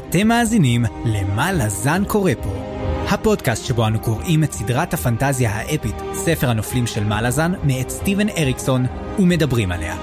אתם מאזינים למה לזן קורא פה, הפודקאסט שבו אנו קוראים את סדרת הפנטזיה האפית, ספר הנופלים של מה לזן, מאת סטיבן אריקסון, ומדברים עליה.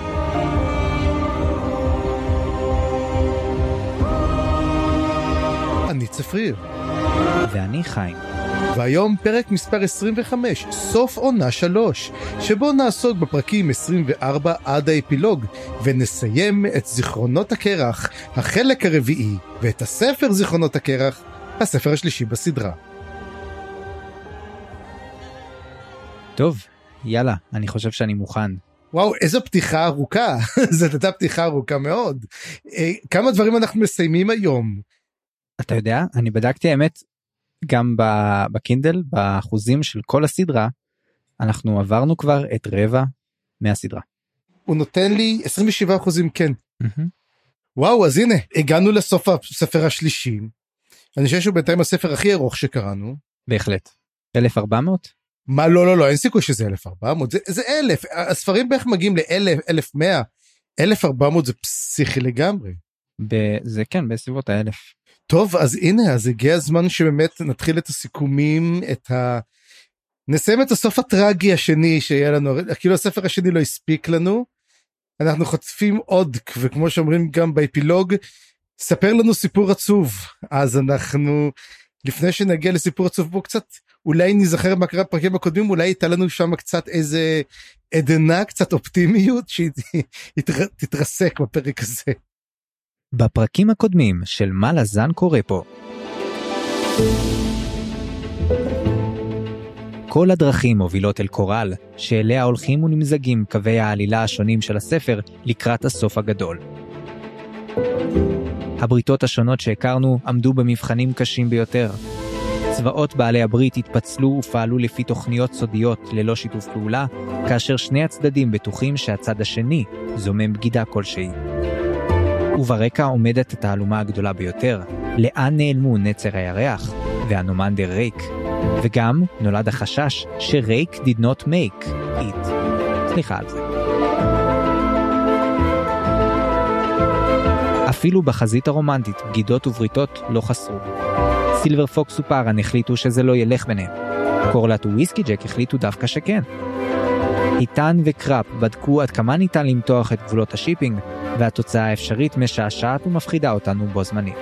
אני צפריר. ואני חיים. והיום פרק מספר 25, סוף עונה 3, שבו נעסוק בפרקים 24 עד האפילוג, ונסיים את זיכרונות הקרח, החלק הרביעי, ואת הספר זיכרונות הקרח, הספר השלישי בסדרה. טוב, יאללה, אני חושב שאני מוכן. וואו, איזו פתיחה ארוכה. זאת הייתה פתיחה ארוכה מאוד. כמה דברים אנחנו מסיימים היום? אתה יודע, אני בדקתי האמת, גם בקינדל, באחוזים של כל הסדרה, אנחנו עברנו כבר את רבע מהסדרה. הוא נותן לי 27% כן. וואו, אז הנה, הגענו לסוף הספר השלישי. אני חושב שהוא בינתיים הספר הכי ארוך שקראנו. בהחלט. 1400? מה, לא, אין סיכוי שזה 1400, זה 1000. הספרים בערך מגיעים ל-1000, 1100. 1400 זה פסיכי לגמרי. זה כן, בסביבות ה-1000. טוב, אז הנה, אז הגיע הזמן שבאמת נתחיל את הסיכומים, נסיים את הסוף הטרגי השני שיהיה לנו, כאילו הספר השני לא הספיק לנו, אנחנו חוטפים עוד, וכמו שאומרים גם באפילוג, ספר לנו סיפור עצוב, אז אנחנו, לפני שנגיע לסיפור עצוב בו קצת, אולי נזכר מה קרה בפרקים הקודמים, אולי הייתה לנו שם קצת איזה עדנה, קצת אופטימיות, שהיא תתרסק בפרק הזה. בפרקים הקודמים של מה לזן קורא פה. כל הדרכים מובילות אל קורל, שאליה הולכים ונמזגים קווי העלילה השונים של הספר לקראת הסוף הגדול. הבריתות השונות שהכרנו עמדו במבחנים קשים ביותר. צבאות בעלי הברית התפצלו ופעלו לפי תוכניות סודיות ללא שיתוף פעולה, כאשר שני הצדדים בטוחים שהצד השני זומם בגידה כלשהי. וברקע עומדת התעלומה הגדולה ביותר, לאן נעלמו נצר הירח והנומנדר רייק, וגם נולד החשש שרייק did not make it. סליחה על זה. אפילו בחזית הרומנטית בגידות ובריתות לא חסרו. סילבר פוקס ופארן החליטו שזה לא ילך ביניהם. קורלט וויסקי ג'ק החליטו דווקא שכן. איתן וקראפ בדקו עד כמה ניתן למתוח את גבולות השיפינג, והתוצאה האפשרית משעשעת ומפחידה אותנו בו זמנית.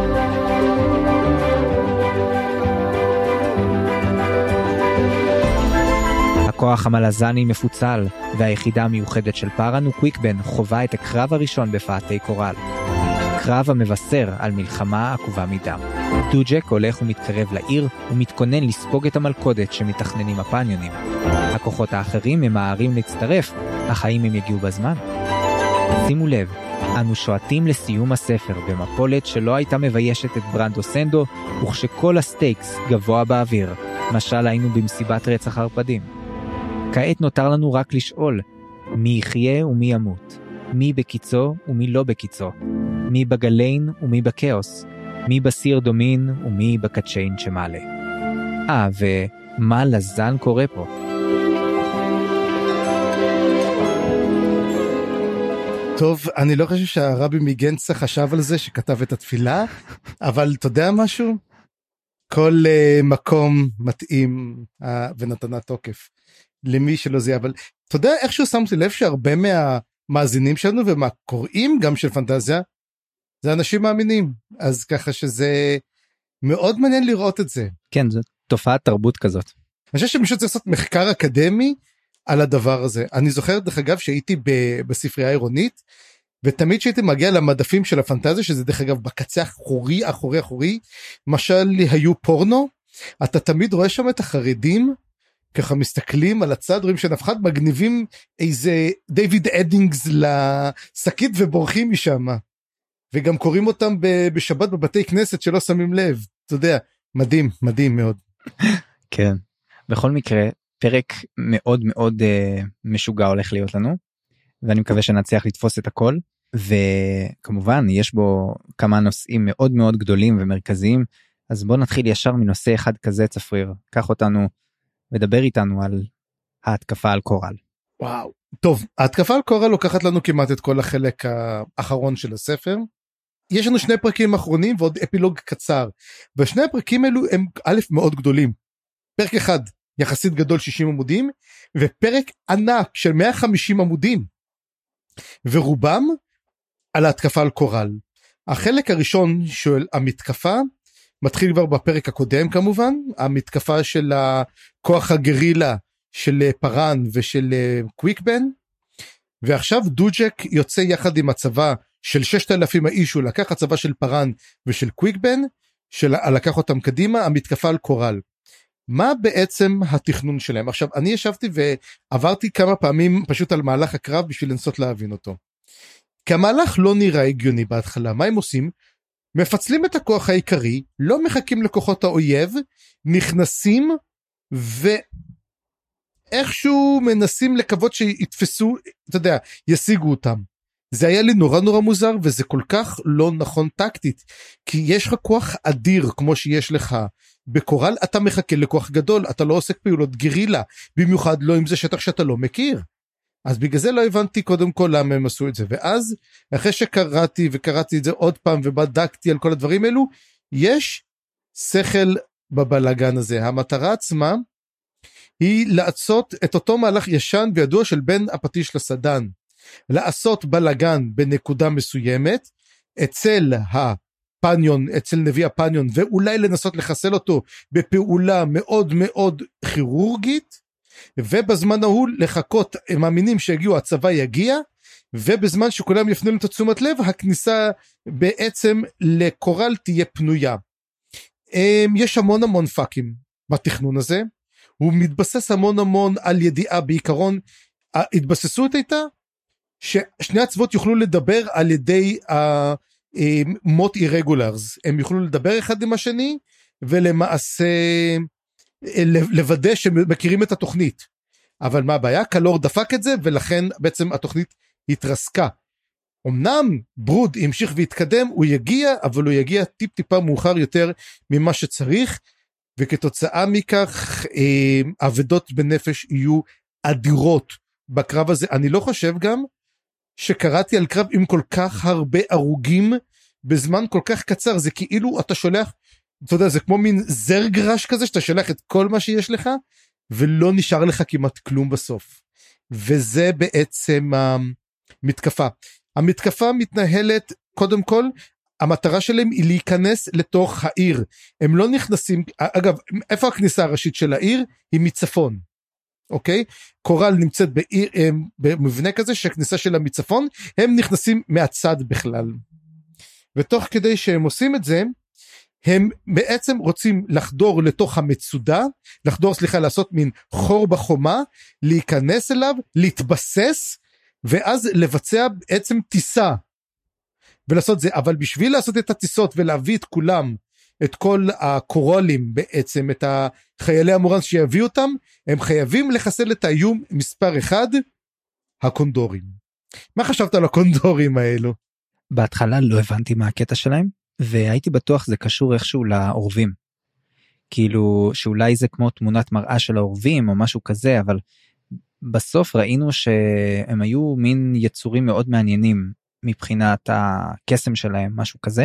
הכוח המלזני מפוצל, והיחידה המיוחדת של פארן וקוויקבן חובה את הקרב הראשון בפאתי קורל. קרב המבשר על מלחמה עקובה מדם. דוג'ק הולך ומתקרב לעיר ומתכונן לספוג את המלכודת שמתכננים הפניונים. הכוחות האחרים ממהרים להצטרף, אך האם הם יגיעו בזמן? שימו לב, אנו שועטים לסיום הספר במפולת שלא הייתה מביישת את ברנדו סנדו, וכשכל הסטייקס גבוה באוויר, משל היינו במסיבת רצח הרפדים. כעת נותר לנו רק לשאול, מי יחיה ומי ימות? מי בקיצו ומי לא בקיצו? מי בגליין ומי בקאוס? מי בסיר דומין ומי בקצ'יין שמעלה? ומה לזן קורא פה? טוב, אני לא חושב שהרבי מגנצה חשב על זה שכתב את התפילה, אבל אתה יודע משהו? כל מקום מתאים ונתנה תוקף למי שלא זה, אבל אתה יודע איכשהו שמתי לב שהרבה מהמאזינים שלנו ומהקוראים גם של פנטזיה, זה אנשים מאמינים, אז ככה שזה מאוד מעניין לראות את זה. כן, זו תופעת תרבות כזאת. אני חושב שמישהו צריך לעשות מחקר אקדמי על הדבר הזה. אני זוכר דרך אגב שהייתי בספרייה העירונית, ותמיד שהייתי מגיע למדפים של הפנטזיה, שזה דרך אגב בקצה אחורי, משל היו פורנו, אתה תמיד רואה שם את החרדים, ככה מסתכלים על הצד, רואים שנפחד מגניבים איזה דיוויד אדינגס לשקית ובורחים משם, וגם קוראים אותם בשבת בבתי כנסת שלא שמים לב, אתה יודע, מדהים מאוד. כן, בכל מקרה, פרק מאוד מאוד משוגע הולך להיות לנו, ואני מקווה שנצליח לתפוס את הכל, וכמובן יש בו כמה נושאים מאוד מאוד גדולים ומרכזיים, אז בואו נתחיל ישר מנושא אחד כזה צפריר, קח אותנו ודבר איתנו על ההתקפה על קורל. וואו, טוב, ההתקפה על קורל לוקחת לנו כמעט את כל החלק האחרון של הספר, יש לנו 2 פרקים אחרונים ועוד אפילוג קצר, והשני הפרקים האלו הם א' מאוד גדולים, פרק אחד יחסית גדול 60 עמודים, ופרק ענק של 150 עמודים, ורובם על ההתקפה על קורל. החלק הראשון של המתקפה, מתחיל כבר בפרק הקודם כמובן, המתקפה של הכוח הגרילה של פארן ושל קוויקבן, ועכשיו דוג'ק יוצא יחד עם הצבא של 6,000 האיש, הוא לקח הצבא של פארן ושל קוויקבן, לקח אותם קדימה, המתקפה על קורל. מה בעצם התכנון שלהם? עכשיו, אני ישבתי ועברתי כמה פעמים פשוט על מהלך הקרב בשביל לנסות להבין אותו. כי המהלך לא נראה הגיוני בהתחלה. מה הם עושים? מפצלים את הכוח העיקרי, לא מחכים לכוחות האויב, נכנסים ואיכשהו מנסים לקוות שיתפסו, אתה יודע, ישיגו אותם. זה היה לי נורא נורא מוזר, וזה כל כך לא נכון טקטית, כי יש לך כוח אדיר כמו שיש לך בקורל, אתה מחכה לכוח גדול, אתה לא עוסק פעולות גרילה, במיוחד לא אם זה שטח שאתה לא מכיר. אז בגלל זה לא הבנתי קודם כל למה הם עשו את זה, ואז אחרי שקראתי וקראתי את זה עוד פעם ובדקתי על כל הדברים האלו, יש שכל בבלגן הזה. המטרה עצמה היא לעשות את אותו מהלך ישן וידוע של בין הפטיש לסדן, לעשות בלגן בנקודה מסוימת, אצל הפניון, אצל נביא הפניון, ואולי לנסות לחסל אותו בפעולה מאוד מאוד כירורגית, ובזמן ההוא לחכות, הם מאמינים שהגיעו, הצבא יגיע, ובזמן שכולם יפנו את תשומת לב, הכניסה בעצם לקורל תהיה פנויה. יש המון פאקים בתכנון הזה, הוא מתבסס המון על ידיעה, בעיקרון, התבססות הייתה, ששני הצוות יוכלו לדבר על ידי מוט אירגולרס, הם יוכלו לדבר אחד עם השני, ולמעשה לוודא שמכירים את התוכנית. אבל מה הבעיה? קלור דפק את זה, ולכן בעצם התוכנית התרסקה. אמנם ברוד המשיך והתקדם, הוא יגיע, אבל הוא יגיע טיפה מאוחר יותר ממה שצריך, וכתוצאה מכך עבדות בנפש יהיו אדירות בקרב הזה. אני לא חושב גם שקראתי על קרב עם כל כך הרבה הרוגים בזמן כל כך קצר, זה כאילו אתה שולח, אתה יודע, זה כמו מין זר גרש כזה, שאתה שולח את כל מה שיש לך, ולא נשאר לך כמעט כלום בסוף. וזה בעצם המתקפה. המתקפה מתנהלת, קודם כל, המטרה שלהם היא להיכנס לתוך העיר. הם לא נכנסים, אגב, איפה הכניסה הראשית של העיר? היא מצפון. אוקיי? קורל נמצאת בעיר, במבנה כזה שהכניסה שלה מצפון, הם נכנסים מהצד בכלל. ותוך כדי שהם עושים את זה, הם בעצם רוצים לחדור לתוך המצודה, לעשות מין חור בחומה, להיכנס אליו, להתבסס, ואז לבצע בעצם טיסה, ולעשות זה. אבל בשביל לעשות את הטיסות ולהביא את כולם, את כל הקורולים בעצם, את החיילי המורנס שיביאו אותם, הם חייבים לחסל את האיום מספר 1, הקונדורים. מה חשבת על הקונדורים האלו? בהתחלה לא הבנתי מה הקטע שלהם, והייתי בטוח זה קשור איכשהו לעורבים. כאילו שאולי זה כמו תמונת מראה של העורבים או משהו כזה, אבל בסוף ראינו שהם היו מין יצורים מאוד מעניינים מבחינת הקסם שלהם, משהו כזה.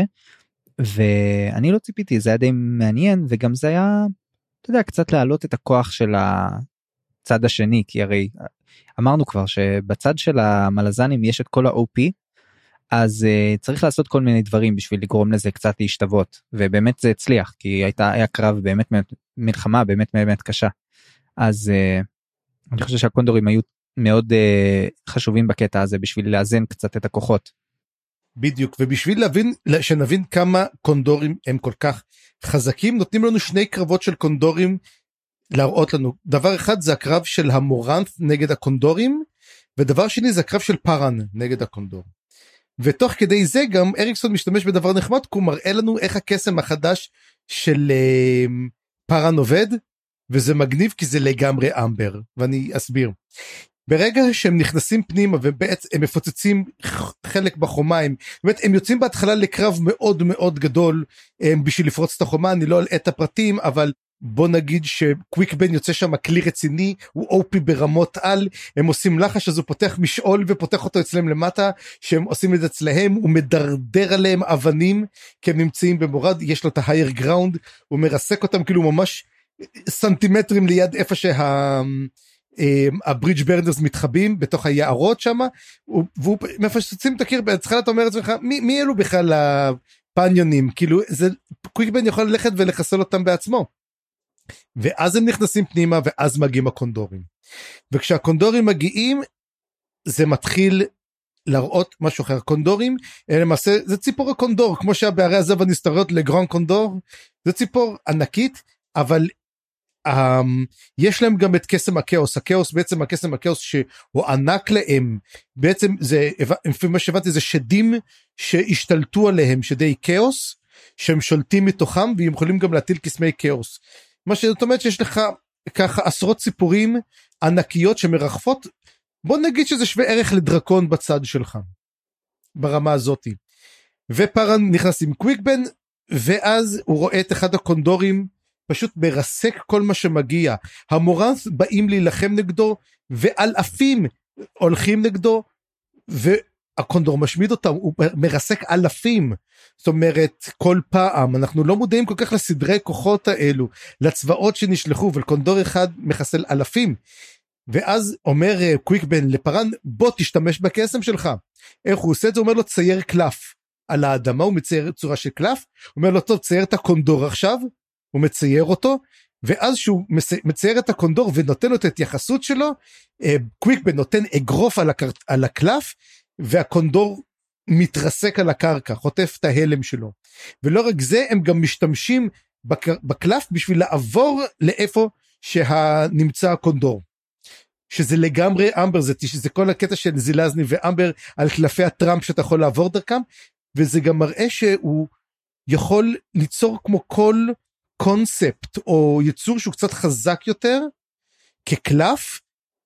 ואני לא ציפיתי, זה היה די מעניין, וגם זה היה, אתה יודע, קצת להעלות את הכוח של הצד השני, כי הרי אמרנו כבר שבצד של המלזנים יש את כל ה-OP, אז צריך לעשות כל מיני דברים בשביל לגרום לזה קצת להשתוות, ובאמת זה הצליח, כי היה קרב באמת מלחמה באמת קשה. אז אני חושב שהקונדורים היו מאוד חשובים בקטע הזה, בשביל לאזן קצת את הכוחות. בדיוק, ובשביל שנבין כמה קונדורים הם כל כך חזקים, נותנים לנו 2 קרבות של קונדורים להראות לנו. דבר אחד זה הקרב של המורנט נגד הקונדורים, ודבר שני זה הקרב של פארן נגד הקונדור. ותוך כדי זה גם אריקסון משתמש בדבר נחמד, כי הוא מראה לנו איך הקסם החדש של פארן עובד, וזה מגניב כי זה לגמרי אמבר, ואני אסביר. ברגע שהם נכנסים פנימה ובעצם הם מפוצצים חלק בחומה, הם יוצאים בהתחלה לקרב מאוד מאוד גדול בשביל לפרוץ את החומה, אני לא אלאה את הפרטים, אבל בוא נגיד שקוויקבן יוצא שם כלי רציני, הוא אופי ברמות על, הם עושים לחש, אז הוא פותח משעול ופותח אותו אצלם למטה, שהם עושים את זה אצלהם, הוא מדרדר עליהם אבנים, כי הם נמצאים במורד, יש לו את ה-higher ground, הוא מרסק אותם כאילו ממש סנטימטרים ליד איפה הברידג' ברנרס מתחבאים בתוך היערות שם, והוא מפשצים את הקיר, בהתחלה אתה אומר לעצמך, מי אלו בכלל הפניונים, כאילו קוויקבן יכול ללכת ולחסל אותם בעצמו, ואז הם נכנסים פנימה, ואז מגיעים הקונדורים, וכשהקונדורים מגיעים, זה מתחיל להראות משהו אחר. קונדורים, למעשה, זה ציפור הקונדור, כמו שהבערי הזב הנסתרות לגרון קונדור, זה ציפור ענקית, אבל יש להם גם את קסם הכאוס, הכאוס בעצם, הקסם הכאוס שהוא ענק להם, בעצם זה, לפי מה שהבנתי, זה שדים שהשתלטו עליהם, שדי כאוס, שהם שולטים מתוכם, והם יכולים גם להטיל קסמי כאוס. מה שזאת אומרת שיש לך ככה עשרות ציפורים ענקיות שמרחפות, בוא נגיד שזה שווה ערך לדרקון בצד שלך, ברמה הזאת. ופארן נכנס עם קוויקבן, ואז הוא רואה את אחד הקונדורים, פשוט מרסק כל מה שמגיע. המורנס באים להילחם נגדו, ואלפים הולכים נגדו, והקונדור משמיד אותם, הוא מרסק אלפים. זאת אומרת, כל פעם, אנחנו לא מודעים כל כך לסדרי כוחות האלו, לצבאות שנשלחו, ולקונדור אחד מחסל אלפים. ואז אומר קוויקבן לפארן, בוא תשתמש בקסם שלך. איך הוא עושה את זה? הוא אומר לו, צייר קלף על האדמה, הוא מצייר צורה של קלף, הוא אומר לו, טוב, צייר את הקונדור עכשיו, הוא מצייר אותו, ואז שהוא מצייר את הקונדור ונותן לו את ההתייחסות שלו, קוויקבן נותן אגרוף על הקלף, והקונדור מתרסק על הקרקע, חוטף את ההלם שלו. ולא רק זה, הם גם משתמשים בקלף בשביל לעבור לאיפה שנמצא הקונדור. שזה לגמרי אמבר, זה כל הקטע של זילזני ואמבר על קלפי הטראמפ שאתה יכול לעבור דרכם, וזה גם מראה שהוא יכול ליצור כמו כל קונספט או יצור שהוא קצת חזק יותר כקלף,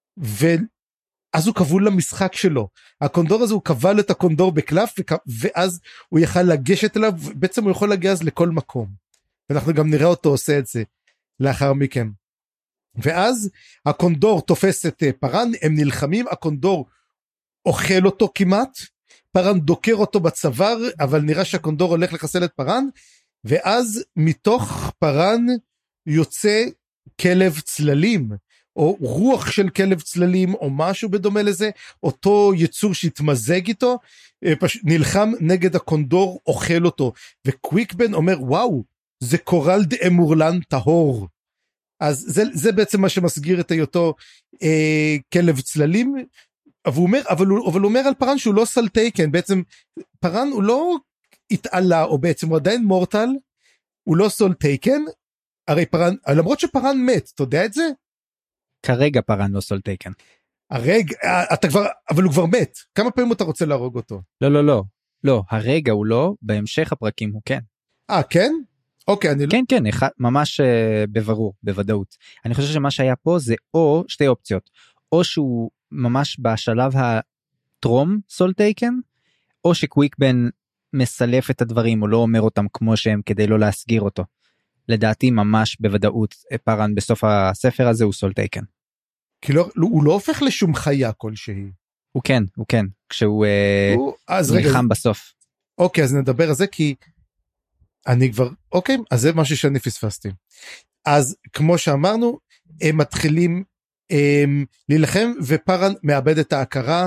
ואז הוא כבול למשחק שלו. הקונדור הזה הוא כבל את הקונדור בקלף, ואז הוא יכל לגשת אליו, בעצם הוא יכול להגיע אז לכל מקום, ואנחנו גם נראה אותו עושה את זה לאחר מכן. ואז הקונדור תופס את פארן, הם נלחמים, הקונדור אוכל אותו כמעט, פארן דוקר אותו בצוואר, אבל נראה שהקונדור הולך לחסל את פארן, ואז מתוך פארן יוצא כלב צללים, או רוח של כלב צללים, או משהו בדומה לזה, אותו יצור שהתמזג איתו, נלחם נגד הקונדור, אוכל אותו, וקוויקבן אומר, וואו, זה קורל דה אמורלן טהור, אז זה בעצם מה שמסגיר את היותו כלב צללים, אבל הוא אומר על פארן שהוא לא סלטייקן, בעצם פארן הוא לא התעלה, או בעצם הוא עדיין מורטל, הוא לא סולטייקן, הרי פארן, למרות שפארן מת, אתה יודע את זה? כרגע פארן לא סולטייקן. אבל הוא כבר מת, כמה פעמים אתה רוצה להרוג אותו? לא, הרגע הוא לא, בהמשך הפרקים הוא כן. כן? אוקיי, אני לא... כן, ממש בברור, בוודאות. אני חושב שמה שהיה פה זה או שתי אופציות, או שהוא ממש בשלב הטרום סולטייקן, או שקוויקבן מסלף את הדברים, או לא אומר אותם כמו שהם, כדי לא להסגיר אותו. לדעתי ממש בוודאות, פארן בסוף הספר הזה הוא סולטייקן. כי הוא לא הופך לשום חיה כלשהי. הוא כן, כשהוא נלחם בסוף. אוקיי, אז נדבר על זה, כי אני כבר, אוקיי, אז זה משהו שאני פספסתי. אז כמו שאמרנו, הם מתחילים להילחם, ופארן מאבד את ההכרה,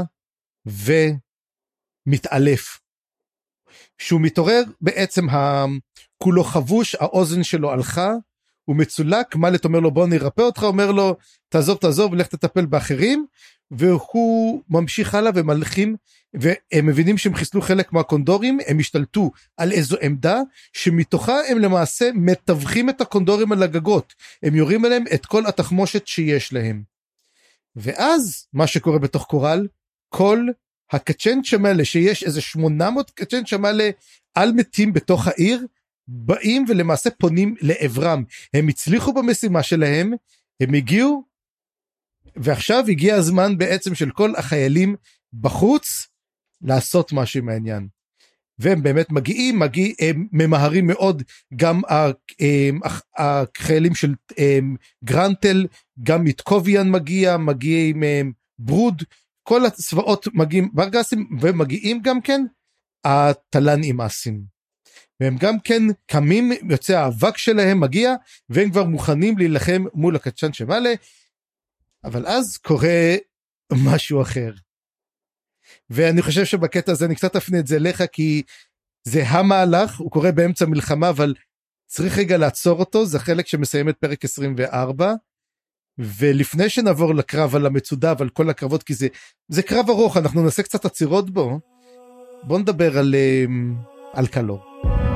ומתעלף. שהוא מתעורר, בעצם כולו חבוש, האוזן שלו הלכה, הוא מצולק, מלט אומר לו בוא נרפא אותך, אומר לו תעזוב ולך תטפל באחרים, והוא ממשיך הלאה ומלכים, והם מבינים שהם חיסלו חלק מהקונדורים, הם השתלטו על איזו עמדה, שמתוכה הם למעשה מתווכים את הקונדורים על הגגות, הם יורים עליהם את כל התחמושת שיש להם. ואז מה שקורה בתוך קורל, כל הקצ'נצ'ם האלה, שיש איזה 800 קצ'נצ'ם האלה על מתים בתוך העיר, באים ולמעשה פונים לעברם, הם הצליחו במשימה שלהם, הם הגיעו, ועכשיו הגיע הזמן בעצם של כל החיילים בחוץ, לעשות משהו מהעניין. והם באמת מגיעים, הם ממהרים מאוד, גם החיילים של גרנטל, גם מיטקוביאן מגיעים ברוד, כל הצבאות מגיעים ברגסים, ומגיעים גם כן הטלן אימאסים. והם גם כן קמים, יוצא האבק שלהם מגיע, והם כבר מוכנים להילחם מול הקדשן שמעלה, אבל אז קורה משהו אחר. ואני חושב שבקטע הזה אני קצת אפנה את זה לך, כי זה המהלך, הוא קורה באמצע מלחמה, אבל צריך רגע לעצור אותו, זה חלק שמסיים את פרק 24, ולפני שנעבור לקרב על המצודה ועל כל הקרבות, כי זה קרב ארוך, אנחנו נעשה קצת עצירות בו, בוא נדבר על קלור.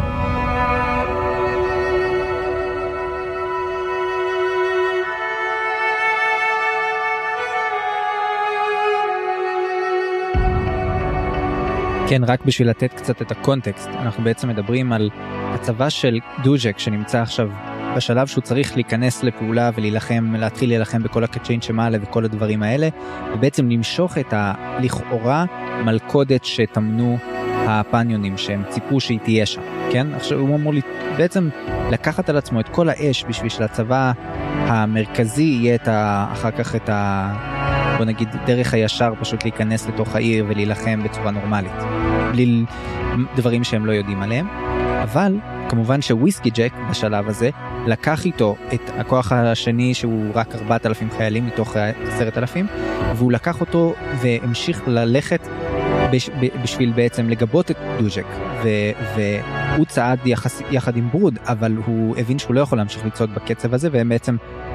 כן, רק בשביל לתת קצת את הקונטקסט, אנחנו בעצם מדברים על הצבא של דוז'ק שנמצא עכשיו בשלב שהוא צריך להיכנס לפעולה ולהילחם, להתחיל להילחם בכל הקצ'ין שמעלה וכל הדברים האלה, ובעצם למשוך את הלכאורה מלכודת שתמנו הפניונים שהם ציפו שהיא תהיה שם, כן? עכשיו הוא אמור בעצם לקחת על עצמו את כל האש בשביל שלצבא המרכזי יהיה אחר כך את בוא נגיד דרך הישר פשוט להיכנס לתוך העיר ולהילחם בצורה נורמלית, בלי דברים שהם לא יודעים עליהם. אבל כמובן שוויסקי ג'ק בשלב הזה לקח איתו את הכוח השני שהוא רק 4,000 חיילים מתוך 10,000, והוא לקח אותו והמשיך ללכת בשביל בעצם לגבות את דוז'ק, והוא צעד יחד עם ברוד, אבל הוא הבין שהוא לא יכול להמשיך לצעוד בקצב הזה, והם בעצם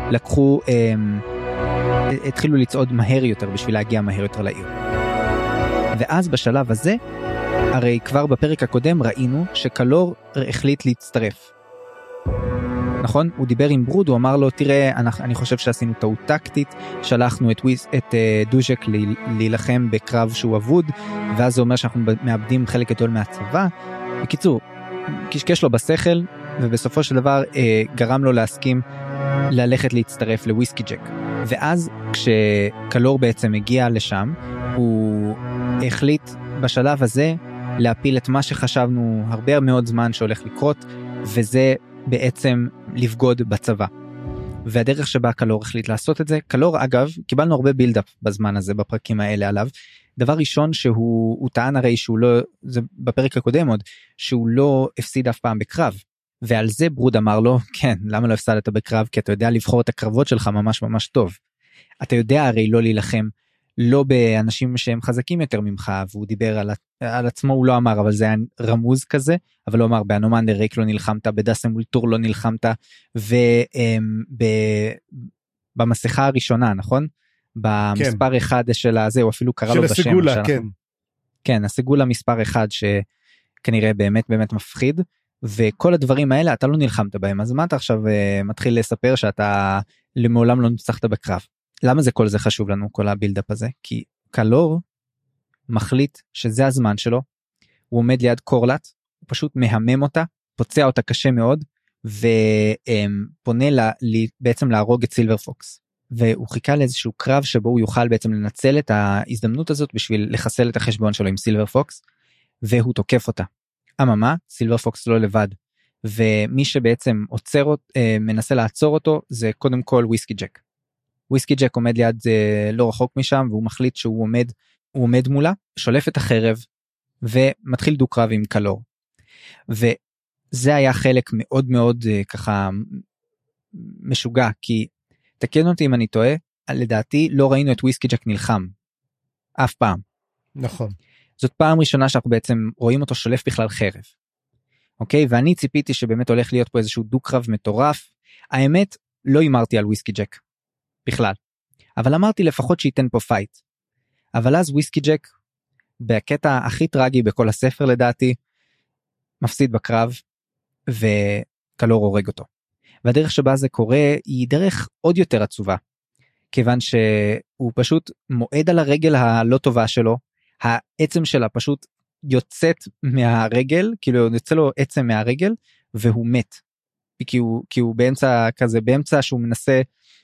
התחילו לצעוד מהר יותר בשביל להגיע מהר יותר לעיר. ואז בשלב הזה, הרי כבר בפרק הקודם ראינו שקלור החליט להצטרף. נכון? הוא דיבר עם ברוד, הוא אמר לו, תראה, אני חושב שעשינו טעות טקטית, שלחנו את דוז'ק להילחם בקרב שהוא אבוד, ואז זה אומר שאנחנו מאבדים חלק גדול מהצבא. בקיצור, קשקש לו בשכל, ובסופו של דבר גרם לו להסכים ללכת להצטרף לוויסקי ג'ק. ואז כשקלור בעצם הגיע לשם, הוא החליט בשלב הזה להפיל את מה שחשבנו הרבה מאוד זמן שהולך לקרות, וזה בעצם לבגוד בצבא. והדרך שבה קלור החליט לעשות את זה, קלור אגב, קיבלנו הרבה בילדאפ בזמן הזה, בפרקים האלה עליו. דבר ראשון שהוא טען הרי שהוא לא, זה בפרק הקודם עוד, שהוא לא הפסיד אף פעם בקרב. ועל זה ברוד אמר לו, כן, למה לא הפסדת בקרב? כי אתה יודע לבחור את הקרבות שלך ממש ממש טוב. אתה יודע הרי לא להילחם, לא באנשים שהם חזקים יותר ממך, והוא דיבר על עצמו, הוא לא אמר, אבל זה היה רמוז כזה, אבל הוא אמר, באנומנדר ריק לא נלחמת, בדסם אולטור לא נלחמת, ובמסכה הראשונה, נכון? במספר אחד של הזה, הוא אפילו קרא לו בשם. של הסגולה, כן. כן, הסגולה מספר אחד, שכנראה באמת באמת מפחיד, וכל הדברים האלה אתה לא נלחמת בהם, אז מה אתה עכשיו מתחיל לספר שאתה למעולם לא ניצחת בקרב? למה זה כל זה חשוב לנו, כל הבילדאפ הזה? כי קלור מחליט שזה הזמן שלו, הוא עומד ליד קורלט, הוא פשוט מהמם אותה, פוצע אותה קשה מאוד, ופונה בעצם להרוג את סילבר פוקס. והוא חיכה לאיזשהו קרב שבו הוא יוכל בעצם לנצל את ההזדמנות הזאת בשביל לחסל את החשבון שלו עם סילבר פוקס, והוא תוקף אותה. אממה, סילבר פוקס לא לבד, ומי שבעצם מנסה לעצור אותו, זה קודם כל וויסקי ג'ק. וויסקי ג'ק עומד ליד לא רחוק משם, והוא מחליט שהוא עומד מולה, שולף את החרב, ומתחיל דו קרב עם קלור. וזה היה חלק מאוד מאוד ככה משוגע, כי תקן אותי אם אני טועה, לדעתי לא ראינו את וויסקי ג'ק נלחם, אף פעם. נכון. זאת פעם ראשונה שאנחנו בעצם רואים אותו שולף בכלל חרב. אוקיי? ואני ציפיתי שבאמת הולך להיות פה איזשהו דו קרב מטורף. האמת, לא אמרתי על וויסקי ג'ק. בכלל. אבל אמרתי לפחות שייתן פה פייט. אבל אז וויסקי ג'ק, בקטע הכי טרגי בכל הספר לדעתי, מפסיד בקרב, וקלור הורג אותו. והדרך שבה זה קורה, היא דרך עוד יותר עצובה. כיוון שהוא פשוט מועד על הרגל הלא טובה שלו, העצם שלה פשוט יוצאת מהרגל, כאילו יוצא לו עצם מהרגל, והוא מת. כי הוא באמצע שהוא מנסה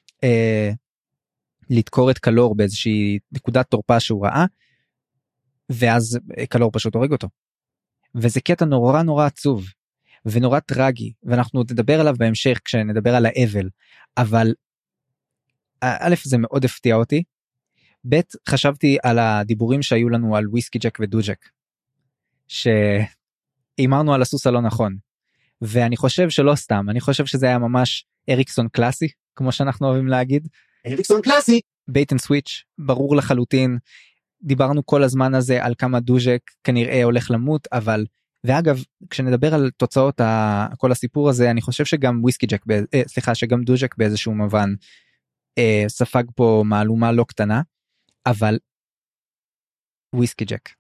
לדקור את קלור באיזושהי נקודת תורפה שהוא ראה, ואז קלור פשוט הורג אותו. וזה קטע נורא נורא עצוב, ונורא טרגי, ואנחנו נדבר עליו בהמשך כשנדבר על האבל, אבל א' זה מאוד הפתיע אותי, ב' חשבתי על הדיבורים שהיו לנו על וויסקי ג'ק ודוג'ק, שאימרנו על הסוס הלא נכון, ואני חושב שלא סתם, אני חושב שזה היה ממש אריקסון קלאסי, כמו שאנחנו אוהבים להגיד. אריקסון קלאסי. בייט אנד סוויץ', ברור לחלוטין, דיברנו כל הזמן הזה על כמה דוז'ק כנראה הולך למות, אבל, ואגב, כשנדבר על תוצאות כל הסיפור הזה, אני חושב שגם וויסקי ג'ק, שגם דוז'ק באיזשהו מובן, ספג פה מעלומה לא קטנה, אבל וויסקי ג'ק.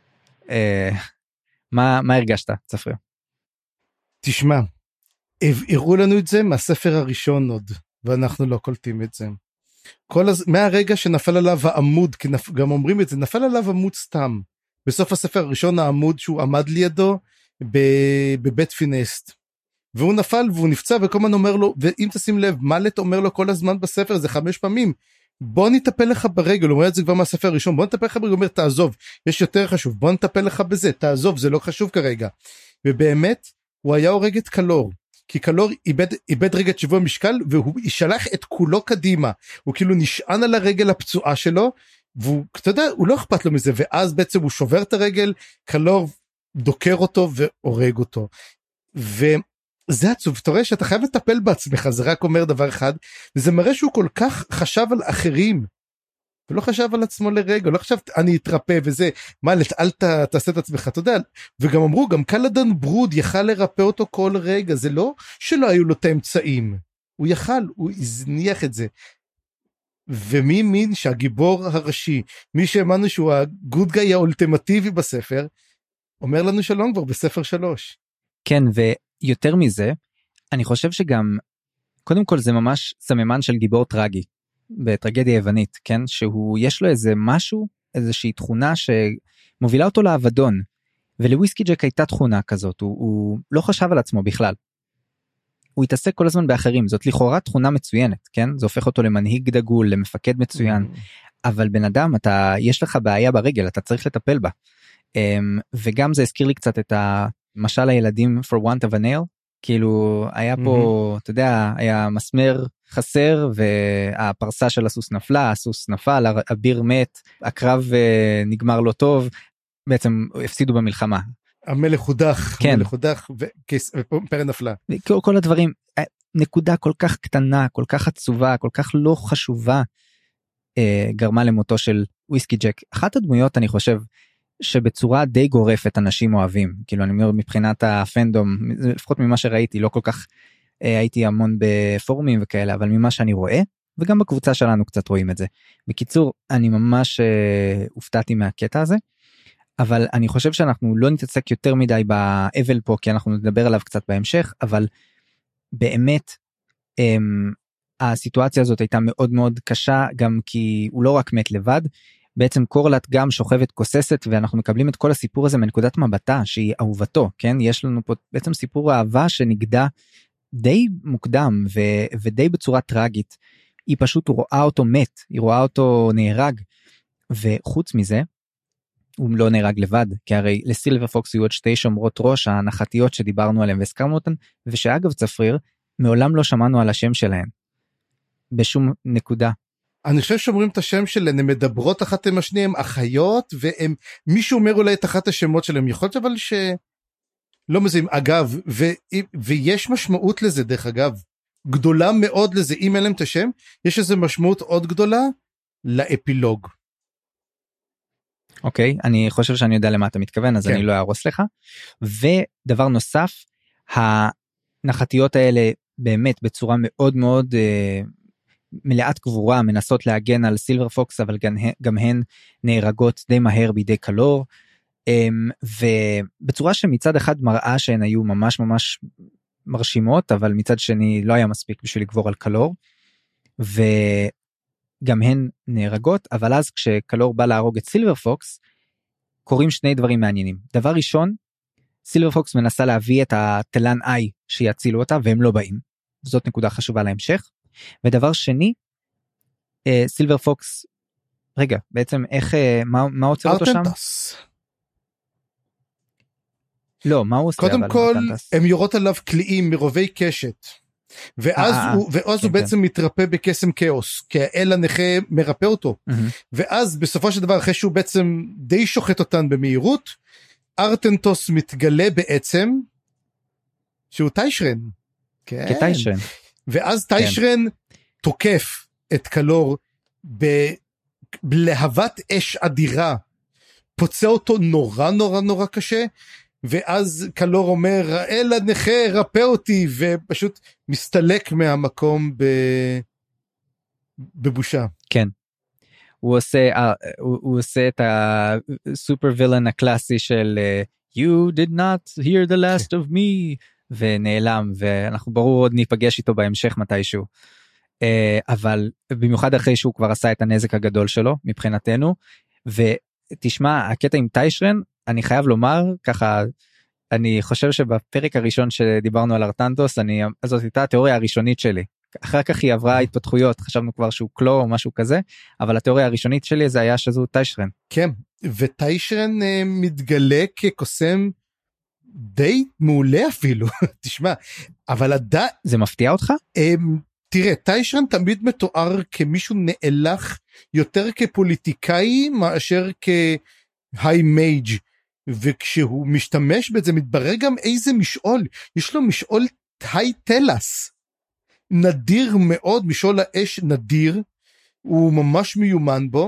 מה הרגשת, צפריר? תשמע, הראו לנו את זה מהספר הראשון עוד, ואנחנו לא קולטים את זה. מהרגע שנפל עליו העמוד, כי גם אומרים את זה, נפל עליו עמוד סתם. בסוף הספר הראשון העמוד שהוא עמד לידו בבית פינסט. והוא נפל והוא נפצע וכל הזמן אומר לו, ואם תשים לב, מלט אומר לו כל הזמן בספר, זה 5 פעמים, בוא נטפל לך ברגל, הוא אומר את זה כבר מהספר הראשון, בוא נטפל לך ברגל, הוא אומר תעזוב, יש יותר חשוב, בוא נטפל לך בזה, תעזוב, זה לא חשוב כרגע. ובאמת, הוא היה הורג את קלור, כי קלור איבד רגע את שיווי המשקל, והוא שלח את כולו קדימה, הוא כאילו נשען על הרגל הפצועה שלו, והוא, אתה יודע, הוא לא אכפת לו מזה, ואז בעצם הוא שובר את הרגל, קלור דוקר אותו והורג אותו. וזה עצוב, אתה רואה שאתה חייב לטפל בעצמך, זה רק אומר דבר אחד, וזה מראה שהוא כל כך חשב על אחרים, ולא חשב על עצמו לרגע, לא חשב אני אתרפא וזה, מה, אל תעשה את עצמך, אתה יודע, וגם אמרו, גם קלדן ברוד יכל לרפא אותו כל רגע, זה לא שלא היו לו את האמצעים, הוא יכל, הוא הזניח את זה, ומי מין שהגיבור הראשי, מי שהאמנו שהוא הגוד גאי האולטימטיבי בספר, אומר לנו שלום כבר בספר 3. כן, ויותר מזה, אני חושב שגם, קודם כל זה ממש סממן של גיבור טרגי, בטרגדיה יוונית, כן? שהוא, יש לו איזה משהו, איזושהי תכונה שמובילה אותו לאבדון, ולוויסקי ג'ק הייתה תכונה כזאת, הוא לא חשב על עצמו בכלל. הוא התעסק כל הזמן באחרים, זאת לכאורה תכונה מצוינת, כן? זה הופך אותו למנהיג דגול, למפקד מצוין, אבל בן אדם, יש לך בעיה ברגל, אתה צריך לטפל בה. וגם זה הזכיר לי קצת את משל הילדים for want of a nail, כאילו היה פה, אתה יודע, היה מסמר חסר, והפרסה של הסוס נפלה, הסוס נפל, הביר מת, הקרב נגמר לא טוב, בעצם הפסידו במלחמה. המלך הודח, כן. המלך הודח, ופרן נפלה. כל הדברים, נקודה כל כך קטנה, כל כך עצובה, כל כך לא חשובה, גרמה למותו של וויסקי ג'ק. אחת הדמויות, אני חושב, שבצורה די גורפת אנשים אוהבים, כאילו אני אומר מבחינת הפנדום, לפחות ממה שראיתי, לא כל כך הייתי המון בפורומים וכאלה, אבל ממה שאני רואה, וגם בקבוצה שלנו קצת רואים את זה. בקיצור, אני ממש הופתעתי מהקטע הזה, אבל אני חושב שאנחנו לא נתעסק יותר מדי באבל פה, כי אנחנו נדבר עליו קצת בהמשך, אבל באמת, הסיטואציה הזאת הייתה מאוד מאוד קשה, גם כי הוא לא רק מת לבד, בעצם קורלט גם שוכבת כוססת, ואנחנו מקבלים את כל הסיפור הזה מנקודת מבטה, שהיא אהובתו, כן? יש לנו פה בעצם סיפור אהבה שנגדע די מוקדם, ודי בצורה טרגית. היא פשוט רואה אותו מת, היא רואה אותו נהרג, וחוץ מזה, הוא לא נהרג לבד, כי הרי לסילבר פוקס היו עוד 2 שומרות ראש, הנחתיות שדיברנו עליהן והזכרנו אותן, ושאגב צפריר, מעולם לא שמענו על השם שלהן, בשום נקודה. אני חושב שאומרים את השם שלהן, הן מדברות אחת עם השני, הן אחיות, ומישהו אומר אולי את אחת השמות שלהן, יכול להיות אבל לא מזהים, אגב, ויש משמעות לזה דרך אגב, גדולה מאוד לזה, אם אין להם את השם, יש איזו משמעות עוד גדולה, לאפילוג. אוקיי, אני חושב שאני יודע למה אתה מתכוון, אז כן. אני לא ארוס לך. ודבר נוסף, הנחתיות האלה באמת בצורה מאוד מאוד מלאת גבורה, מנסות להגן על סילבר פוקס, אבל גם הן נהרגות די מהר בידי קלור, ובצורה שמצד אחד מראה שהן היו ממש ממש מרשימות, אבל מצד שני לא היה מספיק בשביל לגבור על קלור, וגם הן נהרגות, אבל אז כשקלור בא להרוג את סילבר פוקס, קורים 2 דברים מעניינים. דבר ראשון, סילבר פוקס מנסה להביא את התלן איי שיצילו אותה, והם לא באים. זאת נקודה חשובה להמשך. ודבר שני, סילבר פוקס, רגע, בעצם איך, מה עוצר אותו שם? לא, מה הוא עושה? קודם כל, הם יורות עליו קליעים מרובי קשת, ואז הוא בעצם מתרפא בקסם כאוס, כי האל הנכה מרפא אותו, ואז בסופו של דבר, אחרי שהוא בעצם די שוחט אותן במהירות, ארטנטוס מתגלה בעצם, שהוא טיישרן. כטיישרן. ואז טיישרן תוקף את קלור, בלהבת אש אדירה, פוצע אותו נורא נורא נורא קשה, ואז קלור אומר, האל הנכה רפא אותי, ופשוט מסתלק מהמקום בבושה. כן. הוא עושה את הסופר וילן הקלאסי של You did not hear the last of me, ונעלם, ואנחנו ברור עוד ניפגש איתו בהמשך מתישהו. אבל במיוחד אחרי שהוא כבר עשה את הנזק הגדול שלו, מבחינתנו, ותשמע, הקטע עם טיישרן, אני חייב לומר, ככה, אני חושב שבפרק הראשון שדיברנו על ארטנטוס, זאת הייתה התיאוריה הראשונית שלי. אחר כך היא עברה התפתחויות, חשבנו כבר שהוא קלו או משהו כזה, אבל התיאוריה הראשונית שלי זה היה שזו טיישרן. כן, וטיישרן מתגלה כקוסם די מעולה אפילו, תשמע, אבל זה מפתיע אותך? תראה, טיישרן תמיד מתואר כמישהו נאלח יותר כפוליטיקאי מאשר כהיי מייג', וכשהוא משתמש בזה מתברר גם איזה משעול, יש לו משעול היי טלס, נדיר מאוד, משעול האש נדיר, הוא ממש מיומן בו,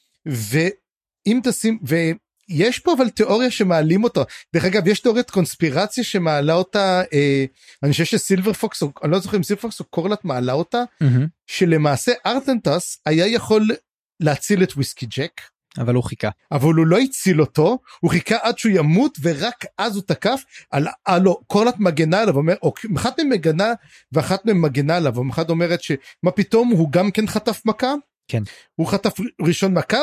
ואם תשים, ויש פה אבל תיאוריה שמעלים אותו, דרך אגב יש תיאוריית קונספירציה שמעלה אותה, אני חושב שסילבר פוקס, אני לא זוכר אם סילבר פוקס או קורלט מעלה אותה, שלמעשה ארטנטוס היה יכול להציל את וויסקי ג'ק, אבל הוא חיכה. אבל הוא לא הציל אותו, הוא חיכה עד שהוא ימות, ורק אז הוא תקף, לא, קורלט מגנה עליו, או אחת מהם מגנה, ואחת מהם מגנה עליו, ואחת אומרת שמה פתאום הוא גם כן חטף מכה, כן. הוא חטף ראשון מכה,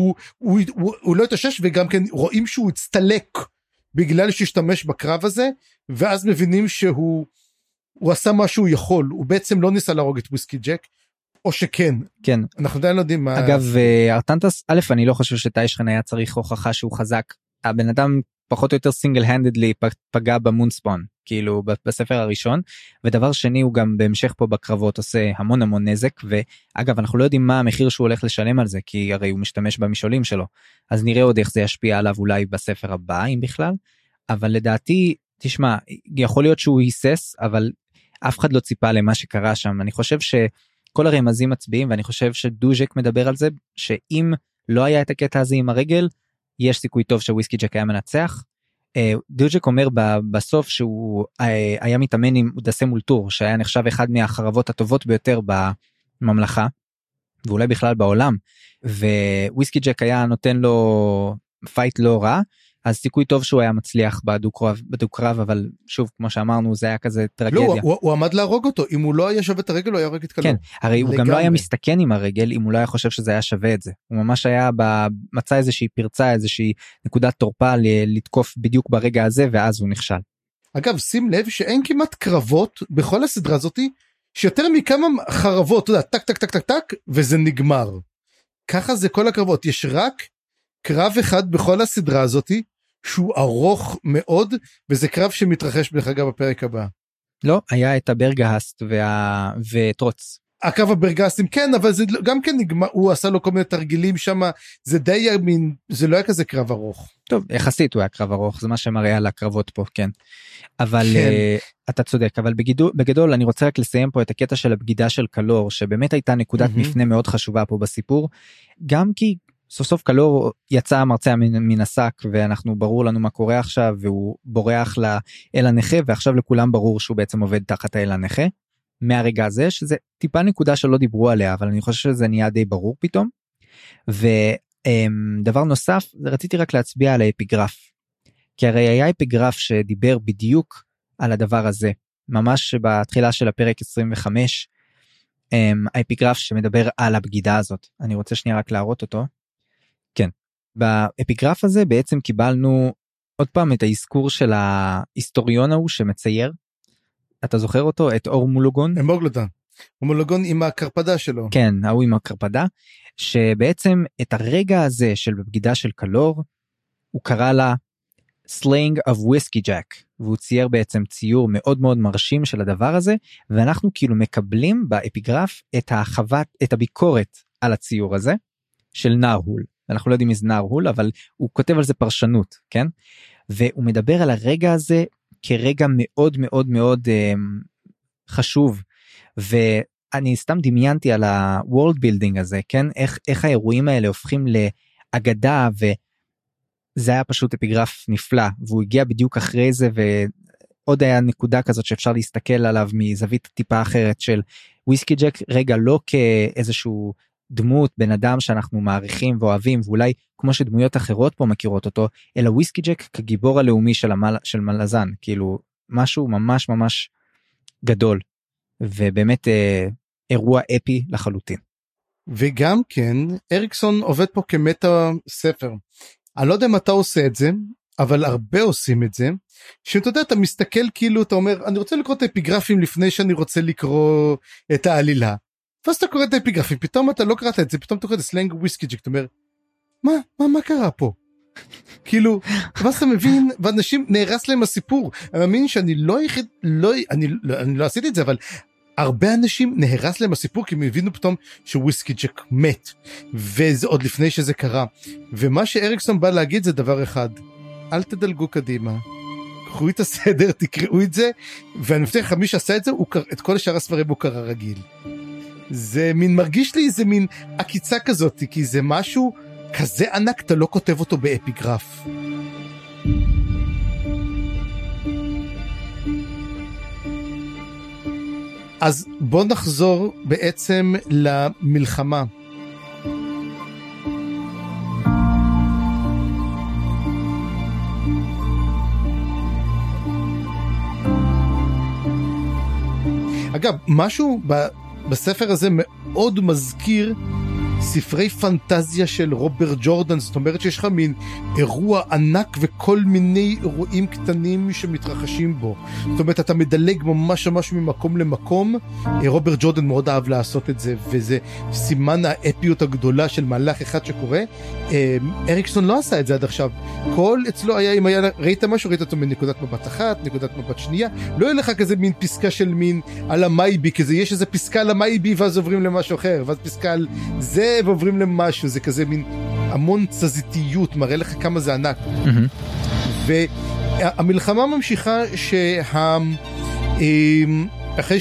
והוא לא התאושש, וגם כן רואים שהוא הצטלק, בגלל שהשתמש בקרב הזה, ואז מבינים שהוא עשה מה שהוא יכול, הוא בעצם לא ניסה להרוג את וויסקי ג'ק, או שכן, כן. אנחנו עדיין לא יודעים מה... אגב, ארטנטוס, א', אני לא חושב שטיישרן היה צריך הוכחה שהוא חזק, הבן אדם פחות או יותר סינגל הנדדלי פגע במונספון, כאילו בספר הראשון, ודבר שני הוא גם בהמשך פה בקרבות עושה המון המון נזק, ואגב אנחנו לא יודעים מה המחיר שהוא הולך לשלם על זה, כי הרי הוא משתמש במשעולים שלו, אז נראה עוד איך זה ישפיע עליו אולי בספר הבא אם בכלל, אבל לדעתי, תשמע, יכול להיות שהוא היסס, אבל אף אחד לא ציפה למה שקרה שם, אני חושב כל הרמזים מצביעים, ואני חושב שדוז'ק מדבר על זה, שאם לא היה את הקטע הזה עם הרגל, יש סיכוי טוב שוויסקי ג'ק היה מנצח. דוז'ק אומר בסוף שהוא היה מתאמן עם אודסה מולטור, שהיה נחשב אחד מהחרבות הטובות ביותר בממלכה, ואולי בכלל בעולם, וויסקי ג'ק היה נותן לו פייט לא רע, אז סיכוי טוב שהוא היה מצליח בדו-קרב, אבל שוב, כמו שאמרנו, זה היה כזה טרגדיה. לא, הוא עמד להרוג אותו, אם הוא לא היה שווה את הרגל, הוא היה הורג את קלור. כן, הרי הוא גם לא היה מסתכן עם הרגל, אם הוא לא היה חושב שזה היה שווה את זה. הוא ממש היה מצא איזושהי פרצה, איזושהי נקודת תורפה לתקוף בדיוק ברגע הזה, ואז הוא נכשל. אגב, שים לב שאין כמעט קרבות בכל הסדרה הזאת, שיותר מכמה חרבות, אתה יודע, טק, טק, טק, טק, טק, וזה נגמר. ככה זה כל הקרבות. יש רק קרב אחד בכל הסדרה הזאת, שהוא ארוך מאוד, וזה קרב שמתרחש בחגה בפרק הבא. לא, היה את הברגהסט וטרוץ. הקרב הברגהסטים, כן, אבל זה גם כן נגמר, הוא עשה לו כל מיני תרגילים שם, זה די ימין, זה לא היה כזה קרב ארוך. טוב, יחסית הוא היה קרב ארוך, זה מה שמראה על הקרבות פה, כן. אבל כן. אתה צודק, אבל בגדול אני רוצה רק לסיים פה את הקטע של הבגידה של קלור, שבאמת הייתה נקודת מפנה מאוד חשובה פה בסיפור, גם כי סוף סוף קלור יצא המרצע מן השק, ואנחנו ברור לנו מה קורה עכשיו, והוא בורח לאל הנכה, ועכשיו לכולם ברור שהוא בעצם עובד תחת האל הנכה, מהרגע הזה, שזה טיפה נקודה שלא דיברו עליה, אבל אני חושב שזה נהיה די ברור פתאום. ודבר נוסף, רציתי רק להצביע על האפיגרף, כי הרי היה אפיגרף שדיבר בדיוק על הדבר הזה, ממש בתחילה של הפרק 25, האפיגרף שמדבר על הבגידה הזאת, אני רוצה שנייה רק להראות אותו. כן, באפיגרף הזה בעצם קיבלנו עוד פעם את האזכור של ההיסטוריון ההוא שמצייר, אתה זוכר אותו? את אורמולוגון? אורמולוגון עם הקרפדה שלו. כן, ההוא עם הקרפדה, שבעצם את הרגע הזה של בבגידה של קלור, הוא קרא לה Slaying of Whiskey Jack, והוא צייר בעצם ציור מאוד מאוד מרשים של הדבר הזה, ואנחנו כאילו מקבלים באפיגרף את הביקורת על הציור הזה של נרהול. אנחנו לא יודעים מי זה נרהול, אבל הוא כותב על זה פרשנות, כן? והוא מדבר על הרגע הזה כרגע מאוד מאוד מאוד חשוב, ואני סתם דמיינתי על ה-world building הזה, כן? איך האירועים האלה הופכים לאגדה, וזה היה פשוט אפיגרף נפלא, והוא הגיע בדיוק אחרי זה, ועוד היה נקודה כזאת שאפשר להסתכל עליו מזווית טיפה אחרת של וויסקי ג'ק, רגע לא כאיזשהו דמות, בן אדם שאנחנו מעריכים ואוהבים, ואולי כמו שדמויות אחרות פה מכירות אותו, אלא וויסקי ג'ק כגיבור הלאומי של מלזן, כאילו משהו ממש ממש גדול, ובאמת אירוע אפי לחלוטין. וגם כן, אריקסון עובד פה כמטה ספר. אני לא יודע אם אתה עושה את זה, אבל הרבה עושים את זה, שאתה יודע, אתה מסתכל כאילו, אתה אומר, אני רוצה לקרוא את האפיגרפים לפני שאני רוצה לקרוא את העלילה. ואז אתה קורא את האפיגרפים, פתאום אתה לא קראת את זה, פתאום אתה קורא את סלנג וויסקי ג'ק, אתה אומר, מה קרה פה? כאילו, ואז אתה מבין, ואנשים נהרס להם הסיפור. אני מאמין שאני אני לא עשיתי את זה, אבל הרבה אנשים נהרס להם הסיפור, כי הם הבינו פתאום שוויסקי ג'ק מת, וזה עוד לפני שזה קרה. ומה שאריקסון בא להגיד זה דבר אחד, אל תדלגו קדימה, קחו את הסדר, תקראו את זה, ואני מבטיח לך, מי שעשה את זה, את כל השאר הספרים הוא קרא רגיל. זה מין, מרגיש לי זה מין עקיצה כזאת, כי זה משהו כזה ענק, אתה לא כותב אותו באפיגרף. אז בוא נחזור בעצם למלחמה. אגב, משהו בספר הזה מאוד מזכיר ספרי פנטזיה של רוברט ג'ורדן, זאת אומרת שיש לך מין אירוע ענק וכל מיני אירועים קטנים שמתרחשים בו. זאת אומרת, אתה מדלג ממש ממש ממקום למקום. רוברט ג'ורדן מאוד אהב לעשות את זה, וזה סימן האפיות הגדולה של מהלך אחד שקורה. אריקסון לא עשה את זה עד עכשיו. כל אצלו היה, אם ראית משהו, ראית אותו מנקודת מבט אחת, נקודת מבט שנייה, לא יהיה לך כזה מין פסקה של מין על המייבי, כזה יש איזה פסקה על המייבי ואז עוברים למשהו אחר, ואז פסקה על זה ועוברים למשהו, זה כזה מין המון צזיתיות, מראה לך כמה זה ענק. והמלחמה ממשיכה אחרי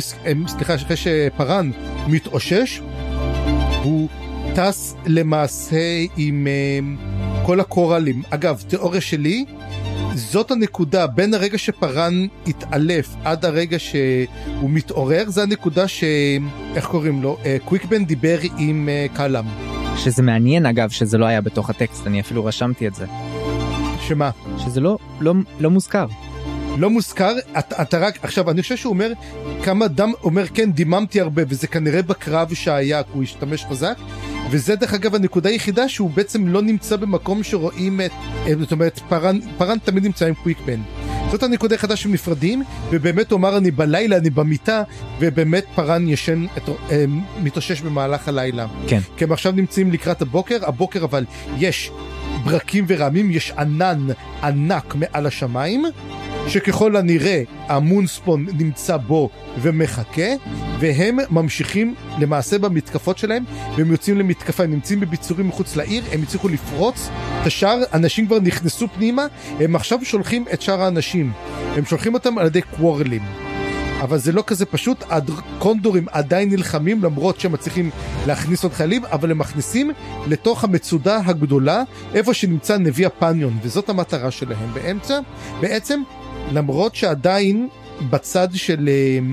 שפרן מתאושש, הוא טס למעשה עם כל הקורלים. אגב, תיאוריה שלי, זאת הנקודה, בין הרגע שפרן התעלף עד הרגע שהוא מתעורר, זה הנקודה איך קוראים לו? קוויקבן דיבר עם קלאם. שזה מעניין אגב, שזה לא היה בתוך הטקסט, אני אפילו רשמתי את זה. שמה? שזה לא מוזכר. לא מוזכר, אתה רק, עכשיו אני חושב שהוא אומר, כמה דם, אומר כן, דיממתי הרבה, וזה כנראה בקרב שהיה, הוא השתמש חזק, וזה דרך אגב הנקודה היחידה שהוא בעצם לא נמצא במקום שרואים זאת אומרת, פרן תמיד נמצא עם קוויקבן. זאת הנקודה היחידה שהם נפרדים, ובאמת הוא אמר, אני בלילה, אני במיטה, ובאמת פרן ישן, מתאושש במהלך הלילה. כן. כי הם עכשיו נמצאים לקראת הבוקר אבל יש ברקים ורעמים, יש ענן ענק מעל השמיים, שככל הנראה המונספון נמצא בו ומחכה, והם ממשיכים למעשה במתקפות שלהם, והם יוצאים למתקפה, הם נמצאים בביצורים מחוץ לעיר, הם הצליחו לפרוץ את השאר, אנשים כבר נכנסו פנימה, הם עכשיו שולחים את שאר האנשים, הם שולחים אותם על ידי קוורלים, אבל זה לא כזה פשוט, הקונדורים עדיין נלחמים, למרות שהם מצליחים להכניס עוד חיילים, אבל הם מכניסים לתוך המצודה הגדולה, איפה שנמצא נביא הפניון, וזאת המטרה שלהם בעצם, למרות שעדיין בצד של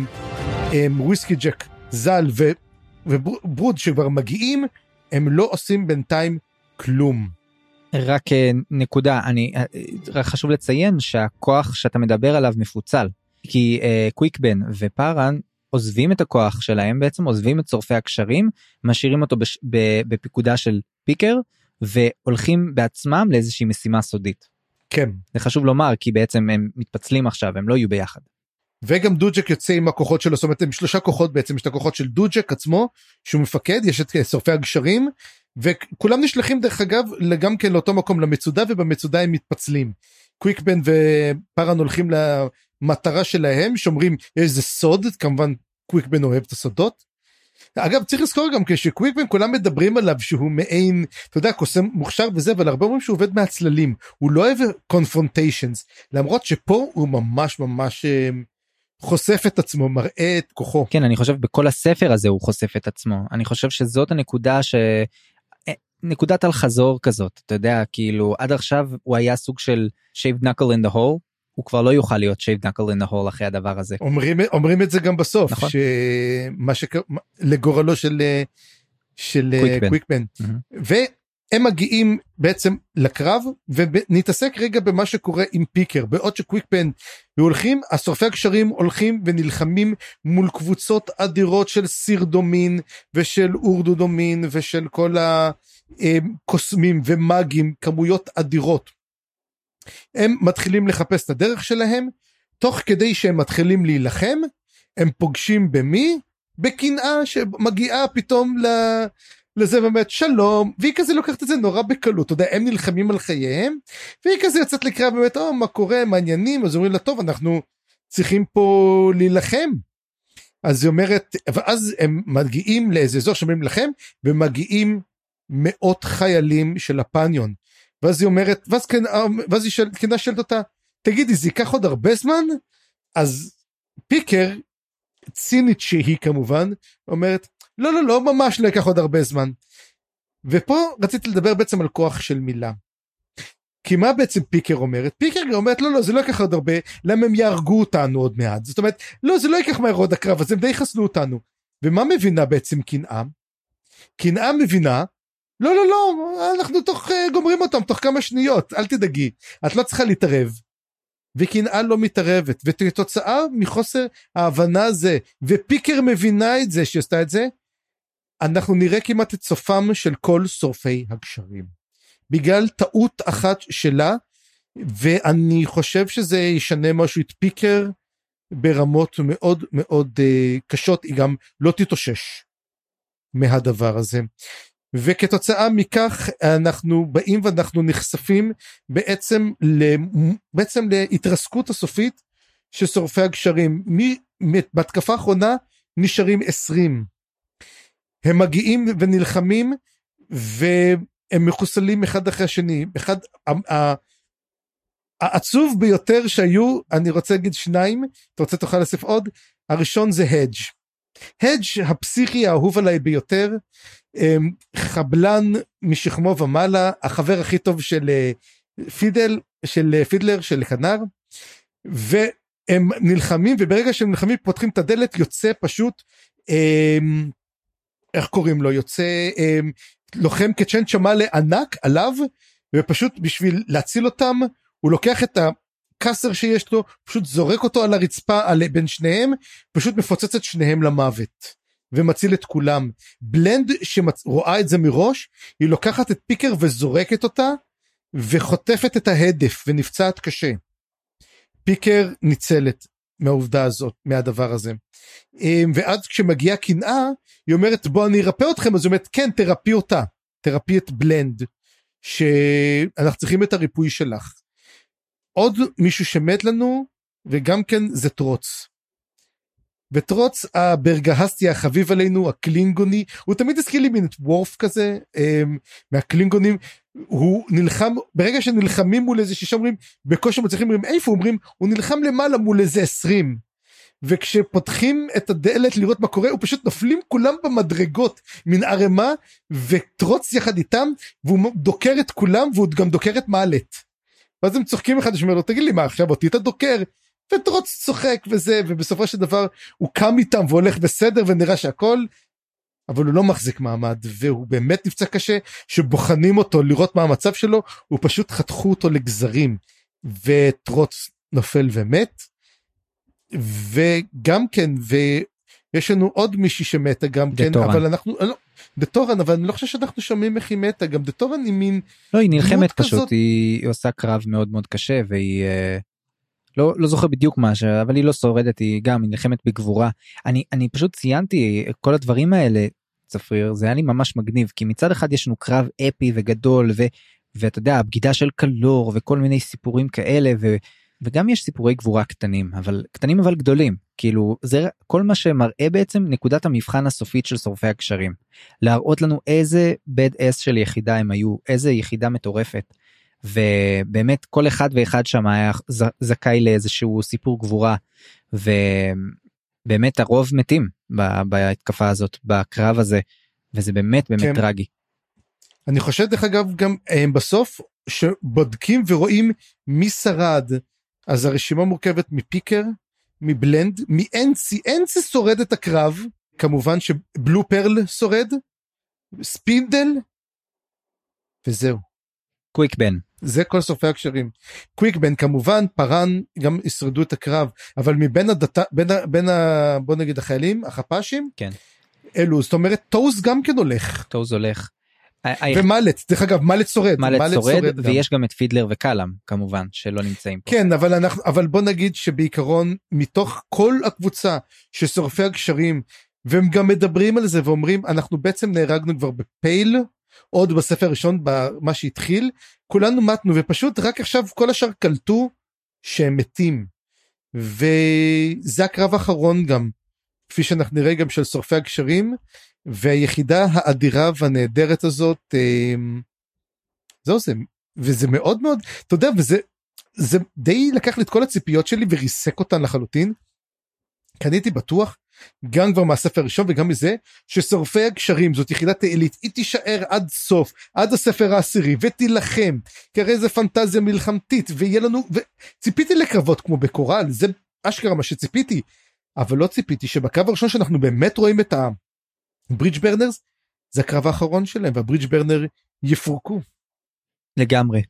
וויסקי ג'ק זל וברוד שכבר מגיעים, הם לא עושים בינתיים כלום. רק נקודה, רק חשוב לציין שהכוח שאתה מדבר עליו מפוצל, כי קוויקבן ופרן עוזבים את הכוח שלהם, בעצם עוזבים את צורפי הקשרים, משאירים אותו בפיקודה של פיקר, והולכים בעצמם לאיזושהי משימה סודית. כן. זה חשוב לומר, כי בעצם הם מתפצלים עכשיו, הם לא יהיו ביחד. וגם דוג'ק יוצא עם הכוחות שלו, זאת אומרת, הם 3 כוחות בעצם, יש את הכוחות של דוג'ק עצמו, שהוא מפקד, יש את שורפי הגשרים, וכולם נשלחים דרך אגב, גם כן לאותו מקום למצודה, ובמצודה הם מתפצלים. קוויקבן ופארן הולכים למטרה שלהם, שאומרים יש איזה סוד, כמובן קוויקבן אוהב את הסודות. אגב צריך לזכור גם כשקוויקבן כולם מדברים עליו שהוא מעין, אתה יודע, קוסם מוכשר וזה, אבל הרבה אומרים שהוא עובד מהצללים, הוא לא אוהב קונפרונטיישנס, למרות שפה הוא ממש ממש חושף את עצמו, מראה את כוחו. כן, אני חושב בכל הספר הזה הוא חושף את עצמו, אני חושב שזאת הנקודה נקודת על חזור כזאת, אתה יודע, כאילו עד עכשיו הוא היה סוג של shaved knuckle in the hole, הוא כבר לא יוכל להיות shaved knuckle in the hole אחרי הדבר הזה. אומרים את זה גם בסוף, נכון. לגורלו של קוויקבן. והם מגיעים בעצם לקרב, ונתעסק רגע במה שקורה עם פיקר, בעוד שקוויקבן הולכים, השורפי הקשרים הולכים ונלחמים מול קבוצות אדירות של סירדומין, ושל אורדודומין, ושל כל הקוסמים ומאגים, כמויות אדירות. הם מתחילים לחפש את הדרך שלהם, תוך כדי שהם מתחילים להילחם, הם פוגשים במי? בקנאה שמגיעה פתאום לזה באמת שלום, והיא כזה לוקחת את זה נורא בקלות, אתה יודע, הם נלחמים על חייהם, והיא כזה יוצאת לקרב באמת, מה קורה, מעניינים, אז אומרים לה, טוב, אנחנו צריכים פה להילחם, אז היא אומרת, ואז הם מגיעים לאיזה אזור שאומרים לכם, ומגיעים מאות חיילים של הפניון, ואז היא אומרת, ואז היא כנה שואלת אותה, תגידי, זה ייקח עוד הרבה זמן? אז פיקר, צינית שהיא כמובן, אומרת, לא, ממש לא ייקח עוד הרבה זמן. ופה רציתי לדבר בעצם על כוח של מילה. כי מה בעצם פיקר אומרת? פיקר אומרת, לא, זה לא ייקח עוד הרבה, למה הם יהרגו אותנו עוד מעט? זאת אומרת, לא, זה לא ייקח מהר עוד הקרב, אז הם די חסלו אותנו. ומה מבינה בעצם קנאה? קנאה מבינה, לא, אנחנו גומרים אותם תוך כמה שניות, אל תדאגי, את לא צריכה להתערב. וקנאה לא מתערבת, ותוצאה מחוסר ההבנה הזה, ופיקר מבינה את זה, שעשתה את זה, אנחנו נראה כמעט את סופם של כל שורפי הגשרים. בגלל טעות אחת שלה, ואני חושב שזה ישנה משהו את פיקר, ברמות מאוד מאוד קשות, היא גם לא תתאושש מהדבר הזה. וכתוצאה מכך אנחנו באים ואנחנו נחשפים בעצם להתרסקות הסופית של שורפי הגשרים. בהתקפה האחרונה נשארים 20. הם מגיעים ונלחמים והם מחוסלים אחד אחרי השני. העצוב ביותר שהיו, אני רוצה להגיד שניים, אתה רוצה תוכל לסף עוד, הראשון זה הדג'. הדג' הפסיכי האהוב עליי ביותר, חבלן משכמו ומעלה, החבר הכי טוב של פידלר, של כנר, והם נלחמים, וברגע שהם נלחמים פותחים את הדלת, יוצא פשוט, איך קוראים לו? יוצא לוחם קצ'ן צ'מאלה ענק עליו, ופשוט בשביל להציל אותם, הוא לוקח את הקסר שיש לו, פשוט זורק אותו על הרצפה בין שניהם, פשוט מפוצץ את שניהם למוות. ומציל את כולם. בלנד שרואה את זה מראש, היא לוקחת את פיקר וזורקת אותה, וחוטפת את ההדף, ונפצעת קשה. פיקר ניצלת מהעובדה הזאת, מהדבר הזה. ואז כשמגיעה קנאה, היא אומרת, בוא אני ארפא אתכם, אז היא אומרת, כן, תרפי אותה, תרפי את בלנד, שאנחנו צריכים את הריפוי שלך. עוד מישהו שמת לנו, וגם כן זה טרוץ. וטרוץ הברגהסטי החביב עלינו, הקלינגוני, הוא תמיד הזכיר לי מין את וורף כזה, מהקלינגונים, הוא נלחם, ברגע שנלחמים מול איזה שישה אומרים, בקושי מצליחים אומרים, איפה אומרים, הוא נלחם למעלה מול איזה 20, וכשפותחים את הדלת לראות מה קורה, הוא פשוט נופלים כולם במדרגות, מן ערמה, וטרוץ יחד איתם, והוא דוקר את כולם, והוא גם דוקר את מעלת, ואז הם צוחקים אחד שאומר לו, תגיד לי מה, עכשיו אותי אתה דוקר, וטרוץ צוחק וזה, ובסופו של דבר הוא קם איתם והולך בסדר ונראה שהכל, אבל הוא לא מחזיק מעמד, והוא באמת נפצע קשה, שבוחנים אותו לראות מה המצב שלו, הוא פשוט חתכו אותו לגזרים, וטרוץ נופל ומת, וגם כן, ויש לנו עוד מישהי שמתה גם כן, אבל אנחנו, דטורן, אבל אני לא חושב שאנחנו שומעים איך היא מתה, גם דטורן היא מין, לא, היא נלחמת פשוט, היא עושה קרב מאוד מאוד קשה, והיא לא זוכר בדיוק מה, אבל היא לא שורדת, היא גם נלחמת בגבורה. אני פשוט ציינתי כל הדברים האלה, צפריר, זה היה לי ממש מגניב, כי מצד אחד יש לנו קרב אפי וגדול, ואתה יודע, הבגידה של קלור וכל מיני סיפורים כאלה, וגם יש סיפורי גבורה קטנים אבל גדולים, כאילו זה כל מה שמראה בעצם נקודת המבחן הסופית של שורפי הקשרים, להראות לנו איזה bad ass של יחידה הם היו, איזה יחידה מטורפת, ובאמת כל אחד ואחד שם היה זכאי לאיזשהו סיפור גבורה, ובאמת הרוב מתים בהתקפה הזאת, בקרב הזה, וזה באמת כן. טרגי. אני חושב דרך אגב גם בסוף שבודקים ורואים מי שרד, אז הרשימה מורכבת מפיקר, מבלנד, מאנסי, אנסי שורד את הקרב, כמובן שבלו פרל שורד, ספינדל, וזהו. קוויקבן. זה כל שורפי הקשרים. קוויקבן כמובן, פרן גם ישרדו את הקרב, אבל מבין בוא נגיד החיילים, החפשים, כן. אלו, זאת אומרת, טוז גם כן הולך. טוז הולך. ומלט, דרך אגב, מלט שורד. מלט שורד, ויש גם את פידלר וקלם, כמובן, שלא נמצאים פה. כן, אבל בוא נגיד שבעיקרון, מתוך כל הקבוצה ששורפי הקשרים, והם גם מדברים על זה ואומרים, אנחנו בעצם נהרגנו כבר בפייל, עוד בספר הראשון, במה שהתחיל, כולנו מתנו, ופשוט רק עכשיו כל השאר קלטו שהם מתים. וזה הקרב האחרון גם, כפי שאנחנו נראה גם של שורפי הקשרים, והיחידה האדירה והנהדרת הזאת, זהו זה, וזה מאוד מאוד, אתה יודע, וזה די לקח לי את כל הציפיות שלי וריסק אותן לחלוטין, כי אני הייתי בטוח, גם כבר מהספר הראשון וגם מזה, ששורפי הקשרים זאת יחידת העילית, היא תישאר עד סוף, עד הספר העשירי, ותילחם, כי הרי זה פנטזיה מלחמתית, ויהיה לנו, וציפיתי לקרבות כמו בקורל, זה אשכרה מה שציפיתי, אבל לא ציפיתי שבקרב הראשון שאנחנו באמת רואים את הברידג' ברנרס, זה הקרב האחרון שלהם, והברידג' ברנר יפורקו. לגמרי.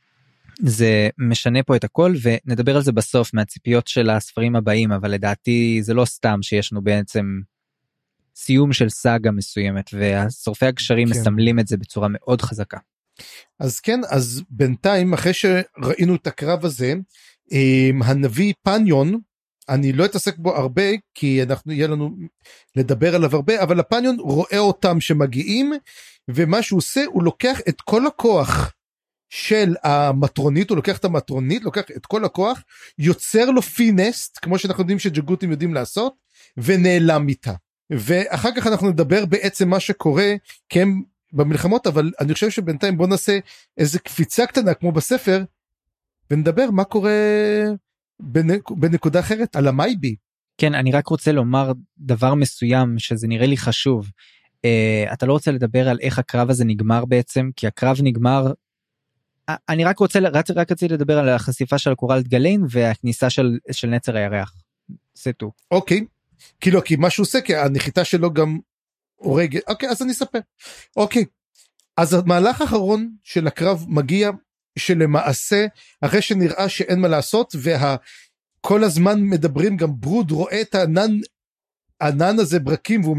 זה משנה פה את הכל, ונדבר על זה בסוף מהציפיות של הספרים הבאים, אבל לדעתי זה לא סתם שיש לנו בעצם סיום של סאגה מסוימת, והשורפי הקשרים כן. מסמלים את זה בצורה מאוד חזקה. אז כן, אז בינתיים, אחרי שראינו את הקרב הזה, הנביא פניון, אני לא אתעסק בו הרבה, כי יהיה לנו לדבר עליו הרבה, אבל הפניון רואה אותם שמגיעים, ומה שהוא עושה, הוא לוקח את כל הכוח של המטרונית, הוא לוקח את המטרונית, לוקח את כל הכוח, יוצר לו פינסט, כמו שאנחנו יודעים שג'גותים יודעים לעשות, ונעלם איתה. ואחר כך אנחנו נדבר בעצם מה שקורה, כי הם במלחמות, אבל אני חושב שבינתיים בוא נעשה איזה קפיצה קטנה, כמו בספר, ונדבר מה קורה בנקודה אחרת, על המייבי. כן, אני רק רוצה לומר דבר מסוים, שזה נראה לי חשוב. אתה לא רוצה לדבר על איך הקרב הזה נגמר בעצם, כי הקרב נגמר, אני רק רציתי לדבר על החשיפה של קורלד גליין, והכניסה של נצר הירח. זה טוב. אוקיי, כי מה שהוא עושה, כי הנחיתה שלו גם הורגת, אוקיי, אז אני אספר. אוקיי, אז המהלך האחרון של הקרב מגיע, שלמעשה, אחרי שנראה שאין מה לעשות, וכל הזמן מדברים, גם ברוד רואה את הענן הזה ברקים, והוא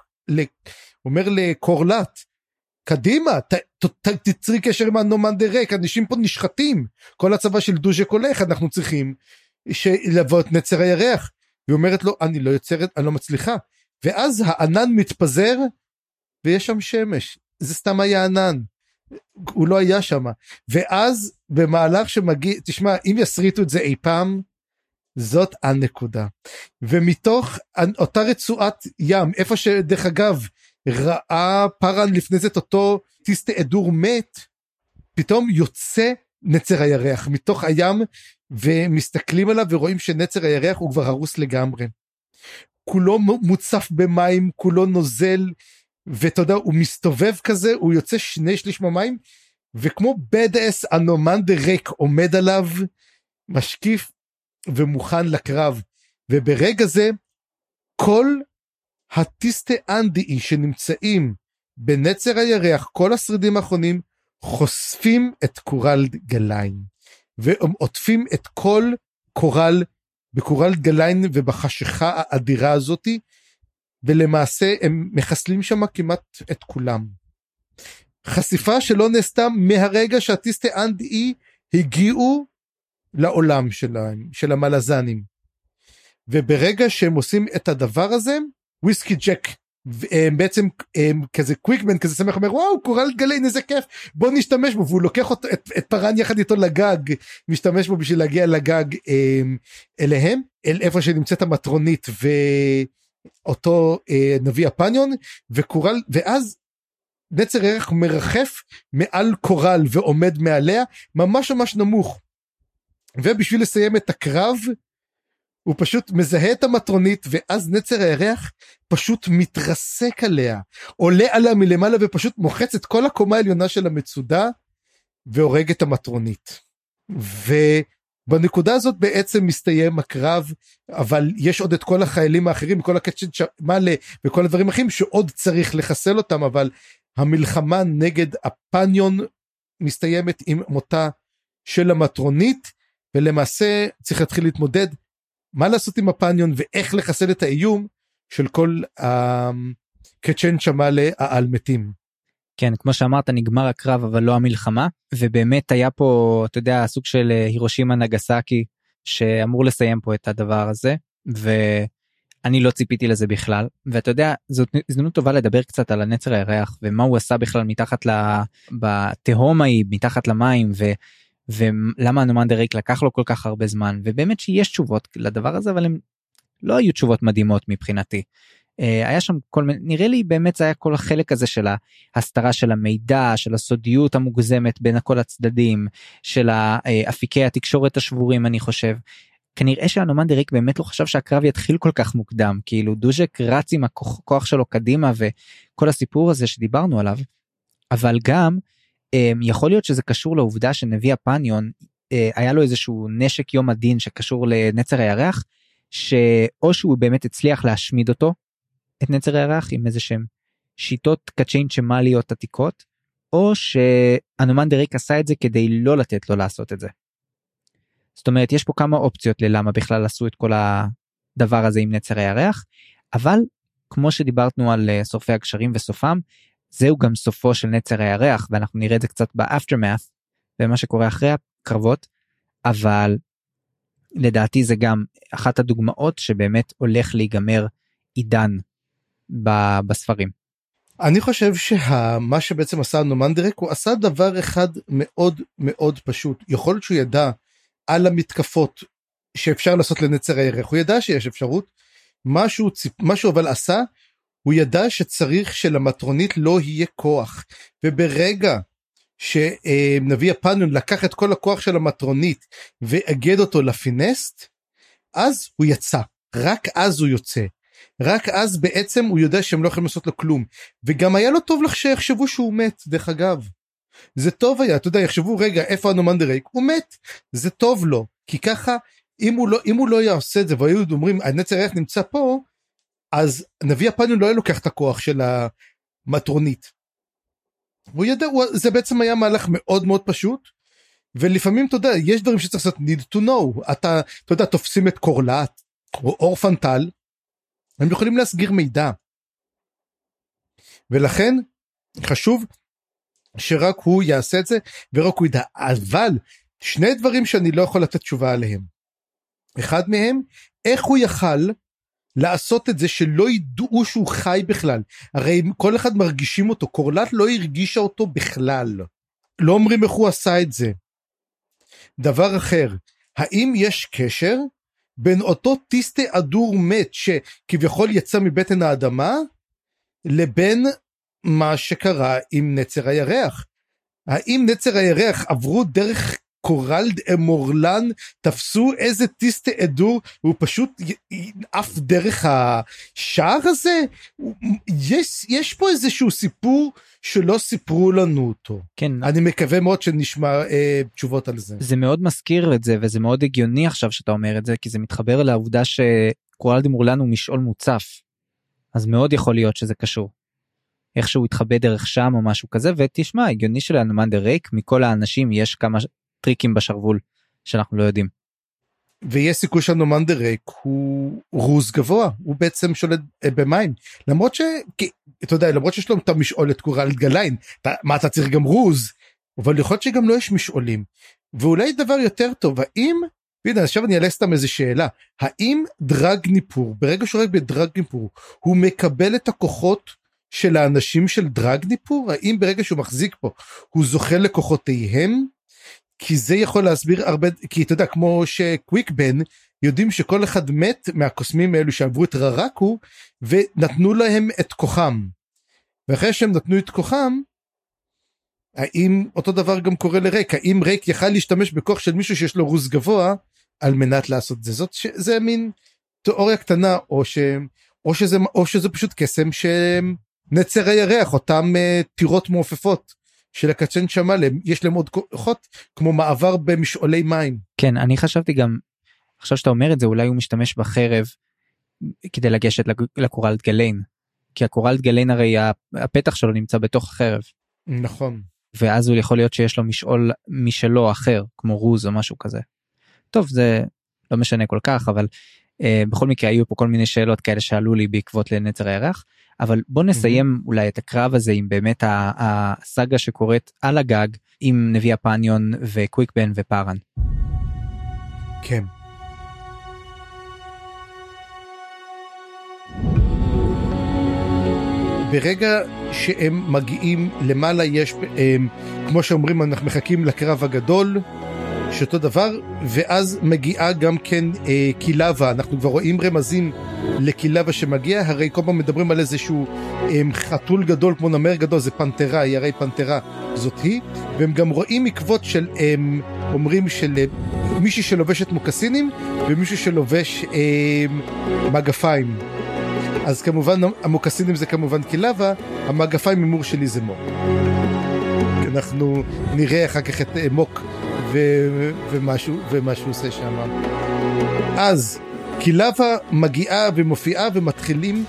אומר לקורלט, קדימה, תצרי קשר עם הנומנדר ריק, אנשים פה נשחטים, כל הצבא של דוז'ק הולך, אנחנו צריכים לבוא את נצר הירח, היא אומרת לו, אני לא יוצרת, אני לא מצליחה, ואז הענן מתפזר, ויש שם שמש, זה סתם היה ענן, הוא לא היה שם, ואז במהלך שמגיע, תשמע, אם יסריטו את זה אי פעם, זאת הנקודה, ומתוך אותה רצועת ים, איפה שדרך אגב, ראה פרן לפני זה את אותו טיסטה אדור מת, פתאום יוצא נצר הירח מתוך הים, ומסתכלים עליו ורואים שנצר הירח הוא כבר הרוס לגמרי, כולו מוצף במים, כולו נוזל, ואתה יודע, הוא מסתובב כזה, הוא יוצא 2/3 מהמים, וכמו בדאס הנומנדר ריק עומד עליו, משקיף ומוכן לקרב, וברגע זה, כל הטיסטה אנדאי שנמצאים בנצר הירח, כל השרידים האחרונים, חושפים את קורלד גליין, ועוטפים את כל קורל, בקורלד גליין ובחשיכה האדירה הזאת, ולמעשה הם מחסלים שם כמעט את כולם. חשיפה שלא נעשתה מהרגע שהטיסטה אנדאי הגיעו לעולם שלהם, של המלזנים. וברגע שהם עושים את הדבר הזה, וויסקי ג'ק בעצם כזה קוויקמן כזה שמח אומר וואו קורל גליין איזה כיף בוא נשתמש בו והוא לוקח את פארן יחד איתו לגג משתמש בו בשביל להגיע לגג אליהם אל איפה שנמצאת המטרונית ואותו נביא הפניון וקורל ואז נצר הירח מרחף מעל קורל ועומד מעליה ממש ממש נמוך ובשביל לסיים את הקרב הוא פשוט מזהה את המטרונית, ואז נצר הירח פשוט מתרסק עליה, עולה עליה מלמעלה ופשוט מוחץ את כל הקומה העליונה של המצודה, והורג את המטרונית. ובנקודה הזאת בעצם מסתיים הקרב, אבל יש עוד את כל החיילים האחרים, כל הקצ'ן שמאלה וכל הדברים אחרים, שעוד צריך לחסל אותם, אבל המלחמה נגד הפניון מסתיימת עם מותה של המטרונית, ולמעשה צריך להתחיל להתמודד, מה לעשות עם הפניון ואיך לחסל את האיום של כל קצ'ן שמאלה העל מתים. כן, כמו שאמרת, נגמר הקרב אבל לא המלחמה, ובאמת היה פה, אתה יודע, סוג של הירושימה נגסקי, שאמור לסיים פה את הדבר הזה, ואני לא ציפיתי לזה בכלל, ואתה יודע, זאת הזדמנות טובה לדבר קצת על הנצר הירח, ומה הוא עשה בכלל מתחת בתהום ההיא, מתחת למים, ולמה הנומנדר ריק לקח לו כל כך הרבה זמן, ובאמת שיש תשובות לדבר הזה, אבל הם לא היו תשובות מדהימות מבחינתי. היה שם כל מיני, נראה לי באמת זה היה כל החלק הזה של ההסתרה של המידע, של הסודיות המוגזמת בין כל הצדדים, של אפיקי התקשורת השבורים אני חושב. כנראה שהנומנדר ריק באמת לא חשב שהקרב יתחיל כל כך מוקדם, כאילו דוז'ק רץ עם הכוח שלו קדימה, וכל הסיפור הזה שדיברנו עליו, אבל גם, יכול להיות שזה קשור לעובדה שנביא הפניון היה לו איזשהו נשק יום הדין שקשור לנצר הירח, שאו שהוא באמת הצליח להשמיד אותו, את נצר הירח עם איזה שהם שיטות קצ'ין שמאליות עתיקות, או שהנומנדר ריק עשה את זה כדי לא לתת לו לעשות את זה. זאת אומרת יש פה כמה אופציות ללמה בכלל עשו את כל הדבר הזה עם נצר הירח, אבל כמו שדיברנו על סופי הקשרים וסופם, זהו גם סופו של נצר הירח, ואנחנו נראה את זה קצת באפטרמאת' ומה שקורה אחרי הקרבות, אבל לדעתי זה גם אחת הדוגמאות שבאמת הולך להיגמר עידן בספרים. אני חושב שמה שבעצם עשה נומנדר ריק, הוא עשה דבר אחד מאוד מאוד פשוט, יכול להיות שהוא ידע על המתקפות שאפשר לעשות לנצר הירח, הוא ידע שיש אפשרות, משהו אבל עשה, הוא ידע שצריך שלמטרונית לא יהיה כוח, וברגע שנביא הפניון לקח את כל הכוח של המטרונית, ואגד אותו לפינסט, אז הוא יצא, רק אז הוא יוצא, רק אז בעצם הוא יודע שהם לא יכולים לעשות לו כלום, וגם היה לו טוב לך שיחשבו שהוא מת, דרך אגב, זה טוב היה, אתה יודע, יחשבו רגע איפה הנומנדר ריק, הוא מת, זה טוב לו, כי ככה אם הוא לא יעשה את זה, והיו אומרים הנצר הירח נמצא פה, אז נביא הפניון לא היה לוקח את הכוח של המטרונית, הוא ידע, זה בעצם היה מהלך מאוד מאוד פשוט, ולפעמים אתה יודע, יש דברים שצריך לעשות need to know, אתה יודע, תופסים את קורלט, או אורפנטל, הם יכולים להסגיר מידע, ולכן חשוב שרק הוא יעשה את זה, ורק הוא ידע, אבל שני דברים שאני לא יכול לתת תשובה עליהם, אחד מהם, איך הוא יכל לעשות את זה שלא ידעו שהוא חי בכלל, הרי כל אחד מרגישים אותו, קורלט לא הרגישה אותו בכלל, לא אומרים איך הוא עשה את זה. דבר אחר, האם יש קשר בין אותו טיסטה אדור מת שכביכול יצא מבטן האדמה, לבין מה שקרה עם נצר הירח? האם נצר הירח עברו דרך קורלד אמורלן, תפסו איזה טיסטה אדור, הוא פשוט עף דרך השער הזה? יש פה איזשהו סיפור שלא סיפרו לנו אותו. כן. אני מקווה מאוד שנשמע תשובות על זה. זה מאוד מזכיר את זה, וזה מאוד הגיוני עכשיו שאתה אומר את זה, כי זה מתחבר לעובדה שקורלד אמורלן הוא משעול מוצף, אז מאוד יכול להיות שזה קשור. איכשהו התחבא דרך שם או משהו כזה, ותשמע, הגיוני של הנומנדר ריק, מכל האנשים יש כמה טריקים בשרוול שאנחנו לא יודעים. ויש סיכוי שהנומנדר ריק הוא רוז גבוה, הוא בעצם שולט במים, למרות אתה יודע, למרות שיש לו את המשעולת קורלד גליין, מה אתה צריך גם רוז, אבל יכול להיות שגם לא יש משעולים, ואולי דבר יותר טוב, האם והנה, עכשיו אני אעלה סתם איזו שאלה, האם דרג ניפור, ברגע שהוא רק בדרג ניפור, הוא מקבל את הכוחות של האנשים של דרג ניפור? האם ברגע שהוא מחזיק פה, הוא זוכה לכוחותיהם? כי זה יכול להסביר הרבה, כי אתה יודע, כמו שקוויקבן, יודעים שכל אחד מת מהקוסמים האלו שעברו את ררקו, ונתנו להם את כוחם. ואחרי שהם נתנו את כוחם, האם אותו דבר גם קורה לריק? האם ריק יכל להשתמש בכוח של מישהו שיש לו רוס גבוה, על מנת לעשות זה? זה מין תיאוריה קטנה, או שזה פשוט קסם שנצר הירח, אותם טירות מעופפות, של הקצ'ן שמה להם, יש להם עוד כוחות, כמו מעבר במשעולי מים. כן, אני חשבתי גם, עכשיו שאתה אומר את זה, אולי הוא משתמש בחרב, כדי לגשת לקורלט גליין, כי הקורלט גליין הרי הפתח שלו נמצא בתוך החרב. נכון. ואז הוא יכול להיות שיש לו משעול משלו אחר, כמו רוז או משהו כזה. טוב, זה לא משנה כל כך, אבל בכל מקרה היו פה כל מיני שאלות כאלה שעלו לי בעקבות לנצר הירח, אבל בוא נסיים אולי את הקרב הזה עם באמת הסאגה שקורית על הגג, עם נביא הפניון וקוויקבן ופארן. כן. ברגע שהם מגיעים למעלה, יש, כמו שאומרים, אנחנו מחכים לקרב הגדול, שאותו דבר, ואז מגיעה גם כן קילבה, אנחנו כבר רואים רמזים לקילבה שמגיע, הרי כל פעם מדברים על איזשהו חתול גדול, כמו נמר גדול, זה פנתרה, היא הרי פנתרה, זאת היא, והם גם רואים עקבות של, אומרים של מישהי שלובשת מוקסינים, ומישהו שלובש מגפיים. אז כמובן המוקסינים זה כמובן קילבה, המגפיים ממור שלי זה מוק. אנחנו נראה אחר כך את מוק ומה שהוא עושה שם. אז קילבה מגיעה ומופיעה ומתחילים,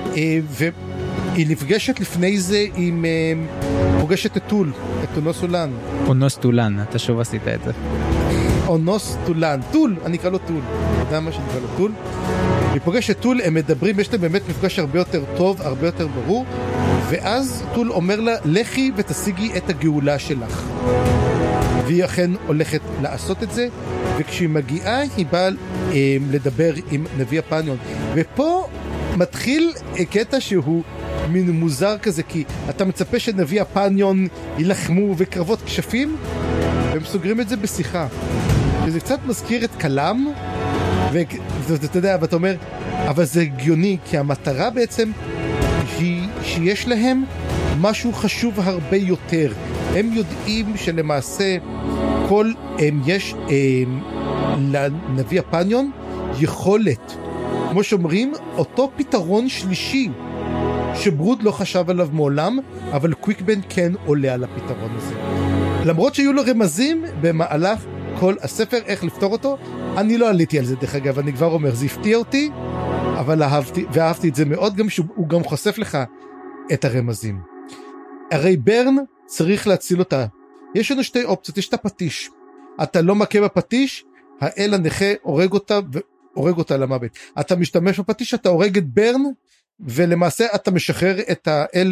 והיא נפגשת לפני זה עם פוגשת את טול, את אונוס טולן. אונוס טולן, אתה שוב עשית את זה. אונוס טולן, טול, אני אקרא לו טול. אתה יודע מה שאני אקרא לו טול? היא פוגשת טול, הם מדברים, יש להם באמת מפגש הרבה יותר טוב, הרבה יותר ברור, ואז טול אומר לה, לכי ותשיגי את הגאולה שלך. והיא אכן הולכת לעשות את זה, וכשהיא מגיעה היא באה לדבר עם נביא הפניון. ופה מתחיל קטע שהוא מין מוזר כזה, כי אתה מצפה שנביא הפניון ילחמו וקרבות כשפים, והם סוגרים את זה בשיחה. וזה קצת מזכיר את קלם, ואתה יודע, ואתה אומר, אבל זה הגיוני, כי המטרה בעצם היא שיש להם משהו חשוב הרבה יותר. הם יודעים שלמעשה יש לנביא הפניון יכולת, כמו שאומרים, אותו פתרון שלישי שברוד לא חשב עליו מעולם, אבל קוויקבן כן עולה על הפתרון הזה. למרות שהיו לו רמזים במהלך כל הספר איך לפתור אותו, אני לא עליתי על זה דרך אגב, אני כבר אומר, זה הפתיע אותי, אבל אהבתי את זה מאוד, גם שהוא גם חושף לך את הרמזים. הרי ברן צריך להציל אותה. יש לנו שתי אופציות, יש את הפטיש. אתה לא מכה בפטיש, האל הנכה הורג אותה למוות. אתה משתמש בפטיש, אתה הורג את ברן, ולמעשה אתה משחרר את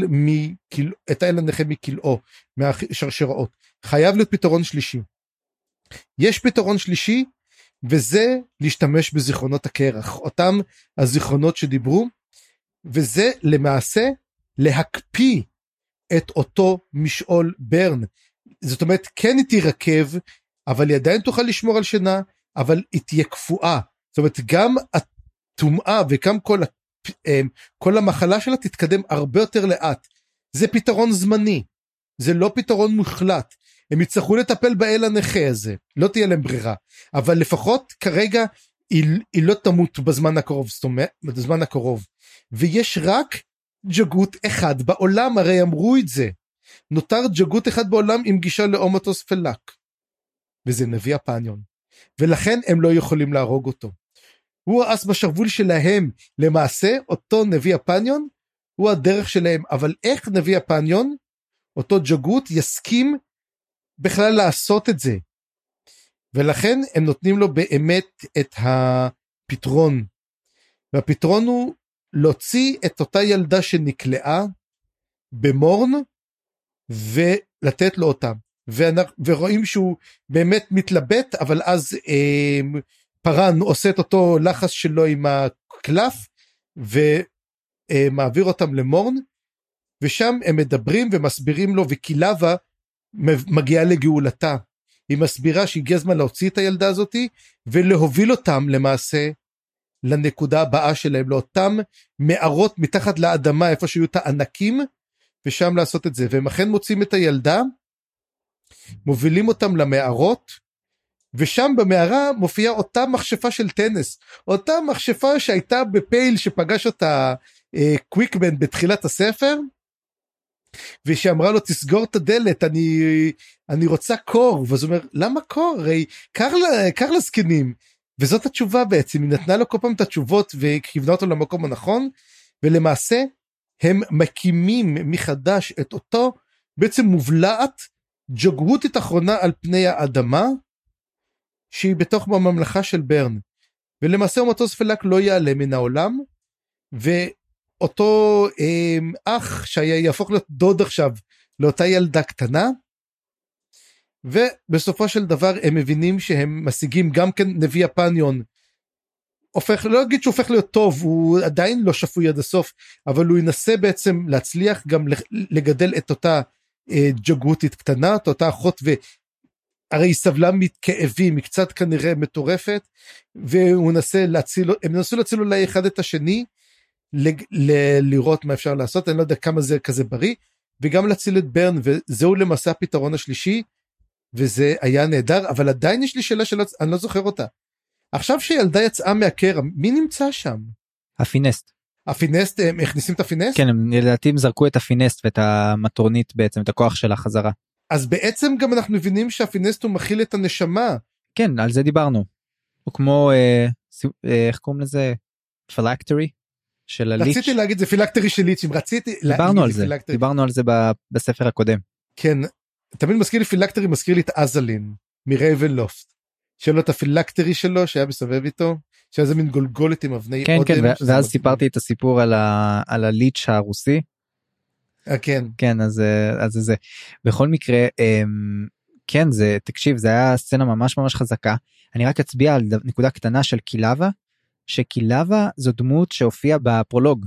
האל הנכה מכלאו, מהשרשראות. חייב להיות פתרון שלישי. יש פתרון שלישי, וזה להשתמש בזיכרונות הקרח, אותם הזיכרונות שדיברו, וזה למעשה להקפיא את אותו משעול ברן. זאת אומרת, כן היא תירקב, אבל היא עדיין תוכל לשמור על שינה, אבל היא תהיה קפואה. זאת אומרת, גם הטומאה וגם כל המחלה שלה תתקדם הרבה יותר לאט. זה פתרון זמני, זה לא פתרון מוחלט. הם יצטרכו לטפל באל הנכה הזה, לא תהיה להם ברירה, אבל לפחות כרגע היא לא תמות בזמן הקרוב, זאת אומרת, בזמן הקרוב. ויש רק ג'גות אחד בעולם, הרי אמרו את זה. נותר ג'גות אחד בעולם עם גישה לאומטוס פלק, וזה נביא הפניון. ולכן הם לא יכולים להרוג אותו. הוא האס בשרוול שלהם, למעשה אותו נביא הפניון, הוא הדרך שלהם, אבל איך נביא הפניון, אותו ג'גות יסכים בכלל לעשות את זה, ולכן הם נותנים לו באמת את הפתרון, והפתרון הוא להוציא את אותה ילדה שנקלעה במורן, ולתת לו אותה, ורואים שהוא באמת מתלבט, אבל אז פרן עושה את אותו לחץ שלו עם הקלף, ומעביר אותם למורן, ושם הם מדברים ומסבירים לו, וקילבה מגיעה לגאולתה. היא מסבירה שהגיע הזמן להוציא את הילדה הזאת, ולהוביל אותם למעשה לנקודה הבאה שלהם, לאותם מערות מתחת לאדמה, איפה שיהיו את הענקים, ושם לעשות את זה. והם אכן מוצאים את הילדה, מובילים אותם למערות, ושם במערה מופיעה אותה מכשפה של טנס, אותה מכשפה שהייתה בפייל שפגש אותה קוויקמן בתחילת הספר, ושאמרה לו תסגור את הדלת, אני רוצה קור, ואז הוא אומר למה קור? הרי קר לזקנים, וזאת התשובה בעצם, היא נתנה לו כל פעם את התשובות וכיוונה אותו למקום הנכון, ולמעשה הם מקימים מחדש את אותו בעצם מובלעת ג'וגרותית אחרונה על פני האדמה, שהיא בתוך הממלכה של ברן, ולמעשה המטוס פלק לא יעלה מן העולם, ואותו אח שיהפוך להיות דוד עכשיו לאותה ילדה קטנה, ובסופו של דבר הם מבינים שהם משיגים גם כן נביא הפניון, לא אגיד שהוא הופך להיות טוב, הוא עדיין לא שפוי עד הסוף, אבל הוא ינסה בעצם להצליח גם לגדל את אותה ג'וגרותית קטנה, את אותה אחות, הרי היא סבלה מכאבים, היא קצת כנראה מטורפת, והוא נסה להציל, הם נסו להציל אולי אחד את השני, לראות מה אפשר לעשות, אני לא יודע כמה זה כזה בריא, וגם להציל את ברן, וזהו למעשה הפתרון השלישי, וזה היה נהדר, אבל עדיין יש לי שאלה שאני לא זוכר אותה. עכשיו שילדה יצאה מהקרע, מי נמצא שם? הפינסט. הפינסט, הם הכניסים את הפינסט? כן, לדעתי הם זרקו את הפינסט ואת המטרונית בעצם, את הכוח של החזרה. אז בעצם גם אנחנו מבינים שהפינסט הוא מכיל את הנשמה. כן, על זה דיברנו. הוא כמו, איך קוראים לזה? פילקטרי? של הליץ'. רציתי להגיד, זה פילקטרי של ליצ'ים, רציתי דיברנו על זה, דיברנו על זה בספר הקודם. כן, תמיד מזכיר לי פילקטרי, מזכיר לי את אזלין, מרייבנלופט. שאין לו את הפילקטרי שלו, שהיה מסובב איתו, שהיה זה מין גולגולת עם אבני כן, אודם. כן, ואז סיפרתי את הסיפור על הליץ' הרוסי. כן. כן, אז זה. בכל מקרה, כן, זה, תקשיב, זה היה סצנה ממש ממש חזקה. אני רק אצביע על נקודה קטנה של קילבה, שקילבה זו דמות שהופיעה בפרולוג.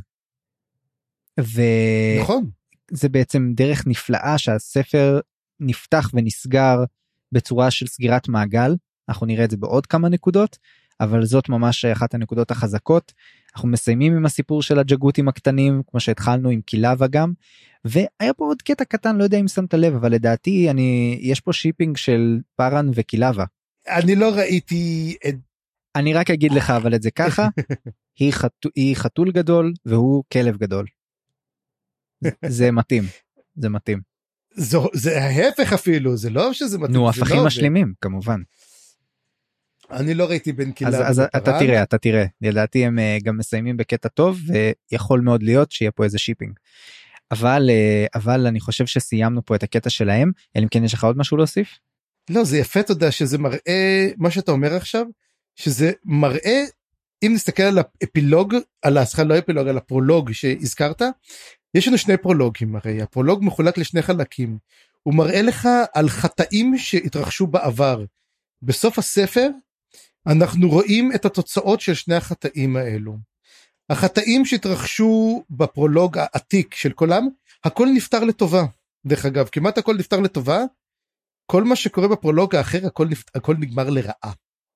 נכון. זה בעצם דרך נפלאה שהספר נפתח ונסגר בצורה של סגירת מעגל. אנחנו נראה את זה בעוד כמה נקודות, אבל זאת ממש אחת הנקודות החזקות. אנחנו מסיימים עם הסיפור של הג'גותים הקטנים, כמו שהתחלנו עם קילבה גם, והיה פה עוד קטע קטן, לא יודע אם שמת לב, אבל לדעתי יש פה שיפינג של פארן וקילבה. אני לא ראיתי את... אני רק אגיד לך אבל את זה ככה, היא חתול גדול והוא כלב גדול. זה מתאים, זה מתאים. זה ההפך אפילו, זה לא שזה מתאים. נו, הפכים משלימים, כמובן. אני לא ראיתי בין קילבה. אז אתה תראה, לדעתי הם גם מסיימים בקטע טוב, ויכול מאוד להיות שיהיה פה איזה שיפינג. אבל אני חושב שסיימנו פה את הקטע שלהם, אלא אם כן יש לך עוד משהו להוסיף? לא, זה יפה, תודה, שזה מראה, מה שאתה אומר עכשיו, שזה מראה, אם נסתכל על האפילוג, על הפרולוג שהזכרת, יש לנו שני פרולוגים הרי, הפרולוג מחולק לשני חלקים, הוא מראה לך על חטאים שהתרחשו בעבר, בסוף הספר, אנחנו רואים את התוצאות של שני החטאים האלו, החטאים שהתרחשו בפרולוג העתיק של כולם, הכל נפטר לטובה, דרך אגב, כמעט הכל נפטר לטובה, כל מה שקורה בפרולוג האחר, הכל נגמר לרעה,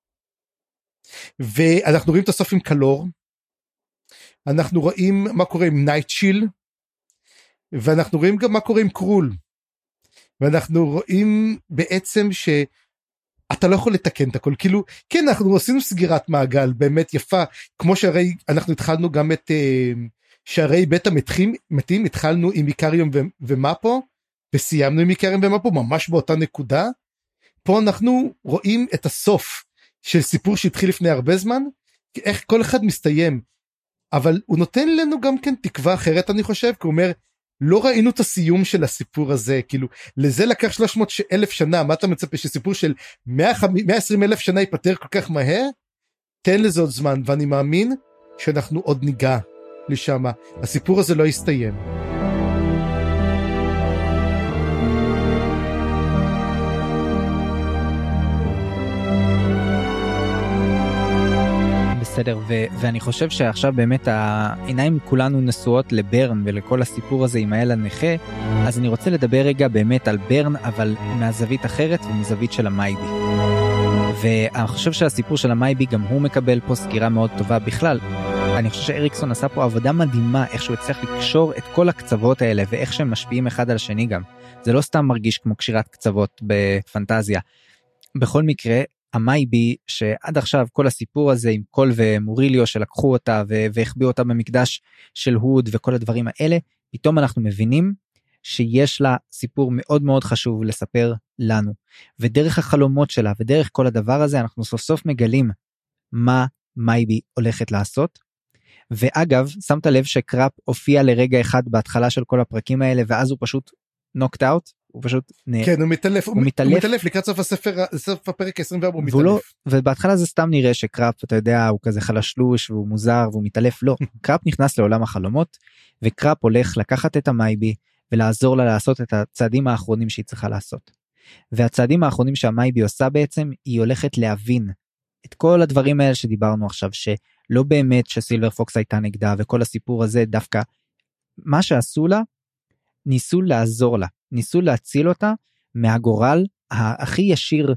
ואנחנו רואים את הסוף עם קלור, אנחנו רואים מה קורה עם נייטשיל, ואנחנו רואים גם מה קורה עם קרול, ואנחנו רואים בעצם שאתה לא יכול לתקן את הכל, כאילו, כן, אנחנו עשינו סגירת מעגל באמת יפה, כמו שהרי אנחנו התחלנו גם את שערי בית המתים, התחלנו עם איקריום ומפו, וסיימנו עם איקריום ומפו, ממש באותה נקודה, פה אנחנו רואים את הסוף, של סיפור שהתחיל לפני הרבה זמן, איך כל אחד מסתיים, אבל הוא נותן לנו גם כן תקווה אחרת אני חושב, כי הוא אומר, לא ראינו את הסיום של הסיפור הזה, כאילו, לזה לקח 300,000 שנה, מה אתה מצפה שסיפור של 120,000 שנה ייפטר כל כך מהר? תן לזה עוד זמן, ואני מאמין שאנחנו עוד ניגע לשם, הסיפור הזה לא יסתיים. בסדר, ואני חושב שעכשיו באמת העיניים כולנו נשואות לברן ולכל הסיפור הזה עם האל הנכה, אז אני רוצה לדבר רגע באמת על ברן, אבל מהזווית אחרת ומזווית של המייבי. ואני חושב שהסיפור של המייבי גם הוא מקבל פה סגירה מאוד טובה בכלל. אני חושב שאריקסון עשה פה עבודה מדהימה, איך שהוא הצליח לקשור את כל הקצוות האלה, ואיך שהם משפיעים אחד על השני גם. זה לא סתם מרגיש כמו קשירת קצוות בפנטזיה. בכל מקרה, המייבי, שעד עכשיו כל הסיפור הזה עם קול ומוריליו שלקחו אותה והחביאו אותה במקדש של הוד וכל הדברים האלה, פתאום אנחנו מבינים שיש לה סיפור מאוד מאוד חשוב לספר לנו. ודרך החלומות שלה ודרך כל הדבר הזה אנחנו סוף סוף מגלים מה מייבי הולכת לעשות. ואגב, שמת לב שקראפ הופיע לרגע אחד בהתחלה של כל הפרקים האלה, ואז הוא פשוט נוקט אאוט, הוא פשוט כן, הוא מתעלף לקראת סוף הפרק 24, הוא מתעלף. ובהתחלה זה סתם נראה שקראפ, אתה יודע, הוא כזה חלשלוש והוא מוזר והוא מתעלף, לא. קראפ נכנס לעולם החלומות, וקראפ הולך לקחת את המייבי ולעזור לה לעשות את הצעדים האחרונים שהיא צריכה לעשות. והצעדים האחרונים שהמייבי עושה בעצם, היא הולכת להבין את כל הדברים האלה שדיברנו עכשיו, שלא באמת שסילבר פוקס הייתה נגדה, וכל הסיפור הזה דווקא, מה שעשו לה, ניסו לעזור לה, ניסו להציל אותה מהגורל הכי ישיר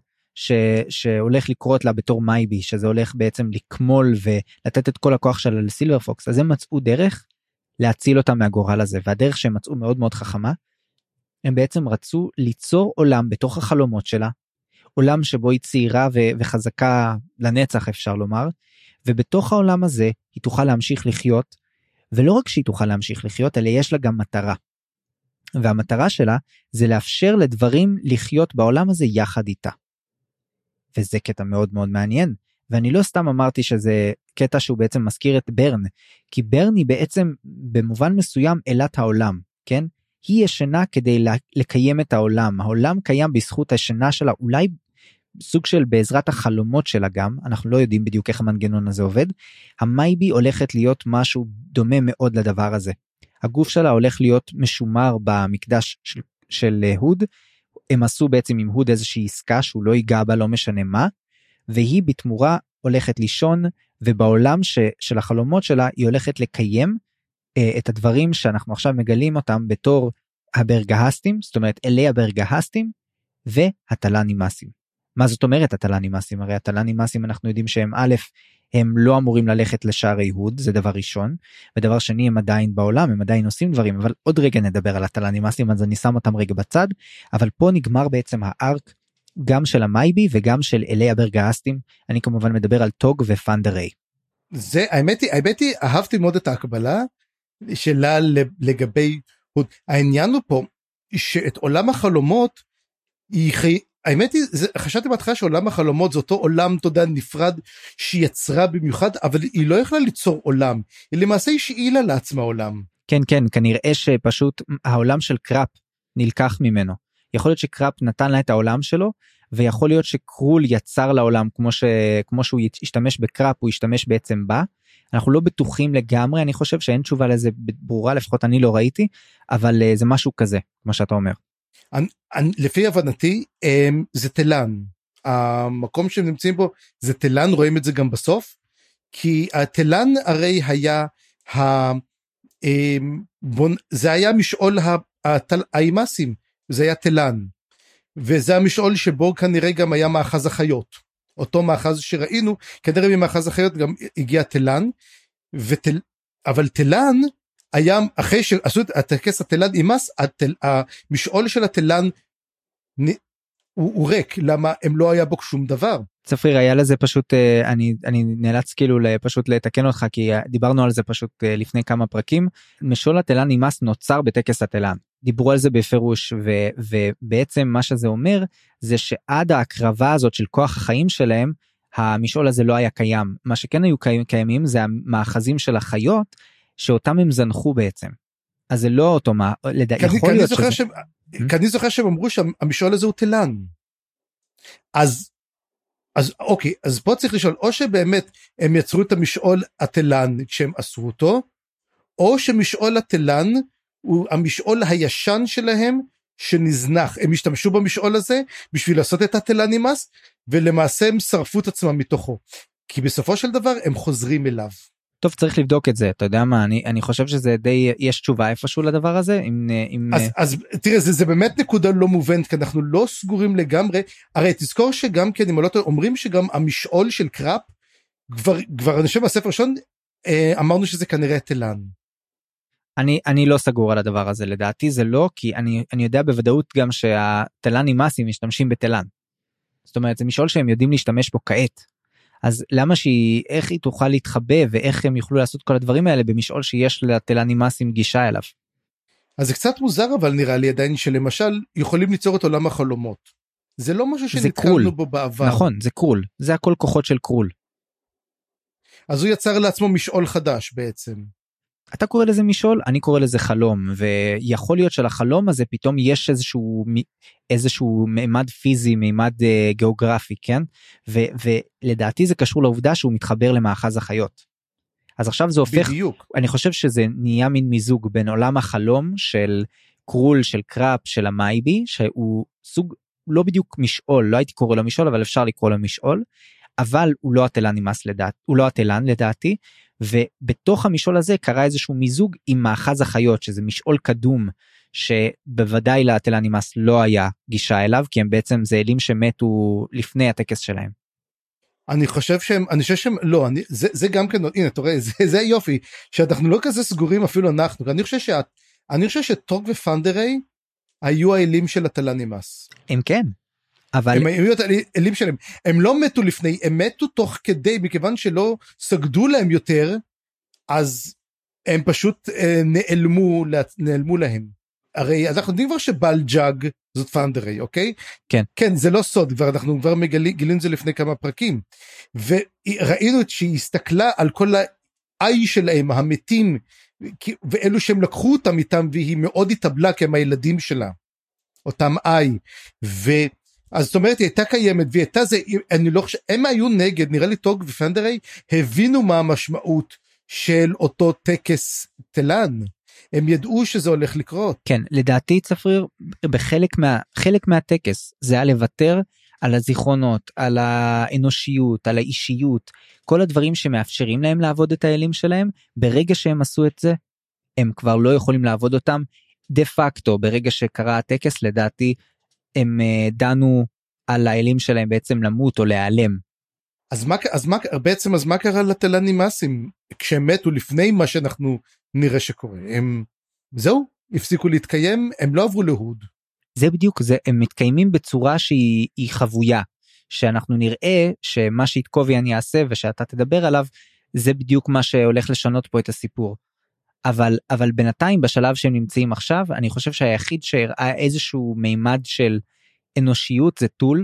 שהולך לקרות לה בתור מייבי, שזה הולך בעצם לקמול ולתת את כל הכוח שלה לסילבר פוקס, אז הם מצאו דרך להציל אותה מהגורל הזה, והדרך שהם מצאו מאוד מאוד חכמה, הם בעצם רצו ליצור עולם בתוך החלומות שלה, עולם שבו היא צעירה וחזקה לנצח אפשר לומר, ובתוך העולם הזה היא תוכל להמשיך לחיות, ולא רק שהיא תוכל להמשיך לחיות, אלא יש לה גם מטרה. והמטרה שלה זה לאפשר לדברים לחיות בעולם הזה יחד איתה. וזה קטע מאוד מאוד מעניין, ואני לא סתם אמרתי שזה קטע שהוא בעצם מזכיר את ברן, כי ברן היא בעצם במובן מסוים אלת העולם, כן? היא ישנה כדי לקיים את העולם, העולם קיים בזכות השינה שלה, אולי סוג של בעזרת החלומות שלה גם, אנחנו לא יודעים בדיוק איך המנגנון הזה עובד, המייבי הולכת להיות משהו דומה מאוד לדבר הזה, הגוף שלה הולך להיות משומר במקדש של הוד, הם עשו בעצם עם הוד איזושהי עסקה שהוא לא ייגע בה לא משנה מה, והיא בתמורה הולכת לישון, ובעולם של החלומות שלה היא הולכת לקיים את הדברים שאנחנו עכשיו מגלים אותם בתור הברגהסטים, זאת אומרת אלי הברגהסטים והטלנימסים. מה זאת אומרת הטלנימסים? הרי הטלנימסים אנחנו יודעים שהם א', הם לא אמורים ללכת לשערי הוד, זה דבר ראשון, ודבר שני הם עדיין בעולם, הם עדיין עושים דברים, אבל עוד רגע נדבר על הטלנימסים, אז אני שם אותם רגע בצד, אבל פה נגמר בעצם הארק גם של המייבי וגם של אלי הברגהסטים, אני כמובן מדבר על טוג ופנדריי. זה, האמת היא, אהבתי מאוד את ההקבלה שלה לגבי הוד. העניין הוא פה, שאת עולם החלומות, האמת היא, חשבתי בהתחלה שעולם החלומות זה אותו עולם תודה נפרד שיצרה במיוחד, אבל היא לא יכלה ליצור עולם, היא למעשה השאילה לעצמה עולם. כן, כן, כנראה שפשוט העולם של קראפ נלקח ממנו. יכול להיות שקראפ נתן לה את העולם שלו, ויכול להיות שקרול יצר לעולם, כמו שהוא ישתמש בקראפ, הוא ישתמש בעצם בה. אנחנו לא בטוחים לגמרי, אני חושב שאין תשובה לזה ברורה, לפחות אני לא ראיתי, אבל זה משהו כזה, כמו שאתה אומר. לפי הבנתי, זה תלן. המקום שהם נמצאים בו, זה תלן, רואים את זה גם בסוף, כי התלן הרי היה, זה היה משעול האימאסים, זה היה תלן, וזה המשעול שבו כנראה גם היה מאחז החיות, אותו מאחז שראינו, כנראה ממאחז החיות גם הגיע תלן, אבל תלן היה, אחרי שעשו את הטקס התלן אימאס, המשעול של התלן הוא ריק, למה הם לא היה בו שום דבר. צפריר, היה לזה פשוט, אני נאלץ כאילו פשוט לתקן אותך, כי דיברנו על זה פשוט לפני כמה פרקים, משעול התלן אימאס נוצר בטקס התלן, דיברו על זה בפירוש, ובעצם מה שזה אומר, זה שעד ההקרבה הזאת של כוח החיים שלהם, המשעול הזה לא היה קיים, מה שכן היו קיימים, זה המאחזים של החיות, שאותם הם זנחו בעצם, אז זה לא אותו מה, יכול להיות שזה... כי אני זוכר שהם אמרו שהמשעול הזה הוא תלן, אז אוקיי, אז פה צריך לשאול, או שבאמת הם יצרו את המשעול התלן כשהם עשו אותו, או שמשעול התלן הוא המשעול הישן שלהם שנזנח, הם השתמשו במשעול הזה בשביל לעשות את התלן אימאס, ולמעשה הם שרפו את עצמם מתוכו, כי בסופו של דבר הם חוזרים אליו. טוב, צריך לבדוק את זה, אתה יודע מה, אני חושב שזה די, יש תשובה איפשהו לדבר הזה, אז תראה, זה באמת נקודה לא מובנת, כי אנחנו לא סגורים לגמרי, הרי תזכור שגם כן, אומרים שגם המשעול של קראפ, כבר אני חושב בספר ראשון, אמרנו שזה כנראה תלן. אני לא סגור על הדבר הזה, לדעתי זה לא, כי אני יודע בוודאות גם שהתלנימאסים משתמשים בתלן. זאת אומרת, זה משעול שהם יודעים להשתמש בו כעת. אז למה איך היא תוכל להתחבא, ואיך הם יוכלו לעשות כל הדברים האלה, במשעול שיש לתלנימאסים גישה אליו? אז זה קצת מוזר, אבל נראה לי עדיין שלמשל, יכולים ליצור את עולם החלומות. זה לא משהו שנתקלנו בו בעבר. נכון, זה קרול. זה הכל כוחות של קרול. אז הוא יצר לעצמו משעול חדש בעצם. אתה קורא לזה משעול, אני קורא לזה חלום, ויכול להיות שלחלום הזה פתאום יש איזשהו מימד פיזי, מימד גיאוגרפי, כן? ולדעתי זה קשור לעובדה שהוא מתחבר למאחז החיות. אז עכשיו זה הופך, בדיוק. אני חושב שזה נהיה מין מיזוג בין עולם החלום של קרול, של קראפ, של המייבי, שהוא סוג, לא בדיוק משעול, לא הייתי קורא לו משעול, אבל אפשר לקרוא לו משעול, אבל הוא לא התלן נמאס לדעת, הוא לא התלן לדעתי, ובתוך המשעול הזה קרה איזשהו מיזוג עם מאחז החיות, שזה משעול קדום, שבוודאי לתלן נמאס לא היה גישה אליו, כי הם בעצם זה אלים שמתו לפני הטקס שלהם. אני חושב שהם, לא, זה גם כן, הנה, אתה רואה, זה היופי, שאנחנו לא כזה סגורים אפילו אנחנו, אני חושב שטוק ופנדרי היו האלים של התלן נמאס. הם כן. אבל הם היו אלים שלהם, הם לא מתו לפני, הם מתו תוך כדי, מכיוון שלא סגדו להם יותר, אז הם פשוט נעלמו להם. הרי אנחנו יודעים כבר שבלג'אג זאת פנדרי, אוקיי? כן. כן, זה לא סוד, אנחנו כבר גילים את זה לפני כמה פרקים, וראינו שהיא הסתכלה על כל האי שלהם, המתים, ואלו שהם לקחו אותם איתם, והיא מאוד התאבלה, כי הם הילדים שלה, אותם איי, אז זאת אומרת, היא הייתה קיימת, והיא הייתה זה, אני לא חושב, הם היו נגד, נראה לי טוג ופנדרי, הבינו מה המשמעות של אותו טקס תלן, הם ידעו שזה הולך לקרות. כן, לדעתי צפריר, חלק מהטקס, זה היה לוותר על הזיכרונות, על האנושיות, על האישיות, כל הדברים שמאפשרים להם לעבוד את האלים שלהם, ברגע שהם עשו את זה, הם כבר לא יכולים לעבוד אותם, דה פקטו, ברגע שקרה הטקס, לדעתי, הם דנו על האלים שלהם בעצם למות או להיעלם. אז מה קרה לתלן נמאסים כשהם מתו לפני מה שאנחנו נראה שקורה? הם זהו, הפסיקו להתקיים, הם לא עברו להוד. זה בדיוק, הם מתקיימים בצורה שהיא חבויה, שאנחנו נראה שמה שיתקוביאן יעשה ושאתה תדבר עליו, זה בדיוק מה שהולך לשנות פה את הסיפור. אבל בינתיים בשלב שהם נמצאים עכשיו, אני חושב שהיחיד שהראה איזשהו מימד של אנושיות זה טול,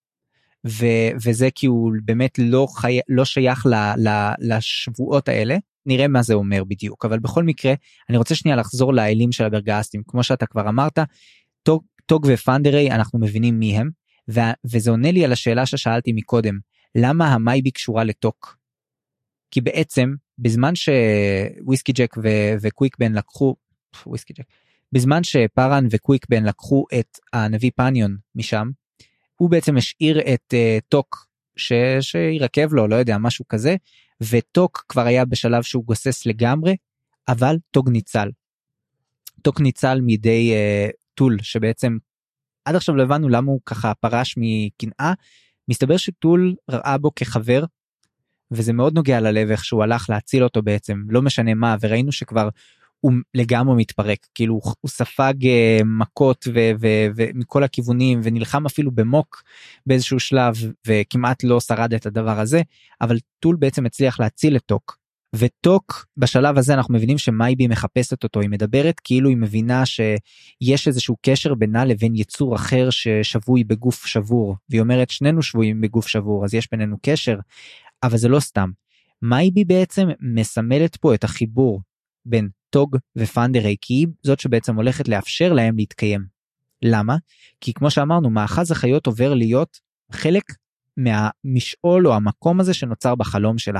וזה כי הוא באמת לא שייך לשבועות האלה, נראה מה זה אומר בדיוק, אבל בכל מקרה, אני רוצה שנייה לחזור לאלים של הברגסטים, כמו שאתה כבר אמרת, טוג ופנדרי, אנחנו מבינים מי הם, וזה עונה לי על השאלה ששאלתי מקודם, למה המייבי קשורה לטוק? כי בעצם, בזמן שוויסקי ג'ק וקוויקבן לקחו, בזמן שפארן וקוויקבן לקחו את הנביא פניון משם, הוא בעצם השאיר את טוק שירכב לו, לא יודע, משהו כזה, וטוק כבר היה בשלב שהוא גוסס לגמרי, אבל טוק ניצל. טוק ניצל מידי טול, שבעצם עד עכשיו לא הבנו למה הוא ככה פרש מקנאה, מסתבר שטול ראה בו כחבר, וזה מאוד נוגע ללב איך שהוא הלך להציל אותו בעצם, לא משנה מה, וראינו שכבר הוא לגמרי מתפרק, כאילו הוא ספג מכות ומכל הכיוונים, ונלחם אפילו במוק באיזשהו שלב, וכמעט לא שרד את הדבר הזה, אבל טול בעצם הצליח להציל את טוק, וטוק בשלב הזה אנחנו מבינים שמייבי מחפשת אותו, היא מדברת כאילו היא מבינה שיש איזשהו קשר בינה לבין יצור אחר ששבוי בגוף שבור, והיא אומרת שנינו שבויים בגוף שבור, אז יש בינינו קשר, אבל זה לא סתם. מייבי בעצם מסמלת פה את החיבור בין טוג ופנדרי, כי היא זאת שבעצם הולכת לאפשר להם להתקיים. למה? כי כמו שאמרנו, מאחז החיות עובר להיות חלק מהמשעול או המקום הזה שנוצר בחלום שלה.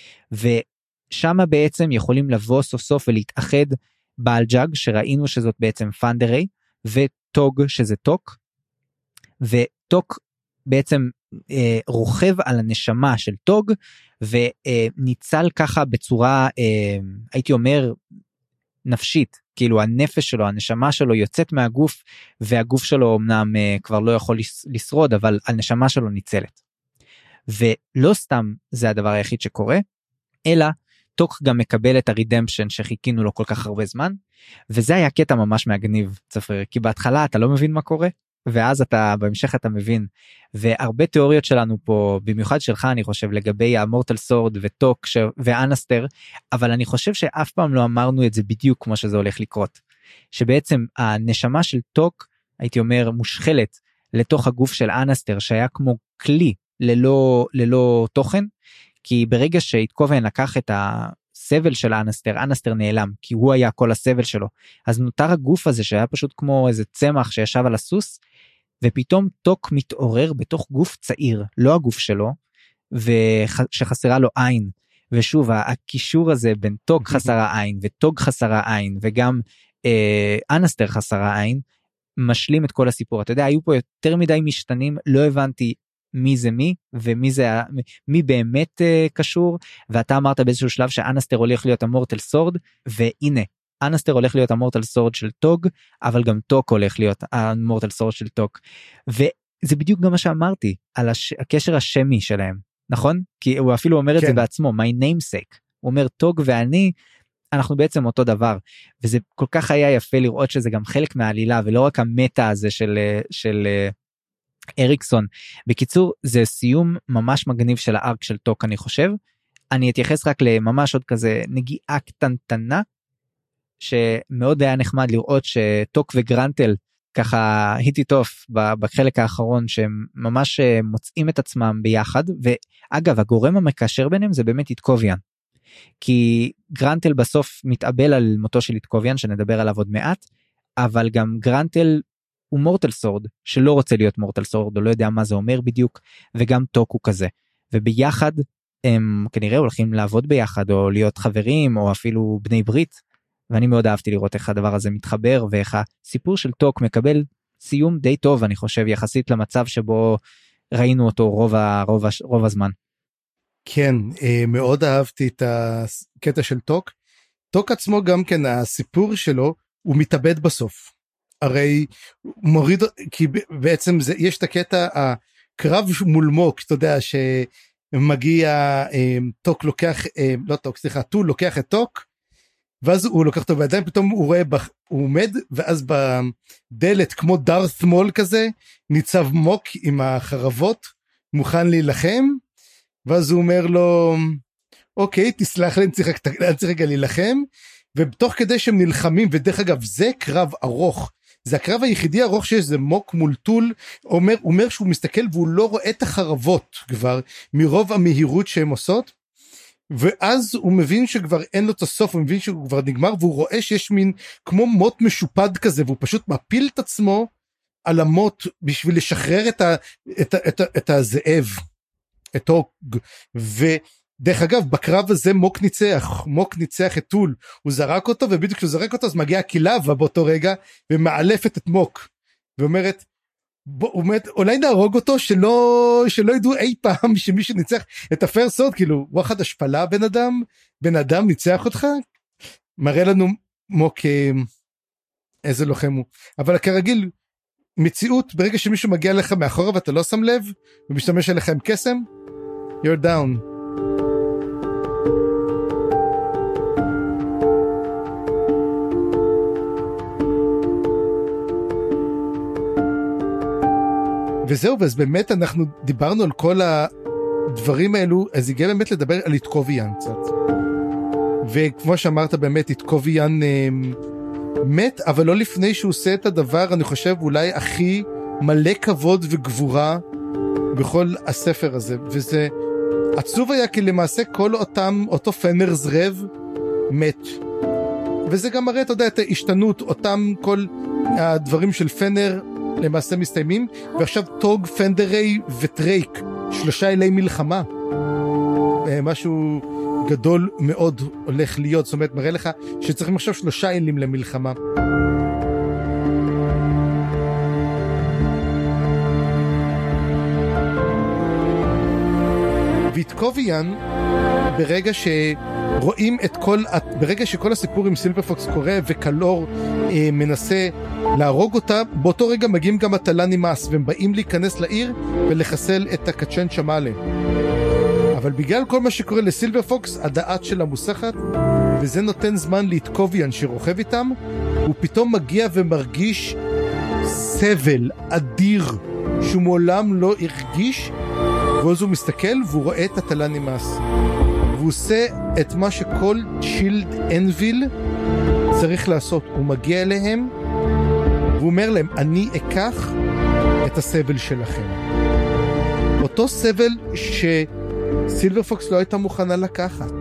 ושם בעצם יכולים לבוא סוף סוף ולהתאחד בלג'אג, שראינו שזאת בעצם פנדרי, וטוג שזה טוק, וטוק בעצם רוכב על הנשמה של טוג, וניצל ככה בצורה, הייתי אומר, נפשית, כאילו הנפש שלו, הנשמה שלו יוצאת מהגוף, והגוף שלו אמנם כבר לא יכול לשרוד, אבל הנשמה שלו ניצלת. ולא סתם זה הדבר היחיד שקורה, אלא טוק גם מקבל את הרידמפשן שחיכינו לו כל כך הרבה זמן, וזה היה קטע ממש מגניב, צפריר, כי בהתחלה אתה לא מבין מה קורה, ואז בהמשך אתה מבין, והרבה תיאוריות שלנו פה, במיוחד שלך אני חושב, לגבי המורטל סורד וטוק ואנסטר, אבל אני חושב שאף פעם לא אמרנו את זה בדיוק כמו שזה הולך לקרות, שבעצם הנשמה של טוק, הייתי אומר, מושחלת לתוך הגוף של אנסטר, שהיה כמו כלי ללא תוכן, כי ברגע שהתקובן לקח את הסבל של אנסטר נעלם, כי הוא היה כל הסבל שלו, אז נותר הגוף הזה שהיה פשוט כמו איזה צמח שישב על הסוס, ופתאום טוק מתעורר בתוך גוף צעיר, לא הגוף שלו, ושחסרה לו עין, ושוב הקישור הזה בין טוק חסרה עין, וטוג חסרה עין, וגם אנסטר חסרה עין, משלים את כל הסיפור. אתה יודע, היו פה יותר מדי משתנים, לא הבנתי מי זה מי, מי באמת קשור, ואתה אמרת באיזשהו שלב שאנסטר הולך להיות המורטל סורד, והנה, אנסטר הולך להיות המורטל סורד של טוג, אבל גם טוק הולך להיות המורטל סורד של טוק, וזה בדיוק גם מה שאמרתי, על הקשר השמי שלהם, נכון? כי הוא אפילו אומר את זה בעצמו, my namesake, הוא אומר טוג ואני, אנחנו בעצם אותו דבר, וזה כל כך היה יפה לראות שזה גם חלק מהעלילה, ולא רק המטה הזה של אריקסון. בקיצור, זה סיום ממש מגניב של הארק של טוק, אני חושב. אני אתייחס רק לממש עוד כזה נגיעה קטנטנה, שמאוד היה נחמד לראות שטוק וגרנטל ככה היט אוף בחלק האחרון, שהם ממש מוצאים את עצמם ביחד, ואגב, הגורם המקשר ביניהם זה באמת איתקוביאן, כי גרנטל בסוף מתאבל על מותו של איתקוביאן, שנדבר עליו עוד מעט, אבל גם גרנטל הוא מורטל סורד, שלא רוצה להיות מורטל סורד, או לא יודע מה זה אומר בדיוק, וגם טוק הוא כזה, וביחד הם כנראה הולכים לעבוד ביחד, או להיות חברים, או אפילו בני ברית, ואני מאוד אהבתי לראות איך הדבר הזה מתחבר, ואיך הסיפור של טוק מקבל סיום די טוב, אני חושב, יחסית למצב שבו ראינו אותו רוב הזמן. כן, מאוד אהבתי את הקטע של טוק. טוק עצמו גם כן, הסיפור שלו, הוא מתאבד בסוף. הרי מוריד, כי בעצם יש את הקטע, הקרב מול מוק, אתה יודע, שמגיע טוק לוקח, לא טוק, סליחה, טול לוקח את טוק, ואז הוא לוקח אותו בידיים, פתאום הוא רואה, הוא עומד, ואז בדלת, כמו דארת מול כזה, ניצב מוק עם החרבות, מוכן להילחם, ואז הוא אומר לו, אוקיי, תסלח לי, אני צריך רגע להילחם, ובתוך כדי שהם נלחמים, ודרך אגב, זה קרב ארוך, זה הקרב היחידי ארוך שיש, זה מוק מול טול, הוא אומר שהוא מסתכל, והוא לא רואה את החרבות כבר, מרוב המהירות שהם עושות, ואז הוא מבין שכבר אין לו את הסוף, הוא מבין שהוא כבר נגמר, והוא רואה שיש מין כמו מוט משופד כזה, והוא פשוט מפיל את עצמו על המוט, בשביל לשחרר את הזאב, את הוג, ודרך אגב, בקרב הזה מוק ניצח את טול, הוא זרק אותו, ובדיוק כשהוא זרק אותו, אז מגיע הקילבה באותו רגע, ומעלפת את מוק, ואומרת, אולי נהרוג אותו, שלא ידעו אי פעם שמישהו ניצח את הפרסוד, כאילו, וואחד השפלה בן אדם ניצח אותך, מראה לנו מוק איזה לוחם הוא, אבל כרגיל, מציאות, ברגע שמישהו מגיע לך מאחורה ואתה לא שם לב, ומשתמש עליך עם קסם, you're down. וזהו, אז באמת אנחנו דיברנו על כל הדברים האלו, אז הגיע באמת לדבר על איתקוביאן קצת. וכמו שאמרת באמת, איתקוביאן מת, אבל לא לפני שהוא עושה את הדבר, אני חושב אולי הכי מלא כבוד וגבורה בכל הספר הזה. וזה עצוב היה, כי למעשה כל אותו פנרס רב מת. וזה גם מראה, אתה יודע, את ההשתנות, אותם כל הדברים של פנר, למעשה מסתיימים, ועכשיו טוג, פנדרי וטרייק, 3 אלי מלחמה, משהו גדול מאוד הולך להיות, זאת אומרת מראה לך שצריכים עכשיו 3 אלים למלחמה. איטקוביאן, ברגע שכל הסיפור עם סילבר פוקס קורה וקלור מנסה להרוג אותה, באותו רגע מגיעים גם הטלנימאס והם באים להיכנס לעיר ולחסל את הקצ'ן שמאלה. אבל בגלל כל מה שקורה לסילבר פוקס, הדעת שלה מוסחת, וזה נותן זמן לאיטקוביאן שרוכב איתם, הוא פתאום מגיע ומרגיש סבל אדיר שהוא מעולם לא הרגיש, ואז הוא מסתכל והוא רואה את הטלנימאס. והוא עושה את מה שכל צ'ילד אנביל צריך לעשות. הוא מגיע אליהם והוא אומר להם, אני אקח את הסבל שלכם. אותו סבל שסילבר פוקס לא הייתה מוכנה לקחת.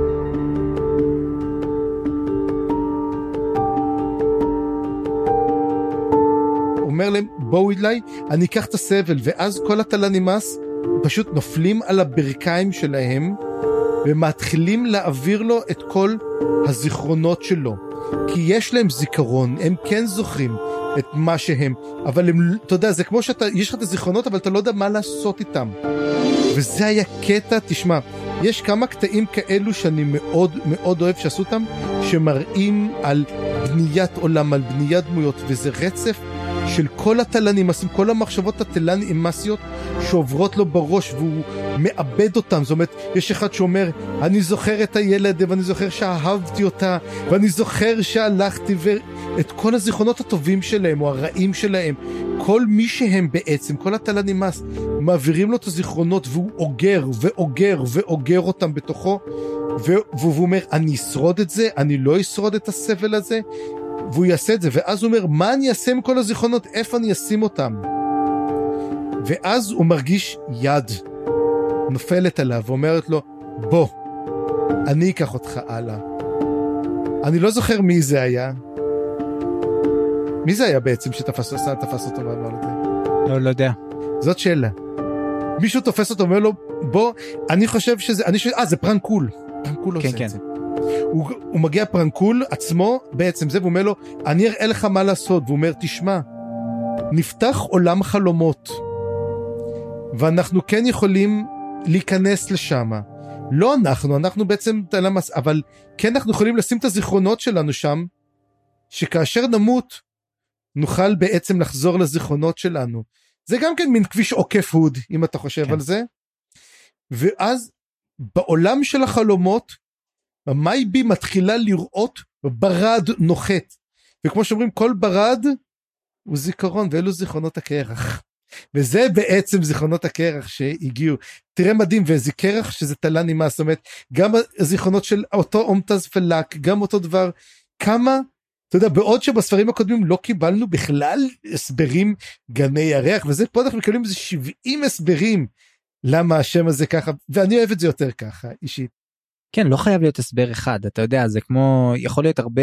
הוא אומר להם, בואו אליי, אני אקח את הסבל. ואז כל הטלנימאס פשוט נופלים על הברכיים שלהם ומתחילים להעביר לו את כל הזיכרונות שלו, כי יש להם זיכרון, הם כן זוכרים את מה שהם, אבל הם, אתה יודע, זה כמו יש לך את הזיכרונות אבל אתה לא יודע מה לעשות איתם. וזה היה קטע, תשמע, יש כמה קטעים כאלו שאני מאוד מאוד אוהב שעשו אותם, שמראים על בניית עולם, על בניית דמויות, וזה רצף של כל הטלנימאסים, כל המחשבות הטלנימאסיות שעוברות לו בראש והוא מאבד אותם. זאת אומרת, יש אחד שאומר, אני זוכר את הילד ואני זוכר שאהבתי אותה ואני זוכר שהלכתי, ואת כל הזיכרונות הטובים שלהם או הרעים שלהם, כל מי שהם בעצם, כל הטלנימאס מעבירים לו את הזיכרונות והוא אוגר ואוגר ואוגר אותם בתוכו, והוא אומר, אני אשרוד את זה, אני לא אשרוד את הסבל הזה, והוא יעשה את זה. ואז הוא אומר, מה אני אעשה עם כל הזיכרונות, איפה אני אשים אותם? ואז הוא מרגיש יד נופלת עליו ואומרת לו, בוא, אני אקח אותך הלאה. אני לא זוכר מי זה היה. מי זה היה בעצם שתפס אותו ואמר לו זה? לא יודע. זאת שאלה. מישהו תופס אותו ואומר לו, בוא, אני חושב שזה, זה פרנקול. פרנקול עושה את זה. הוא מגיע פרנקול עצמו בעצם זה, והוא אומר לו, אני אראה לך מה לעשות. והוא אומר, תשמע, נפתח עולם חלומות, ואנחנו כן יכולים להיכנס לשם. לא אנחנו בעצם תלמס, אבל כן אנחנו יכולים לשים את הזיכרונות שלנו שם, שכאשר נמות, נוכל בעצם לחזור לזיכרונות שלנו. זה גם כן מין כביש עוקף הוד, אם אתה חושב על זה. ואז בעולם של החלומות, המייבי מתחילה לראות ברד נוחת. וכמו שאומרים, כל ברד הוא זיכרון, ואלו זיכרונות הקרח. וזה בעצם זיכרונות הקרח שהגיעו. תראה מדהים, וזה קרח שזה טלנימאס, זאת אומרת, גם הזיכרונות של אותו אומטז פלק, גם אותו דבר, כמה, אתה יודע, בעוד שבספרים הקודמים לא קיבלנו בכלל הסברים גני ירח, וזה פה אנחנו מקבלים איזה 70 הסברים, למה השם הזה ככה, ואני אוהב את זה יותר ככה, אישית. כן, לא חייב להיות הסבר אחד, אתה יודע, זה כמו, יכול להיות הרבה,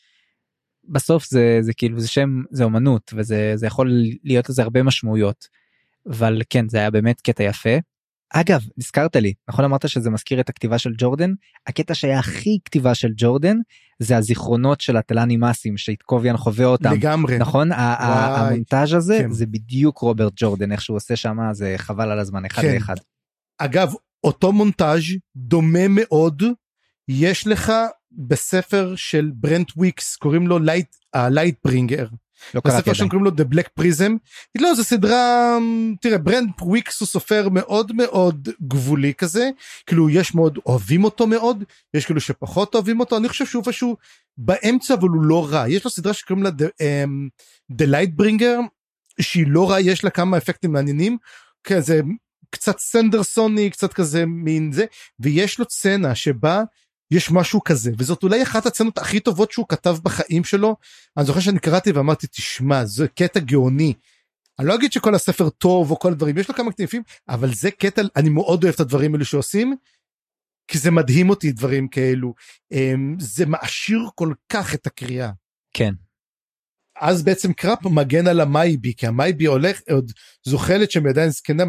בסוף זה כאילו, זה שם, זה אומנות, וזה יכול להיות לזה הרבה משמעויות, אבל כן, זה היה באמת קטע יפה. אגב, נזכרת לי, נכון אמרת שזה מזכיר את הכתיבה של ג'ורדן, הקטע שהיה הכי כתיבה של ג'ורדן, זה הזיכרונות של הטלנימאסים, שאיטקוביאן חווה אותם. לגמרי. נכון? המונטאז' הזה, כן. זה בדיוק רוברט ג'ורדן, איך שהוא עושה שם, זה חבל על הזמן, אחד לאחד. אגב, אותו מונטאז' דומה מאוד, יש לך בספר של ברנט וויקס, קוראים לו לייט ברינגר. בספר שם קוראים לו The Black Prism. לא, זו סדרה, תראה, ברנט וויקס הוא סופר מאוד מאוד גבולי כזה, כאילו יש מאוד אוהבים אותו מאוד, יש כאילו שפחות אוהבים אותו, אני חושב שהוא פשוט באמצע, אבל הוא לא רע. יש לו סדרה שקוראים לה The Light Bringer, שהיא לא רע, יש לה כמה אפקטים מעניינים, כזה קצת סנדרסוני, קצת כזה מין זה, ויש לו צנה שבה יש משהו כזה, וזאת אולי אחת הצנות הכי טובות שהוא כתב בחיים שלו. אני זוכר שאני קראתי ואמרתי, תשמע, זה קטע גאוני. אני לא אגיד שכל הספר טוב או כל הדברים, יש לו כמה כתיבים, אבל זה קטע, אני מאוד אוהב את הדברים האלו שעושים, כי זה מדהים אותי דברים כאלו. זה מעשיר כל כך את הקריאה. כן. אז בעצם קראפ מגן על המייבי, כי המייבי הולך, עוד זוכלת שם ידיים זקנה,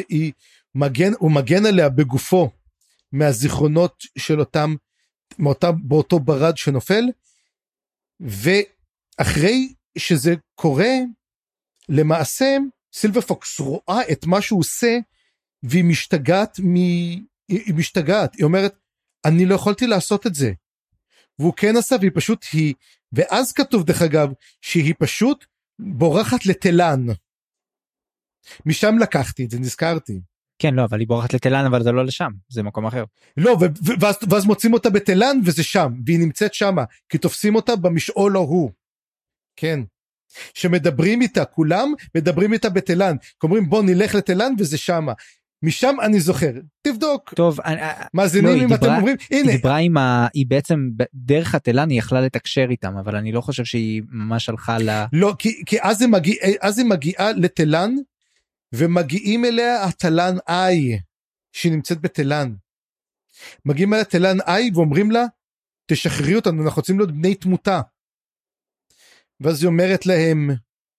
והוא מגן עליה בגופו, מהזיכרונות של אותם, באותו ברד שנופל, ואחרי שזה קורה, למעשה, סילבר פוקס רואה את מה שהוא עושה, והיא משתגעת היא משתגעת, היא אומרת, אני לא יכולתי לעשות את זה. והוא כן עשה, והיא פשוט ואז כתוב דרך אגב, שהיא פשוט בורחת לתלן. משם לקחתי את זה, נזכרתי. כן, לא, אבל היא בורחת לתלן, אבל זה לא לשם, זה מקום אחר. לא, ואז מוצאים אותה בתלן, וזה שם, והיא נמצאת שמה, כי תופסים אותה במשעול ההוא. כן. שמדברים איתה, כולם מדברים איתה בתלן, אומרים בוא נלך לתלן, וזה שמה. משם אני זוכר, תבדוק. טוב, מאזינים אם אתם אומרים, הנה. היא דיברה היא בעצם, דרך התלן היא יכלה לתקשר איתם, אבל אני לא חושב שהיא ממש הלכה לא, כי אז היא מגיעה לתלן, ומגיעים אליה התלן איי, שהיא נמצאת בתלן. מגיעים אליה תלן איי, ואומרים לה, תשחררי אותנו, אנחנו רוצים להיות בני תמותה. ואז היא אומרת להם,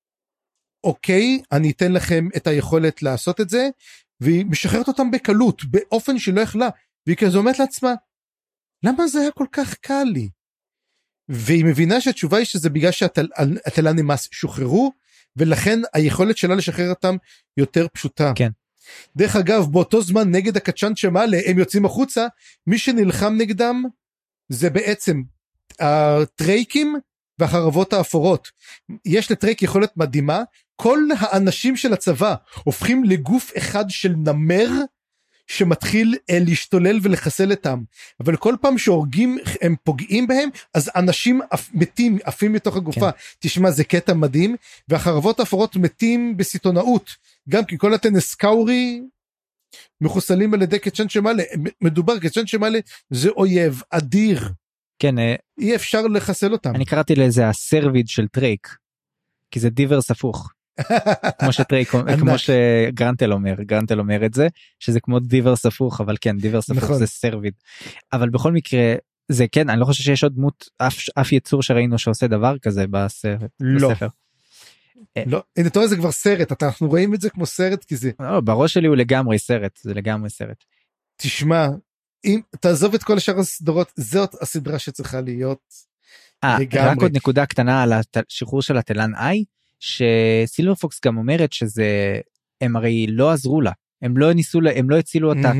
אוקיי, אני אתן לכם את היכולת לעשות את זה, והיא משחררת אותם בקלות, באופן שהיא לא יכלה, והיא כזה אומרת לעצמה, למה זה היה כל כך קל לי? והיא מבינה שהתשובה היא שזה בגלל שהתלן נמאס שוחררו, ולכן היכולת שלה לשחרר אותם יותר פשוטה. כן. דרך אגב, באותו זמן נגד הקצ'אן שמעלה, הם יוצאים החוצה, מי שנלחם נגדם, זה בעצם הטרייקים, והחרבות האפורות. יש לטרייק יכולת מדהימה, כל האנשים של הצבא הופכים לגוף אחד של נמר, שמתחיל להשתולל ולחסל אותם, אבל כל פעם שהורגים הם פוגעים בהם, אז אנשים מתים, עפים מתוך הגופה, כן. תשמע זה קטע מדהים, והחרבות האפורות מתים בסיטונאות, גם כי כל הטנסקאורי מחוסלים על ידי קצ'אן שמעלה, מדובר קצ'אן שמעלה זה אויב אדיר, כן, אי אפשר לחסל אותם. אני קראתי לזה הסרוויד של טרייק, כי זה דיברס הפוך. כמו שטרייק, כמו שגרנטל אומר את זה, שזה כמו דיברס הפוך, אבל כן, דיברס הפוך זה סרוויד. אבל בכל מקרה, זה כן, אני לא חושב שיש עוד דמות, אף יצור שראינו שעושה דבר כזה בספר. לא, הנה תראה זה כבר סרט, אנחנו רואים את זה כמו סרט, כי זה... לא, בראש שלי הוא לגמרי סרט, זה לגמרי סרט. תשמע, אם תעזוב את כל השאר הסדרות, זאת הסדרה שצריכה להיות לגמרי. רק עוד נקודה קטנה על השחרור של התלן איי, שסילבר פוקס גם אומרת שזה, הם הרי לא עזרו לה, הם לא הצילו אותה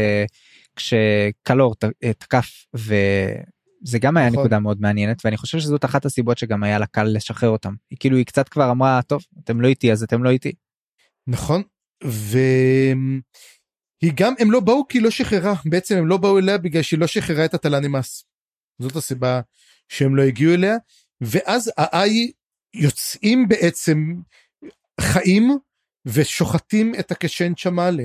כשקלור תקף, וזה גם היה נקודה מאוד מעניינת, ואני חושב שזאת אחת הסיבות שגם היה לה קל לשחרר אותם, כאילו היא קצת כבר אמרה, טוב, אתם לא איתי, אז אתם לא איתי. נכון, היא גם, הם לא באו כי לא שחררה, בעצם הם לא באו אליה בגלל שהיא לא שחררה את התלן נמאס, זאת הסיבה שהם לא הגיעו אליה, ואז האי יוצאים בעצם חיים ושוחטים את הקשן שמעלה,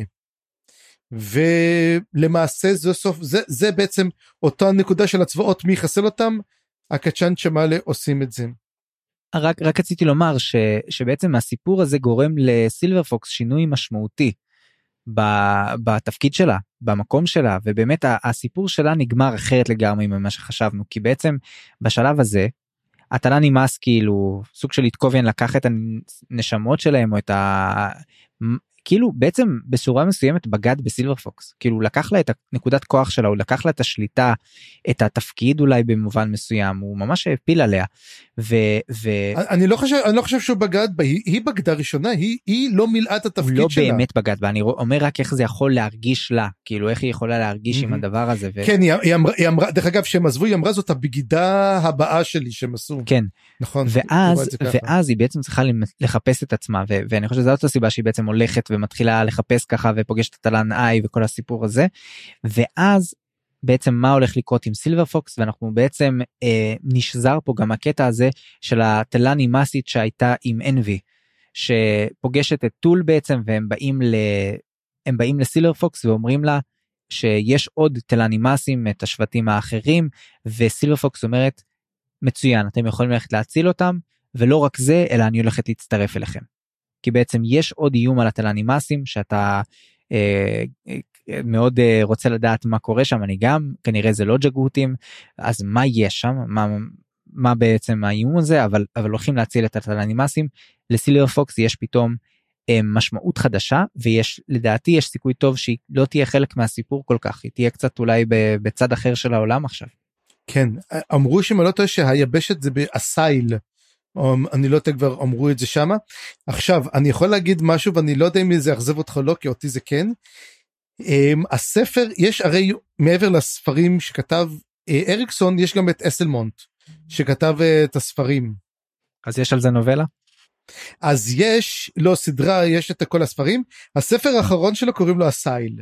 ולמעשה זה בעצם אותה נקודה של הצבאות, מי יחסל אותם, הקצ'אן שמעלה עושים את זה. רק רציתי לומר שבעצם הסיפור הזה גורם לסילבר פוקס שינוי משמעותי בתפקיד שלה, במקום שלה, ובאמת הסיפור שלה נגמר אחרת לגמרי ממה שחשבנו, כי בעצם בשלב הזה, התלן נמאס כאילו סוג של התקוביין לקח את הנשמות שלהם, או את כאילו בעצם בשורה מסוימת בגד בסילבר פוקס, כאילו לקח לה את הנקודת כוח שלה, הוא לקח לה את השליטה, את התפקיד אולי במובן מסוים, הוא ממש הפיל עליה, אני לא חושב שהוא בגד בה, היא בגדה ראשונה, היא לא מילאה את התפקיד שלה. הוא לא באמת בגד בה, אני אומר רק איך זה יכול להרגיש לה, כאילו איך היא יכולה להרגיש עם הדבר הזה. כן, היא אמרה, דרך אגב שהם עזבו, היא אמרה זאת הבגידה הבאה שלי שהם עשו. כן, נכון. ואז היא בעצם צריכה לחפש את עצמה, ואני חושב שזאת הסיבה שהיא בעצם הולכת ומתחילה לחפש ככה ופוגשת את התלן איי וכל הסיפור הזה, ואז בעצם מה הולך לקרות עם סילבר פוקס, ואנחנו בעצם נשזר פה גם הקטע הזה של התלן נמאסית שהייתה עם אנבי, שפוגשת את טול בעצם, והם באים לסילבר פוקס ואומרים לה שיש עוד תלן נמאסים, את השבטים האחרים, וסילבר פוקס אומרת, מצוין, אתם יכולים ללכת להציל אותם, ולא רק זה, אלא אני הולכת להצטרף אליכם. כי בעצם יש עוד איום על התלן נמאסים, שאתה מאוד רוצה לדעת מה קורה שם, אני גם, כנראה זה לא ג'גותים, אז מה יש שם, מה בעצם האיום הזה, אבל הולכים להציל את התלן נמאסים, לסילבר פוקס יש פתאום משמעות חדשה, ויש, לדעתי יש סיכוי טוב שהיא לא תהיה חלק מהסיפור כל כך, היא תהיה קצת אולי בצד אחר של העולם עכשיו. כן, אמרו שמלא טועה שהיבשת זה באסייל, אני לא יודע כבר אמרו את זה שמה. עכשיו אני יכול להגיד משהו ואני לא יודע אם זה יחזב אותך לא, כי אותי זה כן, הספר, יש הרי מעבר לספרים שכתב אריקסון, יש גם את אסלמונט, שכתב את הספרים. אז יש על זה נובלה? אז יש, לא סדרה, יש את כל הספרים, הספר האחרון שלו קוראים לו הסייל.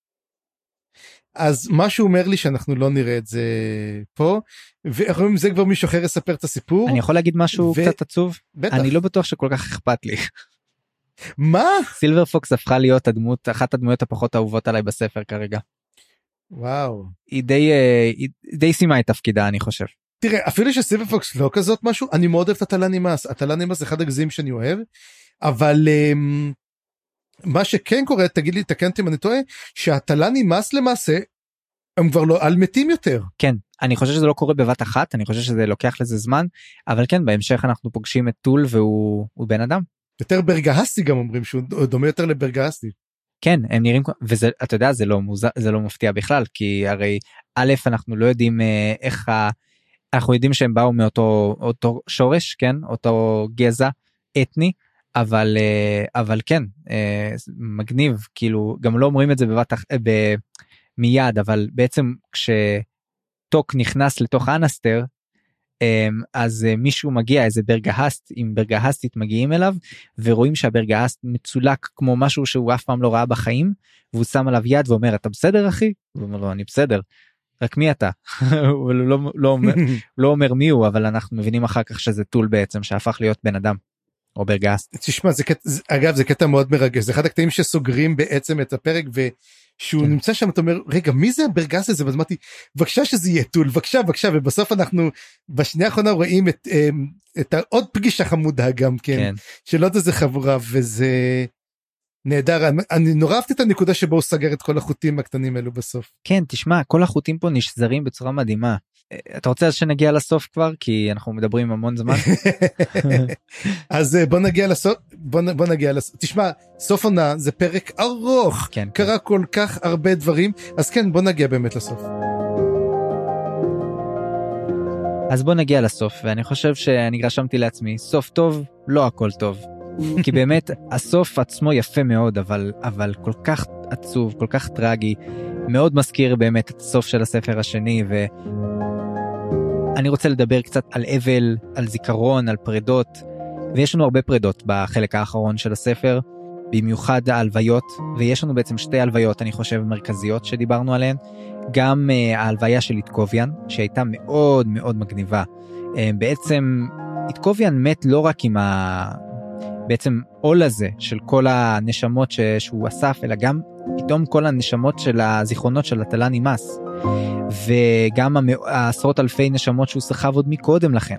אז מה שהוא אומר לי שאנחנו לא נראה את זה פה, ואחרים זה כבר מישהו אחר יספר את הסיפור. אני יכול להגיד משהו קצת עצוב? בטח. אני לא בטוח שכל כך אכפת לי. מה? סילבר פוקס הפכה להיות אחת הדמויות הפחות אהובות עליי בספר כרגע. וואו. היא די סיימה את תפקידה, אני חושב. תראה, אפילו שסילבר פוקס לא כזאת משהו, אני מאוד אוהב את הטלנימאס. הטלנימאס זה אחד הגזים שאני אוהב, אבל מה שכן קורה, תגיד לי, תקן אותי אם אני טועה, שהטלנימאס למעשה, הם כבר לא על מתים יותר. כן, אני חושב שזה לא קורה בבת אחת, אני חושב שזה לוקח לזה זמן, אבל כן, בהמשך אנחנו פוגשים את טול והוא בן אדם. יותר ברגהסטי גם אומרים שהוא דומה יותר לברגהסטי. כן, הם נראים, וזה, אתה יודע, זה לא מפתיע בכלל, כי הרי א', אנחנו לא יודעים איך אנחנו יודעים שהם באו מאותו שורש, כן, אותו גזע אתני, אבל כן, מגניב, כאילו, גם לא אומרים את זה מיד, אבל בעצם כשטוק נכנס לתוך אנסטר, אז מישהו מגיע, איזה ברגהסט, עם ברגהסטית מגיעים אליו, ורואים שהברגהסט מצולק כמו משהו שהוא אף פעם לא ראה בחיים, והוא שם עליו יד ואומר, אתה בסדר אחי? הוא אומר לו, אני בסדר. רק מי אתה? הוא לא אומר מי הוא, אבל אנחנו מבינים אחר כך שזה טול בעצם, שהפך להיות בן אדם, או ברגהסט. תשמע, אגב, זה קטע מאוד מרגש, זה אחד הקטעים שסוגרים בעצם את הפרק, שהוא נמצא שם, אתה אומר, רגע, מי זה הברגהסט הזה? ואז אמרתי, בבקשה שזה יהיה טול, בבקשה, ובסוף אנחנו, בשנייה האחרונה רואים את עוד פגישה חמודה גם, כן, שלא איזה חבורה, וזה נהדר, אני נורא אהבתי את הנקודה שבו הוא סגר את כל החוטים הקטנים האלו בסוף. כן, תשמע, כל החוטים פה נשזרים בצורה מדהימה. אתה רוצה שנגיע לסוף כבר? כי אנחנו מדברים המון זמן. אז בוא נגיע לסוף, בוא נגיע לסוף. תשמע, סוף עונה זה פרק ארוך, כן, קרה כל כך הרבה דברים, אז כן, בוא נגיע באמת לסוף. אז בוא נגיע לסוף, ואני חושב שאני רשמתי לעצמי, סוף טוב, לא הכל טוב. כי באמת, הסוף עצמו יפה מאוד, אבל כל כך עצוב, כל כך טרגי, מאוד מזכיר באמת את הסוף של הספר השני, אני רוצה לדבר קצת על אבל, על זיכרון, על פרדות, ויש לנו הרבה פרדות בחלק האחרון של הספר, במיוחד ההלוויות, ויש לנו בעצם שתי הלוויות, אני חושב, מרכזיות שדיברנו עליהן, גם ההלוויה של איתקוביאן, שהייתה מאוד מאוד מגניבה. בעצם איתקוביאן מת לא רק עם בעצם עול הזה של כל הנשמות שהוא אסף, אלא גם פתאום כל הנשמות של הזיכרונות של הטלנימאס, וגם העשרות אלפי נשמות שהוא סחב עוד מקודם לכן.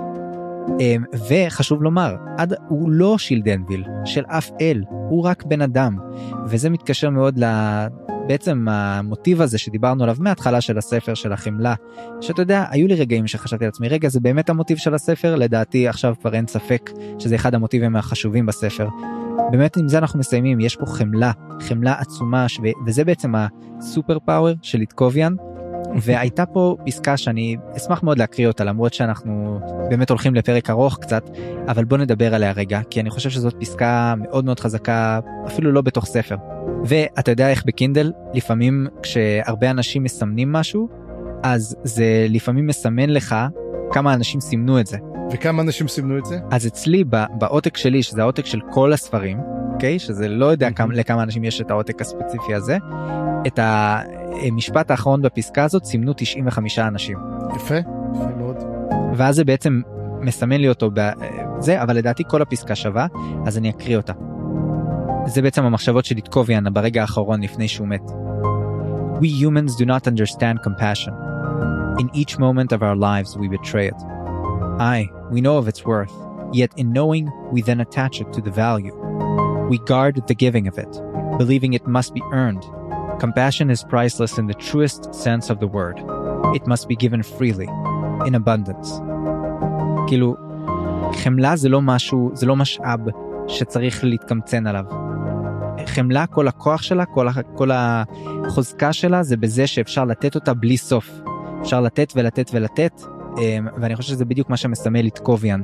וחשוב לומר, הוא לא שילדנביל של אף אל, הוא רק בן אדם, וזה מתקשר מאוד בעצם המוטיב הזה שדיברנו עליו מההתחלה של הספר של החמלה, שאתה יודע, היו לי רגעים שחשבתי לעצמי, רגע, זה באמת המוטיב של הספר? לדעתי עכשיו כבר אין ספק שזה אחד המוטיבים החשובים בספר. באמת עם זה אנחנו מסיימים, יש פה חמלה עצומה, וזה בעצם הסופר פאוור של איתקוביאן, והייתה פה פסקה שאני אשמח מאוד להקריא אותה, למרות שאנחנו באמת הולכים לפרק ארוך קצת, אבל בוא נדבר עליה רגע, כי אני חושב שזאת פסקה מאוד מאוד חזקה, אפילו לא בתוך ספר. ואתה יודע איך בקינדל, לפעמים כשהרבה אנשים מסמנים משהו, אז זה לפעמים מסמן לך כמה אנשים סימנו את זה. וכמה אנשים סימנו את זה? אז אצלי בעותק שלי, שזה העותק של כל הספרים, אוקיי? שזה לא יודע לכמה אנשים יש את העותק הספציפי הזה, את המשפט האחרון בפסקה הזאת סימנו 95 אנשים. יפה, יפה מאוד. ואז זה בעצם מסמן לי אותו בזה, אבל לדעתי כל הפסקה שווה, אז אני אקריא אותה. זה בעצם המחשבות של איתקוביאן ברגע האחרון לפני שהוא מת. We humans do not understand compassion. In each moment of our lives we betray it. We know of its worth, yet in knowing we then attach it to the value. We guard the giving of it, believing it must be earned. Compassion is priceless in the truest sense of the word. It must be given freely, in abundance. כאילו, חמלה זה לא משהו, זה לא משאב שצריך להתקמצן עליו. חמלה, כל הכוח שלה, כל החוזקה שלה, זה בזה שאפשר לתת אותה בלי סוף. אפשר לתת ולתת ולתת, ואני חושב שזה בדיוק מה שמסמל איתקוביאן.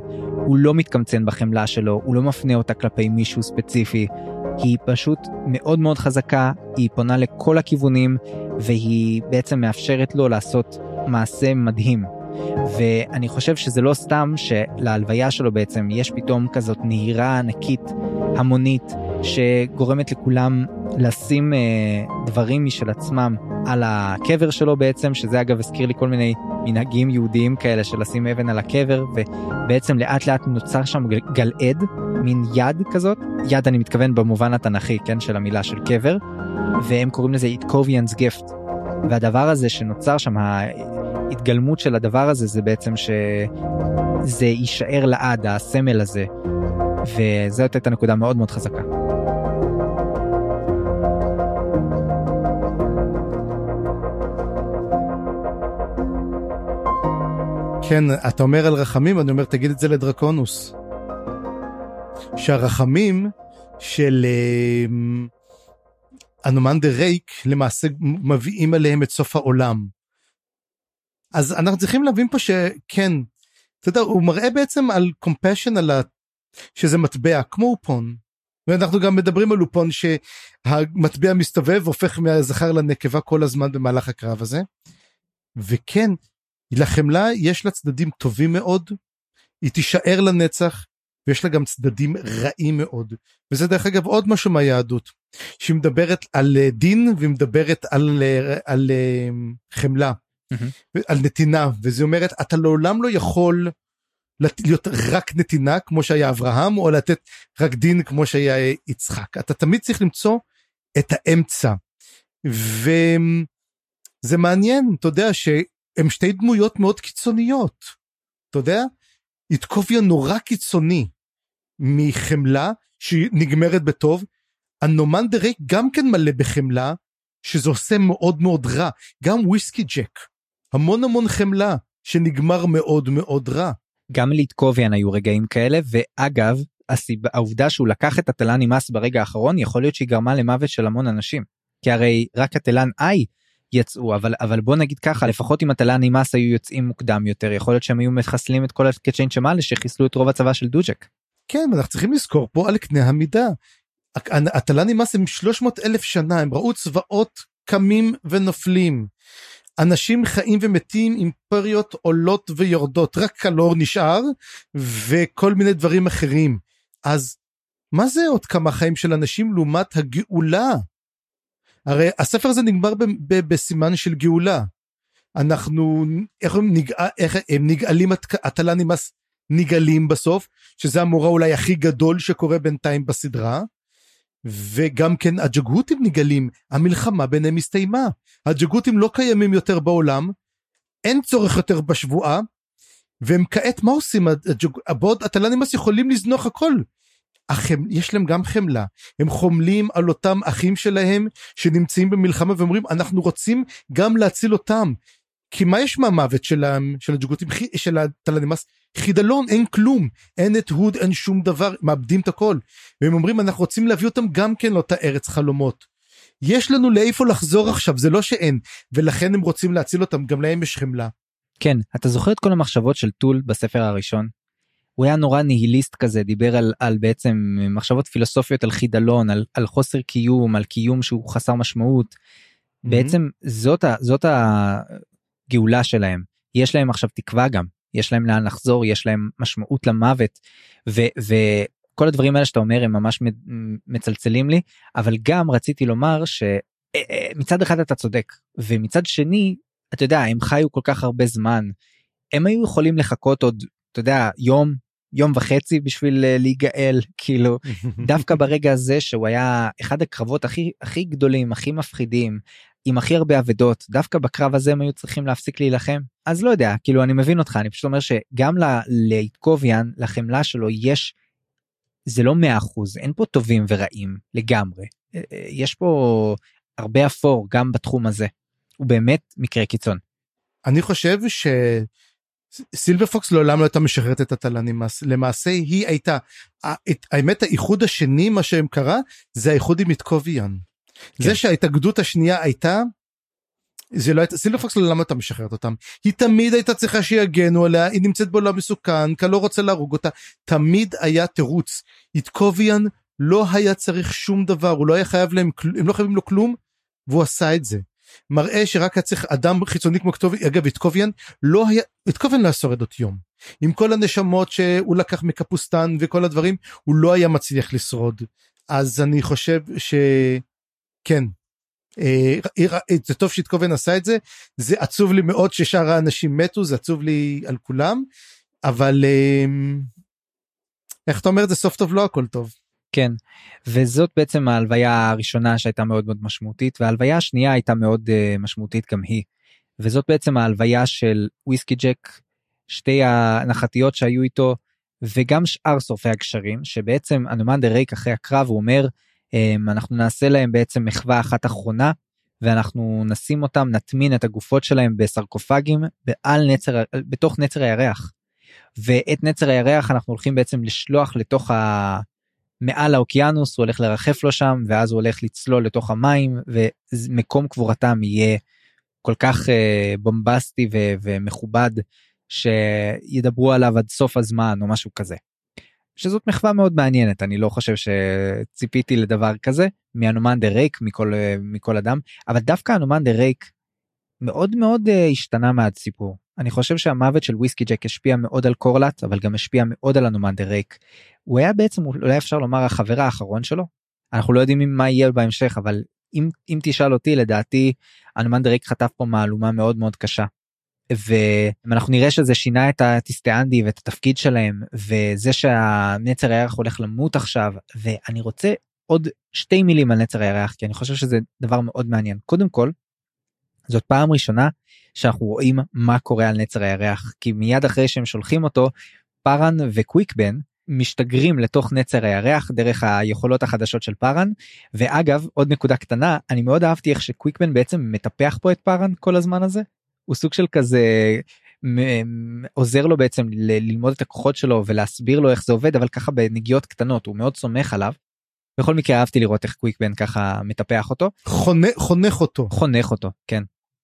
הוא לא מתקמצן בחמלה שלו, הוא לא מפנה אותה כלפי מישהו ספציפי, היא פשוט מאוד מאוד חזקה, היא פונה לכל הכיוונים, והיא בעצם מאפשרת לו לעשות מעשה מדהים. ואני חושב שזה לא סתם שלהלוויה שלו בעצם יש פתאום כזאת נהירה ענקית המונית, שגורמת לכולם לשים דברים משל עצמם על הקבר שלו בעצם, שזה אגב הזכיר לי כל מיני מנהגים יהודיים כאלה של לשים אבן על הקבר, ובעצם לאט לאט נוצר שם גלעד, מין יד כזאת, יד אני מתכוון במובן התנ"כי, כן, של המילה של קבר, והם קוראים לזה Itkovian's Gift, והדבר הזה שנוצר שם, ההתגלמות של הדבר הזה זה בעצם שזה יישאר לעד, הסמל הזה, וזאת הייתה נקודה מאוד מאוד חזקה. כן, אתה אומר על רחמים, אני אומר תגיד את זה לדרקונוס. שהרחמים של אנומנדר רייק למעשה מביאים עליהם את סוף העולם. אז אנחנו צריכים להבין פה שכן, אתה יודע, הוא מראה בעצם על compassion, שזה מטבע, כמו אופון. ואנחנו גם מדברים על אופון שהמטבע מסתובב והופך מהזכר לנקבה כל הזמן במהלך הקרב הזה. וכן, לחמלה יש לה צדדים טובים מאוד, היא תישאר לנצח, ויש לה גם צדדים רעים מאוד. וזה דרך אגב עוד משהו מהיהדות, שהיא מדברת על דין, והיא מדברת על חמלה, על נתינה, וזה אומרת, אתה לעולם לא יכול להיות רק נתינה, כמו שהיה אברהם, או לתת רק דין, כמו שהיה יצחק. אתה תמיד צריך למצוא את האמצע. וזה מעניין, אתה יודע, הם שתי דמויות מאוד קיצוניות, אתה יודע? איטקוביאן נורא קיצוני, מחמלה שנגמרת בטוב, אנומנדר רייק גם כן מלא בחמלה, שזה עושה מאוד מאוד רע, גם וויסקי ג'ק, המון המון חמלה, שנגמר מאוד מאוד רע. גם לאיטקוביאן היו רגעים כאלה, ואגב, העובדה שהוא לקח את הטלן נמאס ברגע האחרון, יכול להיות שהיא גרמה למוות של המון אנשים, כי הרי רק הטלן יצאו, אבל בוא נגיד ככה, לפחות אם הטלן נמאס היו יוצאים מוקדם יותר, יכול להיות שהם היו מחסלים את כל הקצ'יין שמאלה, שחיסלו את רוב הצבא של דוג'ק. כן, אנחנו צריכים לזכור פה על קנה המידה, הטלן נמאס הם 300,000 שנה, הם ראו צבאות קמים ונופלים, אנשים חיים ומתים, אימפריות עולות ויורדות, רק קלור נשאר, וכל מיני דברים אחרים, אז מה זה עוד כמה חיים של אנשים לעומת הגאולה? הרי הספר הזה נגמר בסימן של גאולה, אנחנו, איך הם נגאלים, הטלן נמאס נגאלים בסוף, שזה המורה אולי הכי גדול שקורה בינתיים בסדרה, וגם כן הג'גהותים נגאלים, המלחמה ביניהם הסתיימה, הג'גהותים לא קיימים יותר בעולם, אין צורך יותר בשבועה, והם כעת מה עושים? הבוד הטלן נמאס יכולים לזנוח הכל, יש להם גם חמלה, הם חומלים על אותם אחים שלהם שנמצאים במלחמה ואומרים אנחנו רוצים גם להציל אותם, כי מה יש מהמוות של הג'גהותים, של הטלן נמאס? חידלון, אין כלום, אין את הוד, אין שום דבר, מאבדים את הכל, והם אומרים אנחנו רוצים להביא אותם גם כן לאותה ארץ חלומות, יש לנו לאיפה לחזור עכשיו, זה לא שאין, ולכן הם רוצים להציל אותם, גם להם יש חמלה. כן, אתה זוכר את כל המחשבות של טול בספר הראשון? הוא היה נורא ניהיליסט כזה, דיבר על בעצם מחשבות פילוסופיות על חידלון, על חוסר קיום, על קיום שהוא חסר משמעות, בעצם זאת הגאולה שלהם, יש להם עכשיו תקווה גם, יש להם לאן לחזור, יש להם משמעות למוות, וכל הדברים האלה שאתה אומר הם ממש מצלצלים לי, אבל גם רציתי לומר שמצד אחד אתה צודק, ומצד שני, אתה יודע, הם חיו כל כך הרבה זמן, הם היו יכולים לחכות עוד, אתה יודע, יום וחצי בשביל להיגאל, כאילו, דווקא ברגע הזה שהוא היה אחד הקרבות הכי גדולים, הכי מפחידים, עם הכי הרבה עבדות, דווקא בקרב הזה הם היו צריכים להפסיק להילחם, אז לא יודע, כאילו אני מבין אותך, אני פשוט אומר שגם לאיטקוביאן, לחמלה שלו יש, זה לא 100%, אין פה טובים ורעים לגמרי, יש פה הרבה אפור גם בתחום הזה, הוא באמת מקרה קיצון. אני חושב סילבר פוקס לעולם לא הייתה משחררת את הטלן נמאס, למעשה היא הייתה, האמת האיחוד השני מה שהם קרה, זה האיחוד עם איטקוביאן, זה שההתאגדות השנייה הייתה, זה לא הייתה, סילברפוקס, למה אתה משחררת אותם? היא תמיד הייתה צריכה שיגנו עליה, היא נמצאת בעולם מסוכן, כי לא רוצה להרוג אותה, תמיד היה תירוץ. איתקוביאן לא היה צריך שום דבר, הוא לא היה חייב להם, הם לא חייבים לו כלום, והוא עשה את זה. מראה שרק היה צריך אדם חיצוני כמו איתקוביאן, אגב איתקוביאן לא היה, איתקוביאן לא היה שורד עוד יום. עם כל הנשמות שהוא לקח מקפוסטן וכל הדברים, הוא לא היה מצליח לשרוד. אז אני חושב שכן, זה טוב שאיתקוביאן עשה את זה, זה עצוב לי מאוד ששאר האנשים מתו, זה עצוב לי על כולם, אבל איך אתה אומר, זה סוף טוב לא הכל טוב. כן, וזאת בעצם ההלוויה הראשונה שהייתה מאוד מאוד משמעותית, וההלוויה השנייה הייתה מאוד משמעותית גם היא, וזאת בעצם ההלוויה של וויסקי ג'ק, שתי הנחתיות שהיו איתו, וגם שאר שורפי הגשרים, שבעצם הנומנדר רייק אחרי הקרב, הוא אומר, אנחנו נעשה להם בעצם מחווה אחת אחרונה, ואנחנו נשים אותם, נטמין את הגופות שלהם בסרקופגים, בתוך נצר הירח, ואת נצר הירח אנחנו הולכים בעצם לשלוח לתוך מעל האוקיינוס, הוא הולך לרחף לו שם, ואז הוא הולך לצלול לתוך המים, ומקום קבורתם יהיה כל כך בומבסטי ומכובד, שידברו עליו עד סוף הזמן, או משהו כזה. שזאת מחווה מאוד מעניינת, אני לא חושב שציפיתי לדבר כזה, מהנומנדר רייק, מכל אדם, אבל דווקא הנומנדר רייק, מאוד מאוד השתנה מהסיפור. אני חושב שהמוות של וויסקי ג'ק השפיע מאוד על קורלט, אבל גם השפיע מאוד על הנומנדר רייק. הוא היה בעצם, אולי אפשר לומר, החבר האחרון שלו. אנחנו לא יודעים מה יהיה בהמשך, אבל אם תשאל אותי, לדעתי, הנומנדר רייק חטף פה מהלומה מאוד מאוד קשה. ואנחנו נראה שזה שינה את הטיסטיאנדי ואת התפקיד שלהם, וזה שהנצר הירח הולך למות עכשיו, ואני רוצה עוד 2 מילים על נצר הירח, כי אני חושב שזה דבר מאוד מעניין. קודם כל, זאת פעם ראשונה שאנחנו רואים מה קורה על נצר הירח, כי מיד אחרי שהם שולחים אותו, פארן וקוויקבן משתגרים לתוך נצר הירח דרך היכולות החדשות של פארן, ואגב, עוד נקודה קטנה, אני מאוד אהבתי איך שקוויקבן בעצם מטפח פה את פארן כל הזמן הזה, הוא סוג של כזה, עוזר לו בעצם ללמוד את הכוחות שלו ולהסביר לו איך זה עובד, אבל ככה בנגיעות קטנות, הוא מאוד סומך עליו. בכל מקרה אהבתי לראות איך קוויקבן ככה מטפח אותו. חונך אותו, כן.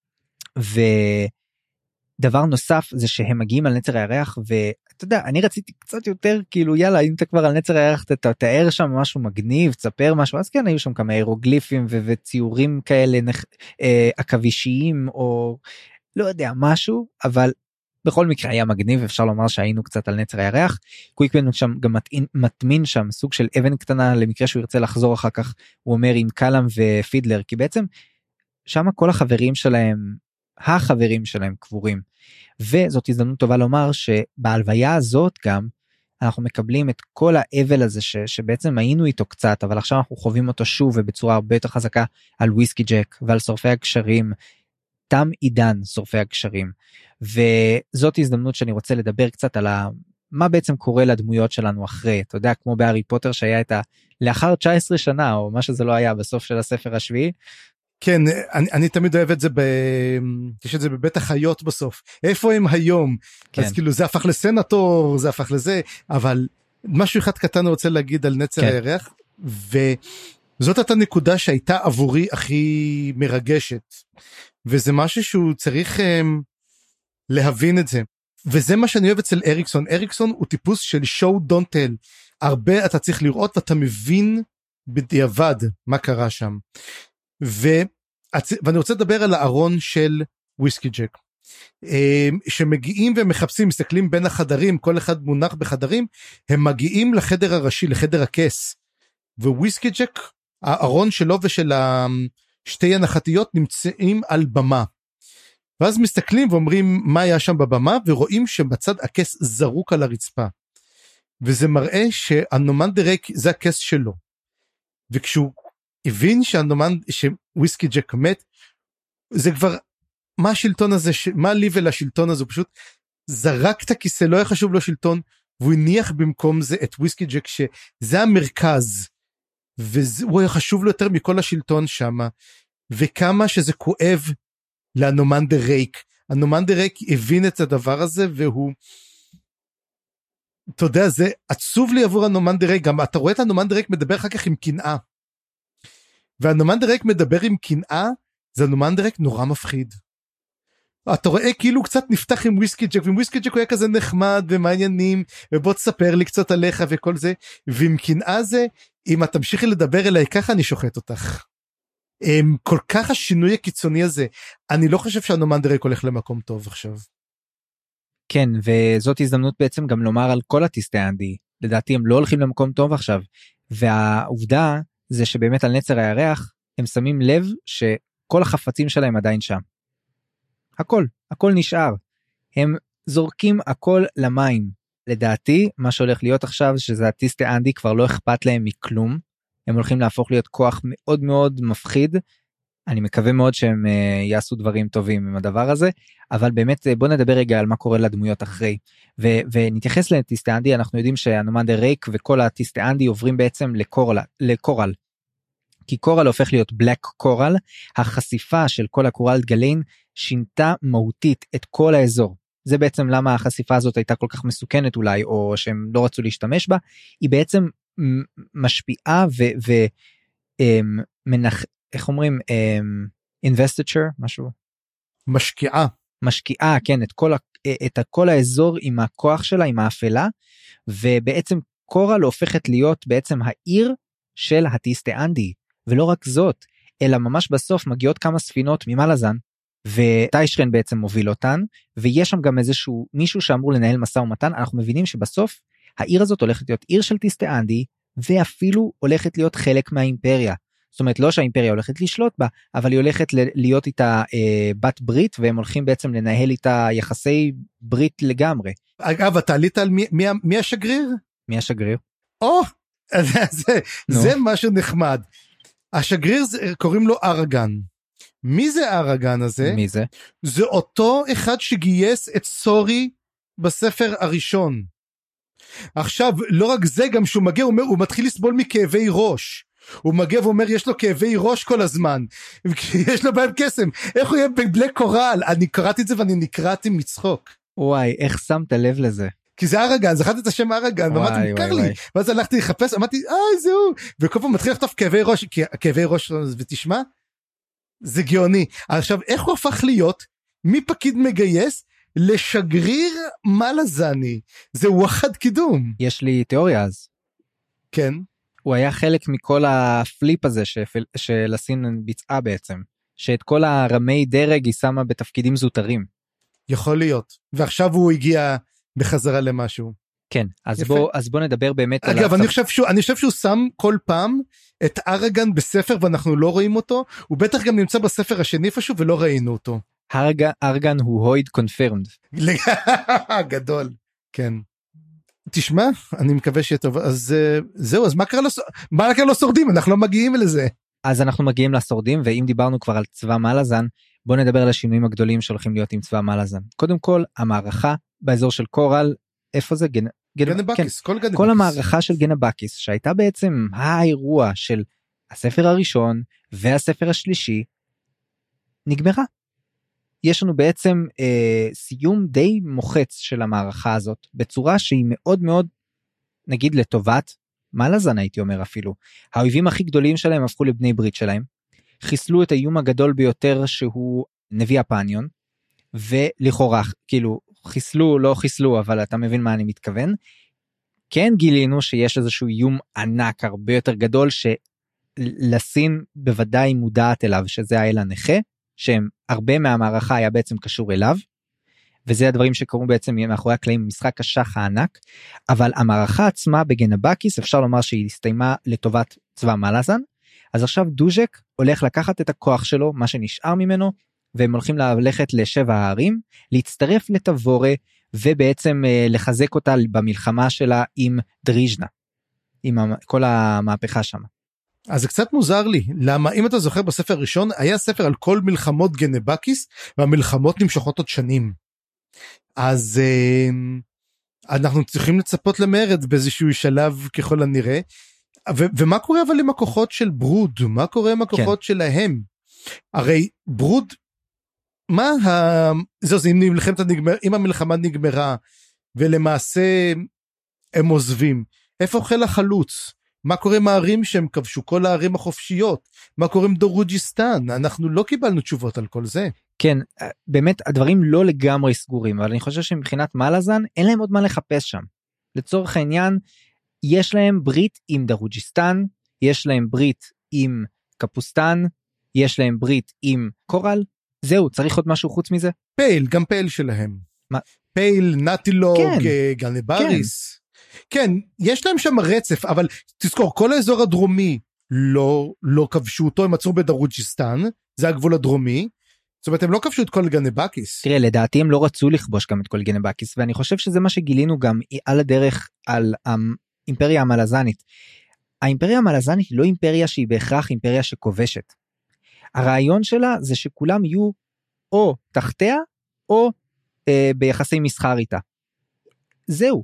ודבר נוסף זה שהם מגיעים על נצר הירח, ואתה יודע, אני רציתי קצת יותר, כאילו יאללה, אם אתה כבר על נצר הירח, תתאר שם משהו מגניב, תספר משהו, אז כן, היו שם כמה אירוגליפים וציורים כאלה, עכבישיים, או לא יודע, משהו, אבל בכל מקרה היה מגניב, אפשר לומר שהיינו קצת על נצר הירח, קוויקבן שם גם מטמין שם סוג של אבן קטנה, למקרה שהוא ירצה לחזור אחר כך, הוא אומר עם קלאם ופידלר, כי בעצם שם כל החברים שלהם קבורים, וזאת הזדמנות טובה לומר שבהלוויה הזאת גם, אנחנו מקבלים את כל האבל הזה שבעצם היינו איתו קצת, אבל עכשיו אנחנו חווים אותו שוב ובצורה הרבה יותר חזקה על וויסקי ג'ק ועל שורפי הגשרים, תם עידן שורפי הגשרים, וזאת הזדמנות שאני רוצה לדבר קצת על מה בעצם קורה לדמויות שלנו אחרי, אתה יודע, כמו בהארי פוטר שהיה את לאחר 19 שנה, או מה שזה לא היה בסוף של הספר השביעי. כן, אני תמיד אוהב את זה, יש את זה בבית החיות בסוף, איפה הם היום? כן. אז כאילו זה הפך לסנטור, זה הפך לזה, אבל משהו אחד קטן אני רוצה להגיד על נצר הירח, וזאת הייתה נקודה שהייתה עבורי הכי מרגשת, וזה משהו שהוא צריך להבין את זה, וזה מה שאני אוהב אצל אריקסון. אריקסון הוא טיפוס של show don't tell, הרבה אתה צריך לראות ואתה מבין בדיעבד מה קרה שם, ואני רוצה לדבר על הארון של וויסקי ג'ק, שמגיעים ומחפשים, מסתכלים בין החדרים, כל אחד מונח בחדרים, הם מגיעים לחדר הראשי, לחדר הכס, וויסקי ג'ק, הארון שלו ושל שתי הנחתיות נמצאים על במה, ואז מסתכלים ואומרים מה היה שם בבמה, ורואים שבצד הכס זרוק על הרצפה, וזה מראה שהנומנדר רייק זה הכס שלו, וכשהוא הבין שוויסקי ג'ק מת, זה כבר, מה השלטון הזה, מה לי ולשלטון הזה, הוא פשוט זרק את הכיסא, לא היה חשוב לו שלטון, והוא הניח במקום זה את וויסקי ג'ק, שזה המרכז, והוא היה חשוב לו יותר מכל השלטון שם, וכמה שזה כואב לנומנדר רייק, הנומנדר רייק הבין את הדבר הזה, והוא, אתה יודע, זה עצוב לי עבור הנומנדר רייק, גם אתה רואה את הנומנדר רייק מדבר אחר כך עם קנאה, והנומנדר רייק מדבר עם קנאה, זה נומנדרק נורא מפחיד. אתה רואה כאילו קצת נפתח עם וויסקי ג'ק, ועם וויסקי ג'ק הוא היה כזה נחמד ומעניינים, ובוא תספר לי קצת עליך וכל זה, ועם קנאה זה, אם את תמשיכי לדבר אליי ככה אני שוחט אותך. כל כך השינוי הקיצוני הזה, אני לא חושב שהנומנדרק הולך למקום טוב עכשיו. כן, וזאת הזדמנות בעצם גם לומר על כל הטיסטי אנדי, לדעתי הם לא הולכים למקום טוב עכשיו, והעובדה זה שבאמת על נצר הירח, הם שמים לב שכל החפצים שלהם עדיין שם. הכל נשאר. הם זורקים הכל למים. לדעתי, מה שהולך להיות עכשיו, שזה הטיסטי אנדי כבר לא אכפת להם מכלום, הם הולכים להפוך להיות כוח מאוד מאוד מפחיד, אני מקווה מאוד שהם יעשו דברים טובים עם הדבר הזה, אבל באמת בוא נדבר רגע על מה קורה לדמויות אחרי, ונתייחס לטיסטי אנדי, אנחנו יודעים שהנומנדרק וכל הטיסטי אנדי עוברים בעצם לקורל, כי קורל הופך להיות בלק קורל, החשיפה של כל הקורל גליין שינתה מהותית את כל האזור, זה בעצם למה החשיפה הזאת הייתה כל כך מסוכנת אולי, או שהם לא רצו להשתמש בה, היא בעצם משפיעה איך אומרים, investiture, משהו? משקיעה, כן, את כל האזור עם הכוח שלה, עם האפלה, ובעצם קורל הופכת להיות בעצם העיר של הטיסטי אנדי, ולא רק זאת, אלא ממש בסוף מגיעות כמה ספינות ממלאזן, וטיישרן בעצם מוביל אותן, ויש שם גם איזשהו מישהו שאמור לנהל משא ומתן, אנחנו מבינים שבסוף העיר הזאת הולכת להיות עיר של טיסטי אנדי, ואפילו הולכת להיות חלק מהאימפריה, זאת אומרת לא שהאימפריה הולכת לשלוט בה, אבל היא הולכת להיות איתה בת ברית, והם הולכים בעצם לנהל איתה יחסי ברית לגמרי. אגב, אתה עלית על מי השגריר? מי השגריר? זה משהו נחמד. השגריר קוראים לו ארגן. מי זה ארגן הזה? מי זה? זה אותו אחד שגייס את סורי בספר הראשון. עכשיו, לא רק זה, גם שהוא מגיע, הוא מתחיל לסבול מכאבי ראש. הוא מגיע ואומר, יש לו כאבי ראש כל הזמן. יש לו בהם קסם. איך הוא יהיה בבלק קורל? אני קראתי את זה ואני נקראתי מצחוק. וואי, איך שמת לב לזה? כי זה ארגן, זכרתי את השם ארגן, ואמרתי, מוכר לי. ואז הלכתי לחפש, אמרתי, זהו. וכל פעם מתחיל לכתוב כאבי ראש, כי כאבי ראש, ותשמע, זה גאוני. עכשיו, איך הוא הפך להיות מפקיד מגייס לשגריר מלאזני? זה וואחד קידום. יש לי תיאוריה אז. כן. הוא היה חלק מכל הפליפ הזה שלסין ביצעה בעצם, שאת כל הרמי דרג היא שמה בתפקידים זוטרים. יכול להיות, ועכשיו הוא הגיע בחזרה למשהו. כן, אז בוא נדבר באמת על... אגב, אני חושב שהוא שם כל פעם את ארגן בספר ואנחנו לא רואים אותו, הוא בטח גם נמצא בספר השני פשוט ולא ראינו אותו. ארגן הוא הויד קונפירמד. גדול, כן. תשמע, אני מקווה שיהיה טוב, אז זהו, אז מה קרה לשורדים? אנחנו לא מגיעים לזה. אז אנחנו מגיעים לשורדים, ואם דיברנו כבר על צבא מלאזן, בוא נדבר על השינויים הגדולים שהולכים להיות עם צבא מלאזן. קודם כל, המערכה באזור של קורל, איפה זה? גנבקיס, כן. כל המערכה של גנבקיס, שהייתה בעצם האירוע של הספר הראשון והספר השלישי, נגמרה. יש לנו בעצם סיום די מוחץ של המערכה הזאת, בצורה שהיא מאוד מאוד, נגיד לטובת, מלאזן הייתי אומר אפילו, האויבים הכי גדולים שלהם הפכו לבני ברית שלהם, חיסלו את האיום הגדול ביותר שהוא נביא הפניון, ולכאורה, כאילו, חיסלו, לא חיסלו, אבל אתה מבין מה אני מתכוון, כן גילינו שיש איזשהו איום ענק, הרבה יותר גדול, שלסין בוודאי מודעת אליו, שזה האל הנכה, שהם הרבה מהמערכה היה בעצם קשור אליו, וזה הדברים שקרו בעצם מאחורי הקלעים, משחק השח הענק, אבל המערכה עצמה בגנבקיס, אפשר לומר שהיא הסתיימה לטובת צבא מלאזן, אז עכשיו דוז'ק הולך לקחת את הכוח שלו, מה שנשאר ממנו, והם הולכים ללכת לשבע הערים, להצטרף לתבורה, ובעצם לחזק אותה במלחמה שלה עם דריז'נה, עם כל המהפכה שם. אז זה קצת מוזר לי, למה אם אתה זוכר בספר הראשון, היה ספר על כל מלחמות גנבקיס, והמלחמות נמשכות עוד שנים. אז אנחנו צריכים לצפות למרד באיזשהו שלב ככל הנראה, ומה קורה אבל עם הכוחות של ברוד? מה קורה עם הכוחות שלהם? הרי ברוד, אם המלחמה נגמרה, ולמעשה הם עוזבים, איפה אוכל החלוץ? מה קורה עם הערים שהם כבשו, כל הערים החופשיות, מה קורה עם דרוג'יסטן, אנחנו לא קיבלנו תשובות על כל זה. כן, באמת הדברים לא לגמרי סגורים, אבל אני חושב שמבחינת מלאזן אין להם עוד מה לחפש שם. לצורך העניין, יש להם ברית עם דרוג'יסטן, יש להם ברית עם קפוסטן, יש להם ברית עם קורל, זהו, צריך עוד משהו חוץ מזה? פייל, גם פייל שלהם. מה? פייל, נטילוג, כן. גלנבריס. כן, יש להם שם רצף, אבל תזכור, כל האזור הדרומי לא כבשו אותו, הם עצרו בדרוג'יסטן, זה הגבול הדרומי, זאת אומרת, הם לא כבשו את כל גנבקיס. תראה, לדעתי הם לא רצו לכבוש גם את כל גנבקיס, ואני חושב שזה מה שגילינו גם על הדרך על האימפריה המלזנית. האימפריה המלזנית היא לא אימפריה שהיא בהכרח אימפריה שכובשת. הרעיון שלה זה שכולם יהיו או תחתיה, או ביחסי מסחר איתה. זהו.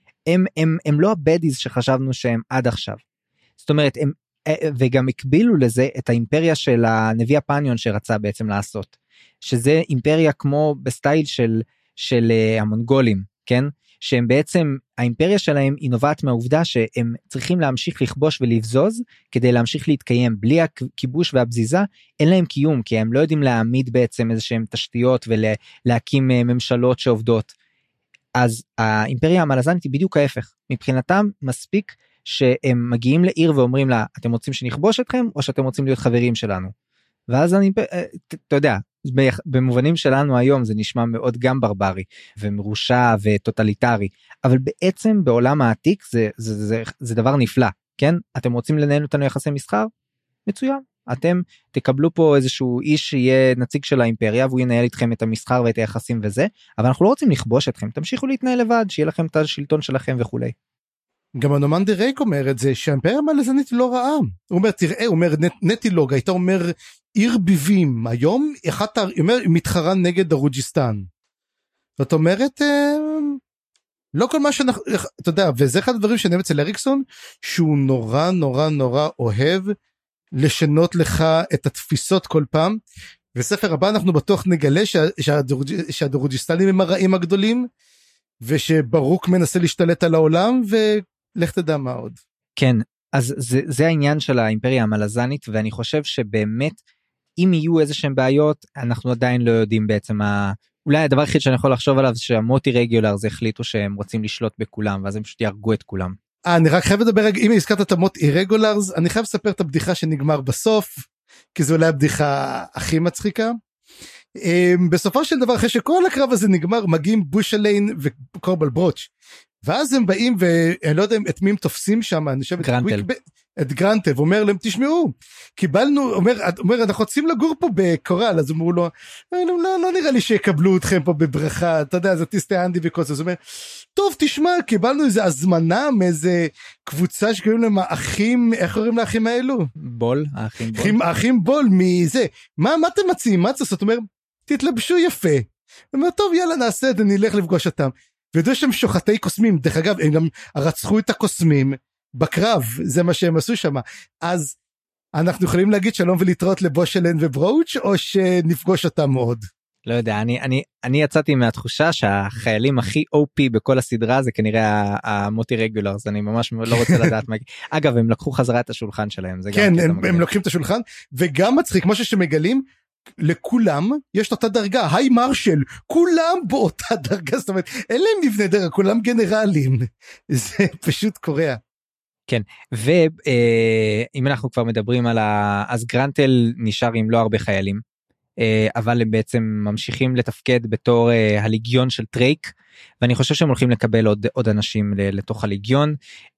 הם לא הבדיז שחשבנו שהם עד עכשיו. זאת אומרת, וגם הקבילו לזה את האימפריה של הנביא הפניון שרצה בעצם לעשות. שזה אימפריה כמו בסטייל של המונגולים, כן? שהם בעצם, האימפריה שלהם היא נובעת מהעובדה שהם צריכים להמשיך לכבוש ולבזוז, כדי להמשיך להתקיים. בלי הכיבוש והבזיזה, אין להם קיום, כי הם לא יודעים להעמיד בעצם איזה שהם תשתיות, ולהקים ממשלות שעובדות. אז האימפריה המלזנית היא בדיוק ההפך. מבחינתם מספיק שהם מגיעים לעיר ואומרים לה, אתם רוצים שנכבוש אתכם, או שאתם רוצים להיות חברים שלנו. ואז אתה יודע, במובנים שלנו היום זה נשמע מאוד גם ברברי, ומרושע וטוטליטרי, אבל בעצם בעולם העתיק זה דבר נפלא, כן? אתם רוצים לנהל אותנו יחסי מסחר? מצוין. אתם תקבלו פה איזשהו איש שיהיה נציג של האימפריה, והוא ינהל איתכם את המסחר ואת היחסים וזה, אבל אנחנו לא רוצים לכבוש אתכם, תמשיכו להתנהל לבד, שיהיה לכם את השלטון שלכם וכולי. גם הנומן דירייק אומר את זה, שהאימפריה המלזנית לא רעה. הוא אומר, תראה, הוא אומר, נטילוג, הייתה אומר, עיר ביבים, היום היא מתחרה נגד דרוג'יסטן. זאת אומרת, לא כל מה שאנחנו, אתה יודע, וזה אחד הדברים שאני אוהב אצל אריקסון, שהוא נורא נורא נורא אוהב לשנות לך את התפיסות כל פעם, וספר הבא אנחנו בטוח נגלה שהדרוג'יסטנים הם הרעים הגדולים, ושברוק מנסה להשתלט על העולם, ולך תדע מה עוד. כן, אז זה העניין של האימפריה המלזנית, ואני חושב שבאמת, אם יהיו איזה שהם בעיות, אנחנו עדיין לא יודעים בעצם אולי הדבר הכי שאני יכול לחשוב עליו, זה שהמוטי רגולרס החליטו שהם רוצים לשלוט בכולם, ואז הם פשוט יהרגו את כולם. אני רק חייב לדבר, אם הזכרת את המוטי רגולרס, אני חייב לספר את הבדיחה שנגמר בסוף, כי זו אולי הבדיחה הכי מצחיקה. בסופו של דבר, אחרי שכל הקרב הזה נגמר, מגיעים בושליין וקורבל ברוץ', ואז הם באים, ואני לא יודע את מי הם תופסים שם, אני חושב את גרנטל, ואומר להם, תשמעו, קיבלנו, אומר, אנחנו רוצים לגור פה בקורל, אז אמרו לו, לא נראה לי שיקבלו אתכם פה בברכה, אתה יודע, זה טיסטי אנדי וכל זה, אז הוא אומר, טוב, תשמע, קיבלנו איזה הזמנה, מאיזה קבוצה שקוראים להם האחים, איך קוראים לאחים האלו? בול, האחים בול. האחים בול, מזה, מה אתם מציעים? מה זאת אומרת, תתלבשו יפה. הוא אומר, טוב, יאללה, נעשה את זה, נלך לפגוש אותם. וידעו שהם שוחטי קוסמים, דרך אגב, הם גם רצחו את הקוסמים בקרב, זה מה שהם עשו שם. אז אנחנו יכולים להגיד שלום ולהתראות לבושלן וברוץ', או שנפגוש אותם עוד? לא יודע, אני יצאתי מהתחושה שהחיילים הכי OP בכל הסדרה, זה כנראה המוטי רגולרס, אני ממש לא רוצה לדעת מה. אגב, הם לקחו חזרה את השולחן שלהם. כן, הם לוקחים את השולחן, וגם מצחיק, משהו שמגלים, לכולם יש את אותה דרגה, היי מרשל, כולם באותה דרגה, זאת אומרת, אין להם מבנה דרגה, כולם גנרלים, זה פשוט קורע. כן, ואם אנחנו כבר מדברים על אז גרנטל נשאר עם לא הרבה חיילים, אבל הם בעצם ממשיכים לתפקד בתור הליגיון של טרייק, ואני חושב שהם הולכים לקבל עוד אנשים לתוך הליגיון,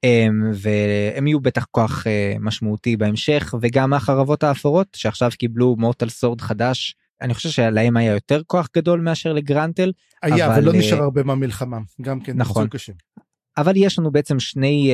והם יהיו בטח כוח משמעותי בהמשך, וגם החרבות האפורות שעכשיו קיבלו מורטל סורד חדש, אני חושב שלהם היה יותר כוח גדול מאשר לגרנטל. היה, אבל לא נשאר הרבה מהמלחמה, גם כן. נכון, אבל יש לנו בעצם שני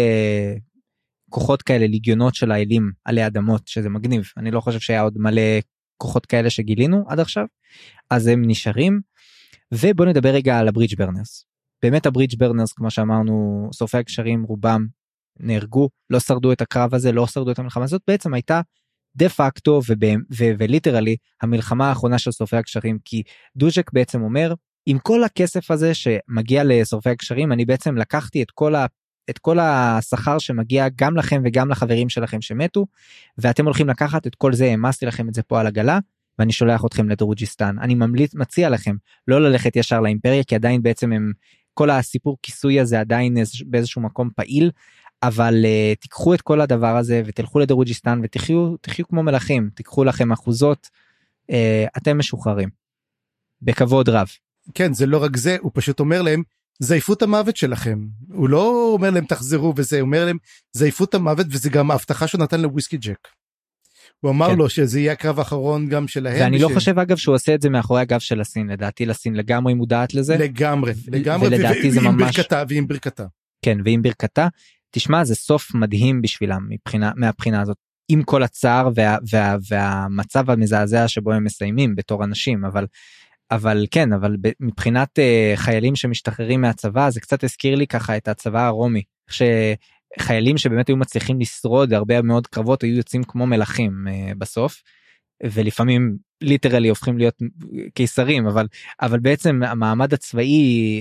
כוחות כאלה, ליגיונות של האלים עלי אדמות, שזה מגניב, אני לא חושב שהיה עוד מלא כוחות כאלה שגילינו עד עכשיו, אז הם נשארים, ובוא נדבר רגע על הברידג' ברנרס. באמת הברידג' ברנרס, כמו שאמרנו, שורפי הקשרים רובם נהרגו, לא שרדו את הקרב הזה, לא שרדו את המלחמה הזאת, בעצם הייתה דה פקטו וליטרלי המלחמה האחרונה של שורפי הקשרים, כי דוז'ק בעצם אומר, עם כל הכסף הזה שמגיע לשורפי הקשרים, אני בעצם לקחתי את כל את כל השכר שמגיע גם לכם וגם לחברים שלכם שמתו, ואתם הולכים לקחת את כל זה, העמסתי לכם את זה פה על עגלה, ואני שולח אתכם לדרוג'יסטן. אני מציע לכם לא ללכת ישר לאימפריה, כי עדיין בעצם כל הסיפור כיסוי הזה עדיין באיזשהו מקום פעיל, אבל תיקחו את כל הדבר הזה ותלכו לדרוג'יסטן ותחיו כמו מלכים, תיקחו לכם אחוזות, אתם משוחררים. בכבוד רב. כן, זה לא רק זה, הוא פשוט אומר להם, זייפו את המוות שלכם. הוא לא אומר להם תחזרו וזה, הוא אומר להם, זייפו את המוות, וזה גם ההבטחה שהוא נתן לוויסקי ג'ק. הוא אמר לו שזה יהיה הקרב האחרון גם שלהם. ואני לא חושב אגב שהוא עושה את זה מאחורי הגב של הסין, לדעתי לסין לגמרי מודעת לזה. לגמרי, ולדעתי זה ממש... ועם ברכתה. כן, ועם ברכתה. תשמע, זה סוף מדהים בשבילם, מהבחינה הזאת, עם כל הצער והמצב המזעזע שבו הם מסיימים בתור אנשים, אבל כן, אבל מבחינת חיילים שמשתחררים מהצבא, זה קצת הזכיר לי ככה את הצבא הרומי, שחיילים שבאמת היו מצליחים לשרוד הרבה מאוד קרבות, היו יוצאים כמו מלכים בסוף, ולפעמים ליטרלי הופכים להיות קיסרים, אבל בעצם המעמד הצבאי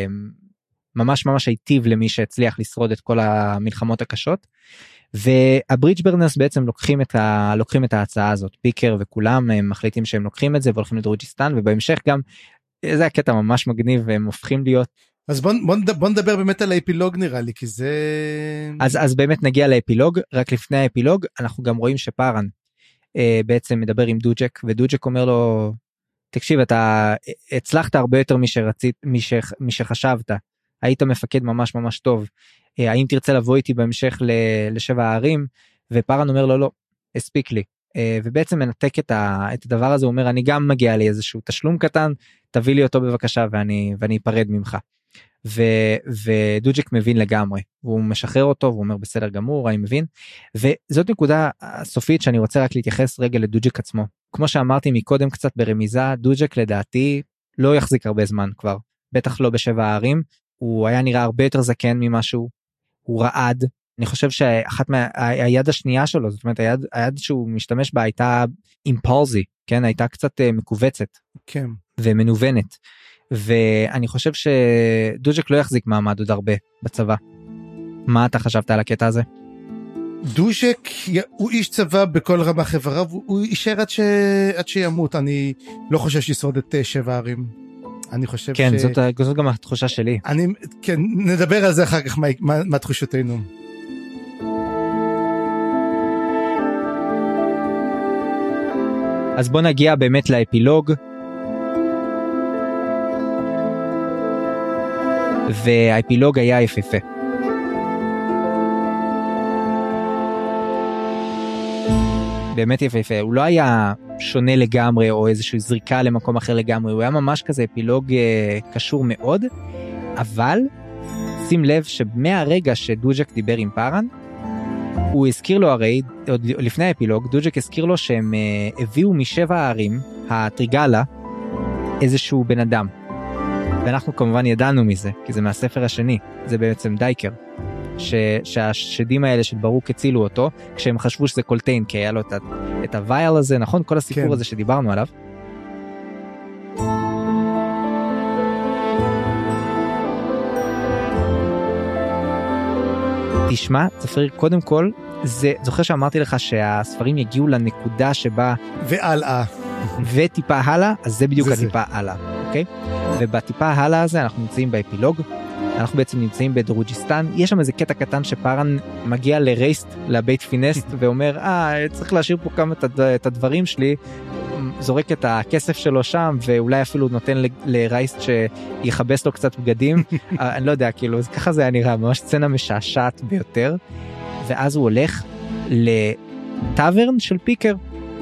ממש ממש היטיב למי שהצליח לשרוד את כל המלחמות הקשות, והברידג'ברנרס בעצם לוקחים את ההצעה הזאת, פיקר וכולם הם מחליטים שהם לוקחים את זה והולכים לדרוג'יסטן, ובהמשך גם זה הקטע ממש מגניב והם הופכים להיות. אז בוא נדבר באמת על האפילוג נראה לי, כי זה... אז באמת נגיע לאפילוג, רק לפני האפילוג אנחנו גם רואים שפארן בעצם מדבר עם דוג'ק, ודוג'ק אומר לו, תקשיב, אתה הצלחת הרבה יותר משחשבת, היית מפקד ממש ממש טוב, האם תרצה לבוא איתי בהמשך לשבע הערים, ופארן אומר לו לא, הספיק לי, ובעצם מנתק את הדבר הזה, הוא אומר אני גם מגיע לי איזשהו תשלום קטן, תביא לי אותו בבקשה ואני אפרד ממך, ודוג'ק מבין לגמרי, והוא משחרר אותו והוא אומר בסדר גמור, אני מבין, וזאת נקודה סופית שאני רוצה רק להתייחס רגע לדוג'ק עצמו, כמו שאמרתי מקודם קצת ברמיזה, דוג'ק לדעתי לא יחזיק הרבה זמן כבר, בטח לא בשבע הערים, הוא היה נראה הרבה יותר זקן ממשהו, הוא רעד, אני חושב שאחת היד השנייה שלו, זאת אומרת היד שהוא משתמש בה הייתה אימפולזי, כן, הייתה קצת מקובצת, כן. ומנוונת, ואני חושב שדוג'ק לא יחזיק מעמד עוד הרבה בצבא. מה אתה חשבת על הקטע הזה? דוג'ק הוא איש צבא בכל רמה חברה, הוא יישאר עד שימות, אני לא חושב שישרוד את שבע הערים. אני חושב כן, זאת גם התחושה שלי. כן, נדבר על זה אחר כך, מה תחושותינו. אז בוא נגיע באמת לאפילוג, והאפילוג היה יפהפה. באמת יפהפה, הוא לא היה שונה לגמרי או איזושהי זריקה למקום אחר לגמרי, הוא היה ממש כזה אפילוג קשור מאוד, אבל שים לב שמהרגע שדוג'ק דיבר עם פארן, הוא הזכיר לו הרי, עוד לפני האפילוג, דוג'ק הזכיר לו שהם הביאו משבע הערים, הטריגלה, איזשהו בן אדם. ואנחנו כמובן ידענו מזה, כי זה מהספר השני, זה בעצם דייקר, שהשדים האלה של ברוק הצילו אותו, כשהם חשבו שזה קולטיין, כי היה לו את הווייל הזה, נכון? כל הסיפור כן. הזה שדיברנו עליו. תשמע, צפריר, קודם כל, זוכר שאמרתי לך שהספרים יגיעו לנקודה שבה... והלאה. וטיפה הלאה, אז זה בדיוק הטיפה הלאה, אוקיי? ובטיפה הלאה הזה אנחנו נמצאים באפילוג, אנחנו בעצם נמצאים בדרוג'יסטן, יש שם איזה קטע קטן שפארן מגיע לרייסט, לבית פינסט, ואומר, צריך להשאיר פה כמה את הדברים שלי, זורק את הכסף שלו שם, ואולי אפילו נותן לרייסט שיחבס לו קצת בגדים, אני לא יודע, כאילו, ככה זה היה נראה, ממש סצנה משעשעת ביותר, ואז הוא הולך לטאברן של פיקר.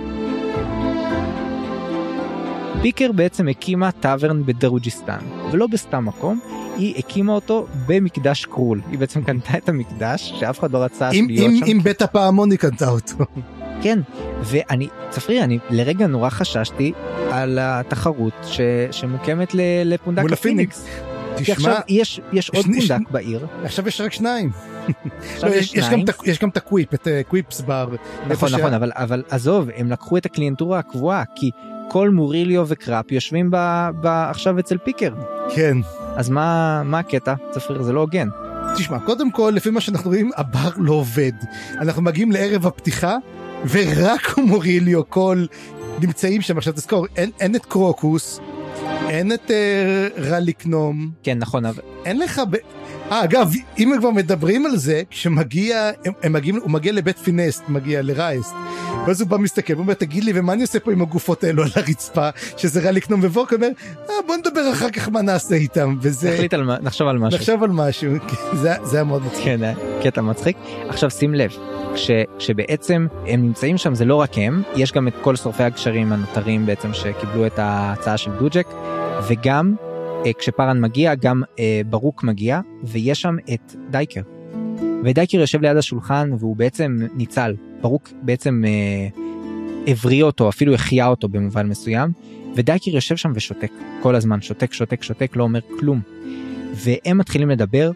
פיקר בעצם הקימה טאברן בדרוג'יסטן, ולא בסתם מקום, היא הקימה אותו במקדש קרול. היא בעצם קנתה את המקדש, שאף אחד לא רצה להיות שם. עם בית הפעמון היא קנתה אותו. כן, ואני, צפרי, אני לרגע נורא חשששתי על התחרות שמוקמת לפונדק הפיניקס. תשמע, יש עוד פונדק בעיר. עכשיו יש רק שניים. יש גם את הקוויפ, את קוויפס בר. נכון, אבל עזוב, הם לקחו את הקליינטורה הקבועה, כי כל מוריליו וקראפ יושבים עכשיו אצל פיקר. כן. אז מה הקטע? צפיר, זה לא הוגן. תשמע, קודם כל, לפי מה שאנחנו רואים, הבר לא עובד. אנחנו מגיעים לערב הפתיחה, ורק מוריליו קול נמצאים שם. עכשיו תזכור, אין את קרוקוס, אין את רליקנום. כן, נכון. אבל... אין לך... אגב, אם הם כבר מדברים על זה, כשמגיע, הוא מגיע לבית פינסט, מגיע לרייסט, ואז הוא בא מסתכל, הוא אומר, תגיד לי, ומה אני עושה פה עם הגופות האלו על הרצפה, שזה רליקנום, וורק אומר, בוא נדבר אחר כך מה נעשה איתם, וזה... נחשוב על משהו. נחשוב על משהו, זה היה מאוד מצחיק. כן, קטע מצחיק. עכשיו שים לב, כשבעצם הם נמצאים שם, זה לא רק הם, יש גם את כל שורפי הגשרים הנותרים בעצם, שקיבלו את ההצעה של דוג'ק, וגם כשפארן מגיע, גם ברוק מגיע, ויש שם את דייקר. ודייקר יושב ליד השולחן, והוא בעצם ניצל. ברוק בעצם הבריא אותו, אפילו החיה אותו במובן מסוים, ודייקר יושב שם ושותק. כל הזמן שותק, שותק, שותק, לא אומר כלום. והם מתחילים לדבר,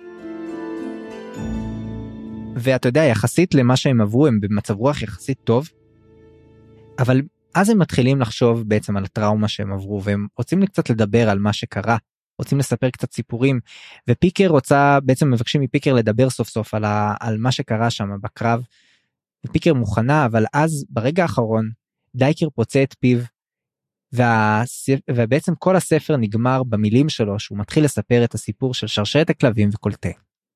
ואתה יודע, יחסית למה שהם עברו, הם במצב רוח יחסית טוב, אבל אז הם מתחילים לחשוב בעצם על הטראומה שהם עברו, והם רוצים קצת לדבר על מה שקרה, רוצים לספר קצת סיפורים, ופיקר רוצה, בעצם מבקשים מפיקר לדבר סוף סוף על מה שקרה שם בקרב, ופיקר מוכנה, אבל אז ברגע האחרון, דייקר פוצע את פיו, ובעצם כל הספר נגמר במילים שלו, שהוא מתחיל לספר את הסיפור של שרשרת הכלבים וקולטה.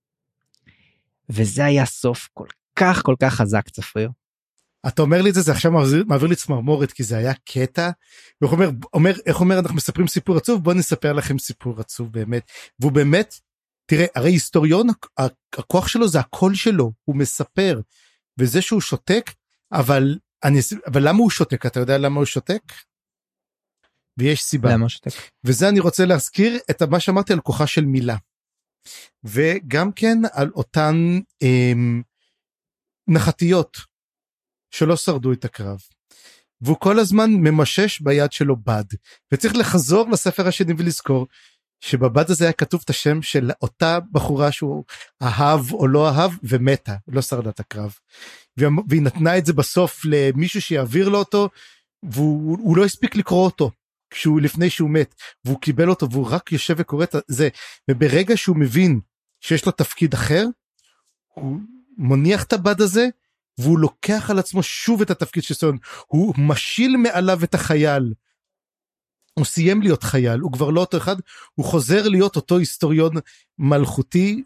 וזה היה סוף כל כך כל כך חזק, צפריר. אתה אומר לי את זה, זה עכשיו מעביר לי צמרמורת, כי זה היה קטע, והוא אומר, אנחנו מספרים סיפור עצוב, בוא נספר לכם סיפור עצוב באמת, והוא באמת, תראה, הרי היסטוריון, הכוח שלו זה הקול שלו, הוא מספר, וזה שהוא שותק, אבל למה הוא שותק? אתה יודע למה הוא שותק? ויש סיבה. למה הוא שותק? וזה אני רוצה להזכיר את מה שאמרתי על כוחה של מילה, וגם כן על אותן נחתיות, שלא שרדו את הקרב, והוא כל הזמן ממשש ביד שלו בד, וצריך לחזור לספר השני ולזכור, שבבד הזה היה כתוב את השם של אותה בחורה שהוא אהב או לא אהב, ומתה, לא שרדה את הקרב, והיא נתנה את זה בסוף למישהו שיעביר לו אותו, והוא לא הספיק לקרוא אותו, לפני שהוא מת, והוא קיבל אותו, והוא רק יושב וקורא את זה, וברגע שהוא מבין שיש לו תפקיד אחר, הוא מניח את הבד הזה, והוא לוקח על עצמו שוב את התפקיד של סון, הוא משיל מעליו את החייל, הוא סיים להיות חייל, הוא כבר לא אותו אחד, הוא חוזר להיות אותו היסטוריון מלכותי,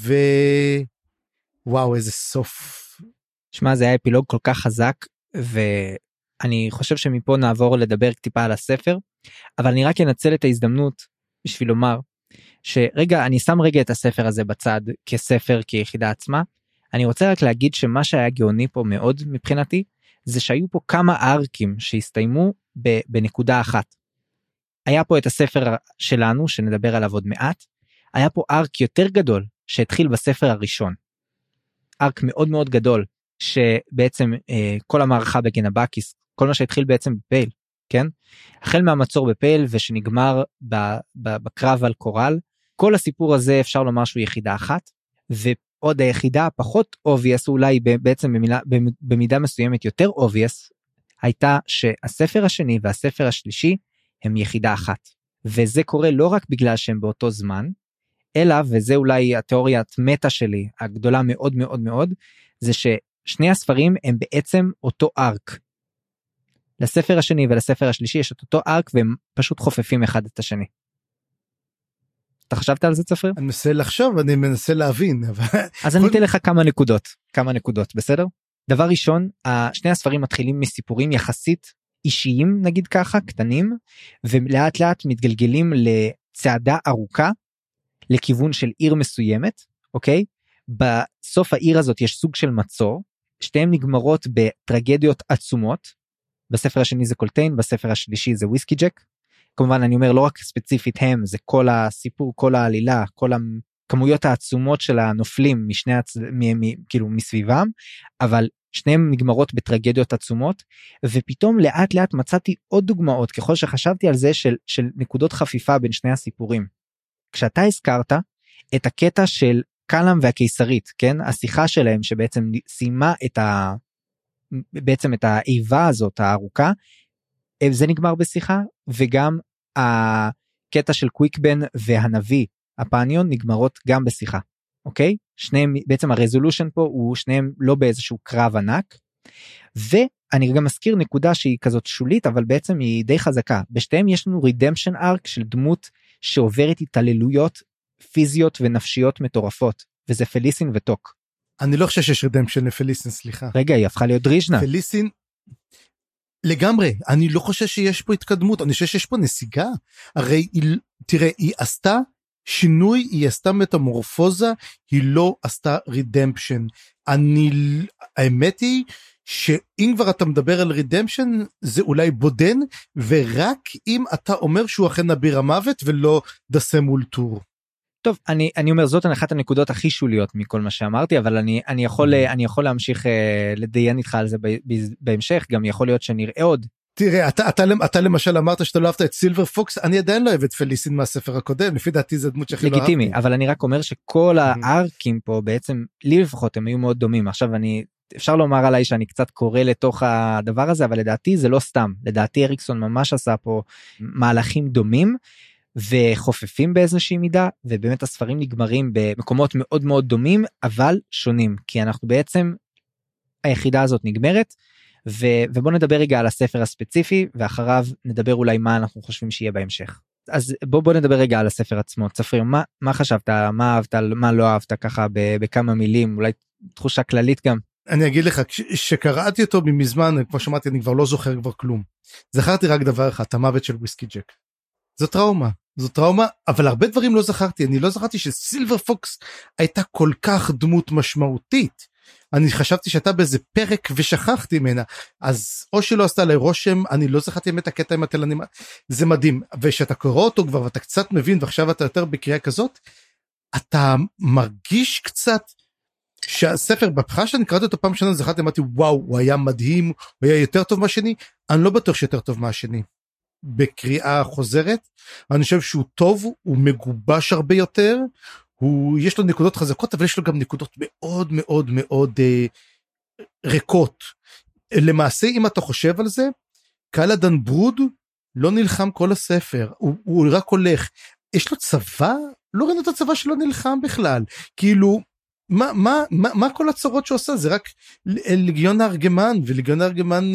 וואו, איזה סוף. שמע, זה היה אפילוג כל כך חזק, ואני חושב שמפה נעבור לדבר טיפה על הספר, אבל אני רק אנצל את ההזדמנות, בשביל לומר, שרגע, אני שם רגע את הספר הזה בצד, כספר, כיחידה עצמה, אני רוצה רק להגיד שמה שהיה גאוני פה מאוד מבחינתי, זה שהיו פה כמה ארקים שהסתיימו בנקודה אחת. היה פה את הספר שלנו, שנדבר עליו עוד מעט, היה פה ארק יותר גדול, שהתחיל בספר הראשון. ארק מאוד מאוד גדול, שבעצם כל המערכה בגנבקיס, כל מה שהתחיל בעצם בפייל, כן? החל מהמצור בפייל, ושנגמר בקרב על קורל, כל הסיפור הזה אפשר לומר שהוא יחידה אחת, עוד היחידה הפחות obvious, אולי בעצם במידה מסוימת יותר obvious, הייתה שהספר השני והספר השלישי הם יחידה אחת. וזה קורה לא רק בגלל שהם באותו זמן, אלא, וזה אולי התיאוריית מטה שלי, הגדולה מאוד מאוד מאוד, זה ששני הספרים הם בעצם אותו ארק. לספר השני ולספר השלישי יש את אותו ארק, והם פשוט חופפים אחד את השני. אתה חשבת על זה, צפריר? אני מנסה לחשוב, אני מנסה להבין. אז אני אתן לך כמה נקודות, בסדר? דבר ראשון, שני הספרים מתחילים מסיפורים יחסית אישיים, נגיד ככה, קטנים, ולאט לאט מתגלגלים לצעדה ארוכה, לכיוון של עיר מסוימת, אוקיי? בסוף העיר הזאת יש סוג של מצור, שתיהן נגמרות בטרגדיות עצומות, בספר השני זה קולטיין, בספר השלישי זה וויסקי ג'ק, כמובן אני אומר לא רק ספציפית הם, זה כל הסיפור, כל העלילה, כל הכמויות העצומות של הנופלים כאילו מסביבם, אבל שניהם נגמרות בטרגדיות עצומות, ופתאום לאט לאט מצאתי עוד דוגמאות, ככל שחשבתי על זה של נקודות חפיפה בין שני הסיפורים. כשאתה הזכרת את הקטע של קלאם והקיסרית, כן? השיחה שלהם שבעצם סיימה בעצם את האיבה הזאת הארוכה, זה נגמר בשיחה, וגם הקטע של קוויקבן והנביא, הפניון, נגמרות גם בשיחה, אוקיי? שניהם, בעצם הרזולושן פה הוא שניהם לא באיזשהו קרב ענק, ואני גם מזכיר נקודה שהיא כזאת שולית, אבל בעצם היא די חזקה, בשתיהם יש לנו רידמפשן ארק של דמות שעוברת התעללויות פיזיות ונפשיות מטורפות, וזה פליסין וטוק. אני לא חושב שיש רידמפשן לפליסין, סליחה. רגע, היא הפכה להיות דריז'נה. פליסין, לגמרי, אני לא חושב שיש פה התקדמות, אני חושב שיש פה נסיגה, הרי תראה, היא עשתה שינוי, היא עשתה מטמורפוזה, היא לא עשתה רידמפשן. האמת היא שאם כבר אתה מדבר על רידמפשן, זה אולי בודן, ורק אם אתה אומר שהוא אכן אביר המוות, ולא דסה מול טור. טוב, אני אומר, זאת אחת הנקודות הכי שוליות מכל מה שאמרתי, אבל אני יכול להמשיך לדיין איתך על זה בהמשך, גם יכול להיות שנראה עוד. תראה, אתה למשל אמרת שאתה לא אהבת את סילבר פוקס, אני עדיין לא אוהב את פליסין מהספר הקודם, לפי דעתי זה דמות שהכי לא אהבתי. לגיטימי, אבל אני רק אומר שכל הארקים פה בעצם, לי לפחות הם היו מאוד דומים, עכשיו אפשר לומר עליי שאני קצת קורא לתוך הדבר הזה, אבל לדעתי זה לא סתם, לדעתי אריקסון ממש עשה פה מהלכים דומים, וחופפים באיזושהי מידה, ובאמת הספרים נגמרים במקומות מאוד מאוד דומים, אבל שונים, כי אנחנו בעצם, היחידה הזאת נגמרת, ובוא נדבר רגע על הספר הספציפי, ואחריו נדבר אולי מה אנחנו חושבים שיהיה בהמשך. אז בוא נדבר רגע על הספר עצמו. צפריר, מה חשבת, מה אהבת, מה לא אהבת, ככה בכמה מילים, אולי תחושה כללית גם? אני אגיד לך, שקראתי אותו מזמן, כמו שאמרתי, אני כבר לא זוכר כבר כלום. זכרתי רק דבר אחד, המוות של וויסקי ג'ק. זו טראומה, אבל הרבה דברים לא זכרתי. אני לא זכרתי שסילבר פוקס הייתה כל כך דמות משמעותית. אני חשבתי שהייתה באיזה פרק ושכחתי ממנה, אז או שלא עשתה לי רושם, אני לא זכרתי את הקטע עם התלנים, זה מדהים, ושאתה קורא אותו כבר ואתה קצת מבין, ועכשיו אתה יותר בקריאה כזאת, אתה מרגיש קצת שהספר, בפחה שאני קראתי אותו פעם שנה, זכרתי, אמרתי וואו, הוא היה מדהים, הוא היה יותר טוב מהשני, אני לא בטוח שיותר טוב מהשני. בקריאה חוזרת, אני חושב שהוא טוב, הוא מגובש הרבה יותר, יש לו נקודות חזקות, אבל יש לו גם נקודות מאוד מאוד מאוד ריקות. למעשה, אם אתה חושב על זה, קלאדן ברוד לא נלחם כל הספר, הוא רק הולך. יש לו צבא? לא ראינו את הצבא שלו נלחם בכלל. כאילו, מה כל הצורות שהוא עושה? זה רק לגיון הארגמן, ולגיון הארגמן,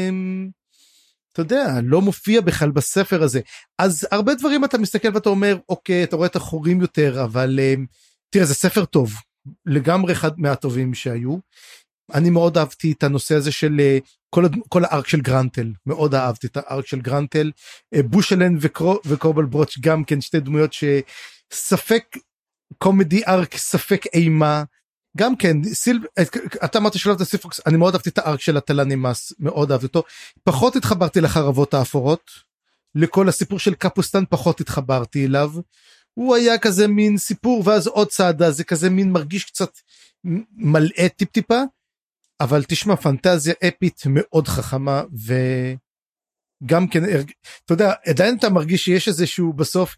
אתה יודע, לא מופיע בכלל בספר הזה. אז הרבה דברים אתה מסתכל ואתה אומר, אוקיי, אתה רואה את החורים יותר, אבל תראה, זה ספר טוב, לגמרי אחד מהטובים שהיו. אני מאוד אהבתי את הנושא הזה של כל הארק של גרנטל, מאוד אהבתי את הארק של גרנטל, בושלן וקורבל ברוץ' גם כן שתי דמויות שספק קומדי ארק, ספק אימה, גם כן, אתה אמרת שלא את הסיפוקס, אני מאוד אהבתי את הארק של הטלנימאס, מאוד אהבתי אותו, פחות התחברתי לחרבות האפורות, לכל הסיפור של קפוסטן פחות התחברתי אליו, הוא היה כזה מין סיפור, ואז עוד צעדה, זה כזה מין מרגיש קצת מלא טיפ-טיפה, אבל תשמע, פנטזיה אפית מאוד חכמה, וגם כן, אתה יודע, עדיין אתה מרגיש שיש איזשהו בסוף,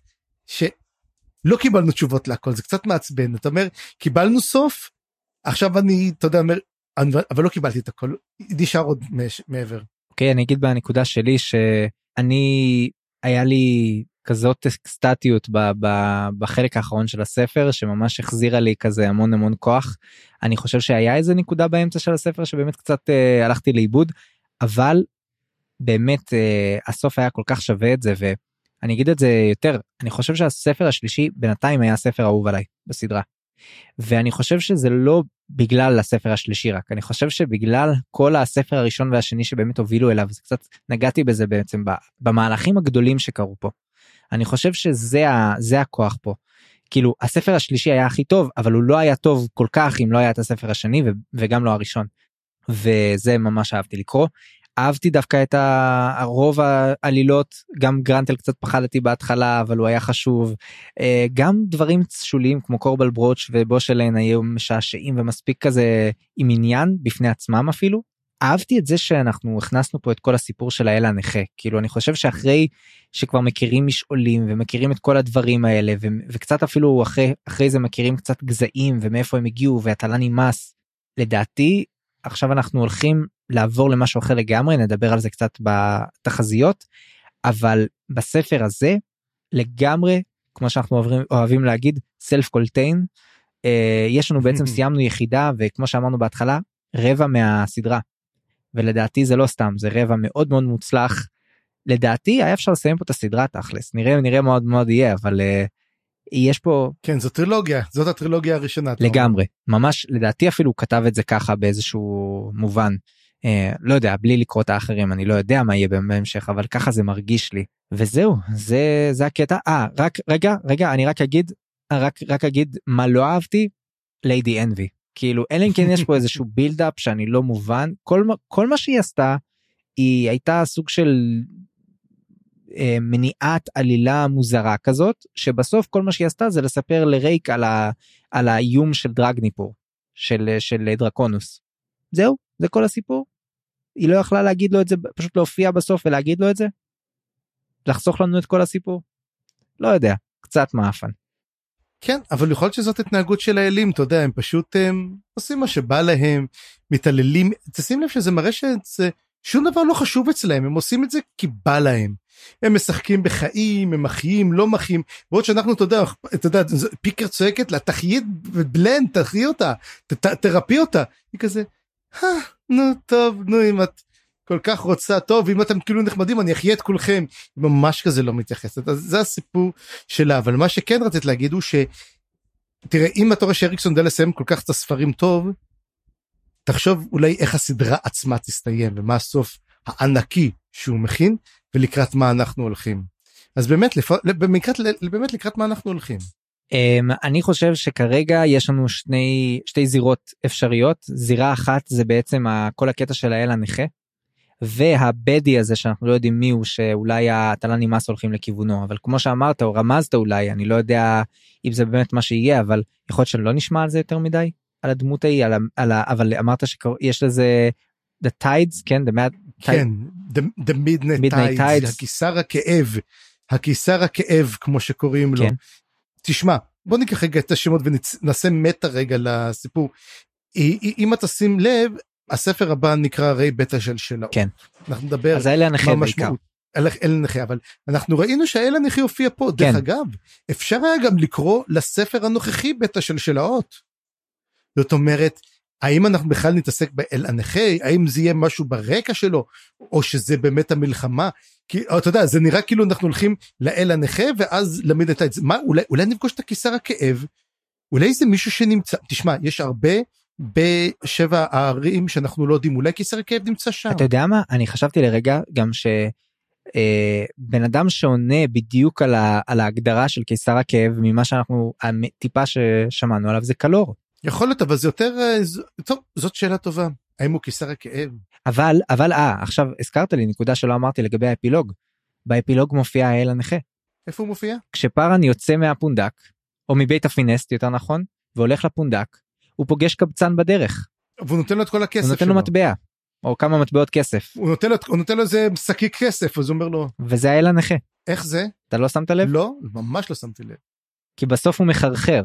שלא קיבלנו תשובות להכל, זה קצת מעצבן, אתה אומר, קיבלנו סוף, עכשיו אני, אתה יודע, אומר, אבל לא קיבלתי את הכל, נשאר עוד מעבר. אוקיי, אני אגיד בנקודה שלי, שאני, היה לי כזאת אקסטטיות בחלק האחרון של הספר, שממש החזירה לי כזה המון המון כוח. אני חושב שהיה איזה נקודה באמצע של הספר, שבאמת קצת הלכתי לאיבוד, אבל באמת הסוף היה כל כך שווה את זה, ואני אגיד את זה יותר, אני חושב שהספר השלישי בינתיים היה הספר האהוב עליי בסדרה, ואני חושב שזה לא בגלל הספר השלישי רק, אני חושב שבגלל כל הספר הראשון והשני שבאמת הובילו אליו, זה קצת נגעתי בזה בעצם במהלכים הגדולים שקרו פה. אני חושב שזה הכוח פה. כאילו, הספר השלישי היה הכי טוב, אבל הוא לא היה טוב כל כך אם לא היה את הספר השני וגם לא הראשון. וזה ממש אהבתי לקרוא. אהבתי דווקא את הרוב העלילות, גם גרנטל קצת פחדתי בהתחלה, אבל הוא היה חשוב. גם דברים שוליים כמו קורבל ברוץ' ובושלן היו משעשעים ומספיק כזה עם עניין בפני עצמם אפילו. אהבתי את זה שאנחנו הכנסנו פה את כל הסיפור של האל הנכה, כאילו אני חושב שאחרי שכבר מכירים משעולים ומכירים את כל הדברים האלה, וקצת אפילו אחרי זה מכירים קצת גזעים ומאיפה הם הגיעו והטלנימאס, לדעתי עכשיו אנחנו הולכים לעבור למשהו אחר לגמרי, נדבר על זה קצת בתחזיות, אבל בספר הזה לגמרי, כמו שאנחנו אוהבים להגיד, self-contained, יש לנו בעצם סיימנו יחידה, וכמו שאמרנו בהתחלה, רבע מהסדרה, ולדעתי זה לא סתם, זה רבע מאוד מאוד מוצלח, לדעתי היה אפשר לסיים פה את הסדרה תכלס, נראה מאוד מאוד יהיה, אבל יש פה... כן, זו טרילוגיה, זאת הטרילוגיה הראשונה. לגמרי, ממש, לדעתי אפילו הוא כתב את זה ככה באיזשהו מובן, לא יודע, בלי לקרוא את האחרים, אני לא יודע מה יהיה בהמשך, אבל ככה זה מרגיש לי, וזהו, זה הקטע. רגע, אני רק אגיד מה לא אהבתי, ליידי אנבי, כאילו, אלא אם כן יש פה איזשהו בילדאפ שאני לא מובן, כל מה שהיא עשתה, היא הייתה סוג של מניעת עלילה מוזרה כזאת, שבסוף כל מה שהיא עשתה זה לספר לרייק על האיום של דרגניפור, של דרקונוס. זהו, זה כל הסיפור. היא לא יכלה להגיד לו את זה, פשוט להופיע בסוף ולהגיד לו את זה? לחסוך לנו את כל הסיפור? לא יודע, קצת מאפן. כן, אבל יכול להיות שזאת התנהגות של האלים, אתה יודע, הם פשוט עושים מה שבא להם, מתעללים, תשים לב שזה מראה שום דבר לא חשוב אצלהם, הם עושים את זה כי בא להם. הם משחקים בחיים, הם מחיים, לא מחיים, ועוד שאנחנו, אתה יודע, פיקר צועקת לה, תחי בלנד, תחי אותה, תרפי אותה, היא כזה, נו טוב, נו אם את כל כך רוצה, טוב, אם אתם כאילו נחמדים, אני אחיה את כולכם, היא ממש כזה לא מתייחסת, אז זה הסיפור שלה, אבל מה שכן רצית להגיד הוא תראה, אם אתה רואה שאריקסון יודע לסיים כל כך את הספרים טוב, תחשוב אולי איך הסדרה עצמה תסתיים, ומה הסוף הענקי שהוא מכין, ולקראת מה אנחנו הולכים. אז באמת לקראת מה אנחנו הולכים. אני חושב שכרגע יש לנו שתי זירות אפשריות, זירה אחת זה בעצם כל הקטע של האל הנכה, והבדי הזה שאנחנו לא יודעים מי הוא, שאולי התלה נמאס הולכים לכיוונו, אבל כמו שאמרת, או רמזת אולי, אני לא יודע אם זה באמת מה שיהיה, אבל יכול להיות שלא נשמע על זה יותר מדי, על הדמות ההיא, אבל אמרת שיש לזה, the tides, כן, כן, the midnight tides, הקיסר הכאב, כמו שקוראים לו. תשמע, בוא ניקח רגע את השמות ונעשה מטה רגע לסיפור. אם אתה שים לב, הספר הבא נקרא רי בית השלשלאות. כן. אנחנו נדבר אז האל הנכה בעיקר. אל הנכה, אבל אנחנו ראינו שהאל הנכה הופיע פה. דרך אגב, אפשר היה גם לקרוא לספר הנוכחי בית השלשלאות. זאת אומרת, האם אנחנו בכלל נתעסק באל הנכה, האם זה יהיה משהו ברקע שלו, או שזה באמת המלחמה, כי אתה יודע, זה נראה כאילו אנחנו הולכים לאל הנכה, ואז למד את זה, מה, אולי נפגוש את הקיסר הכאב, אולי זה מישהו שנמצא, תשמע, יש הרבה בשבע הערים שאנחנו לא יודעים, אולי קיסר הכאב נמצא שם. אתה יודע מה, אני חשבתי לרגע גם בן אדם שעונה בדיוק על ההגדרה של קיסר הכאב, ממה שאנחנו, טיפה ששמענו עליו, זה קלור. יכול להיות, אבל זה יותר, טוב, זאת שאלה טובה, האם הוא קיסר הכאב? אבל, עכשיו הזכרת לי נקודה שלא אמרתי לגבי האפילוג, באפילוג מופיע האל הנכה. איפה הוא מופיע? כשפארן יוצא מהפונדק, או מבית הפינסט יותר נכון, והולך לפונדק, הוא פוגש קבצן בדרך. והוא נותן לו את כל הכסף שלו. הוא נותן לו מטבע, או כמה מטבעות כסף. הוא נותן לו איזה שקי כסף, אז הוא אומר לו. וזה האל הנכה. איך זה? אתה לא שמת לב? לא, ממש לא שמתי לב. כי בסוף הוא מחרחר.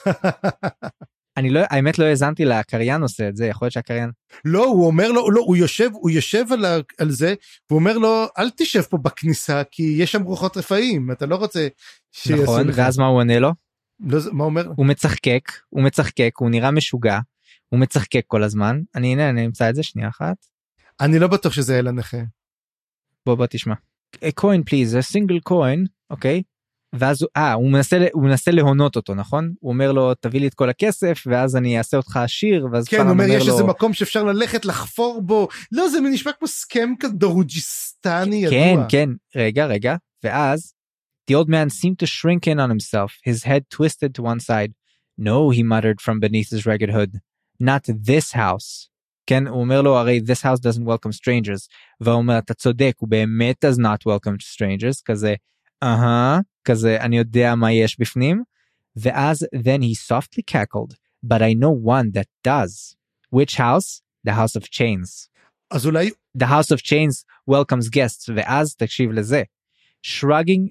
אני לא, האמת לא האזנתי לקריין עושה את זה, יכול להיות שהקריין... לא, הוא אומר לו, לא, הוא יושב על זה, והוא אומר לו, אל תשב פה בכניסה, כי יש שם רוחות רפאים, אתה לא רוצה שיעשו נכון, לך. ואז מה הוא עונה לו? לא, מה הוא אומר? הוא מצחקק, הוא נראה משוגע, הוא מצחקק כל הזמן, אני אמצא את זה שנייה אחת. אני לא בטוח שזה אל הנכה. בוא תשמע. A coin please, a single coin, אוקיי? ואז הוא מנסה להונות אותו, נכון? הוא אומר לו, תביא לי את כל הכסף, ואז אני אעשה אותך עשיר, ואז כן, הוא אומר, יש איזה מקום שאפשר ללכת לחפור בו, לא, זה נשמע כמו סכם דרוג'יסטני ידוע. כן, רגע, ואז, the old man seemed to shrink in on himself, his head twisted to one side. No, he muttered from beneath his ragged hood, not this house. כן, הוא אומר לו, הרי this house doesn't welcome strangers, והוא אומר, אתה צודק, הוא באמת does not welcome strangers, כזה, כזה, אני יודע מה יש בפנים, ואז, then he softly cackled, but I know one that does. Which house? The house of chains. אז אולי... The house of chains welcomes guests, ואז תקשיב לזה. Shrugging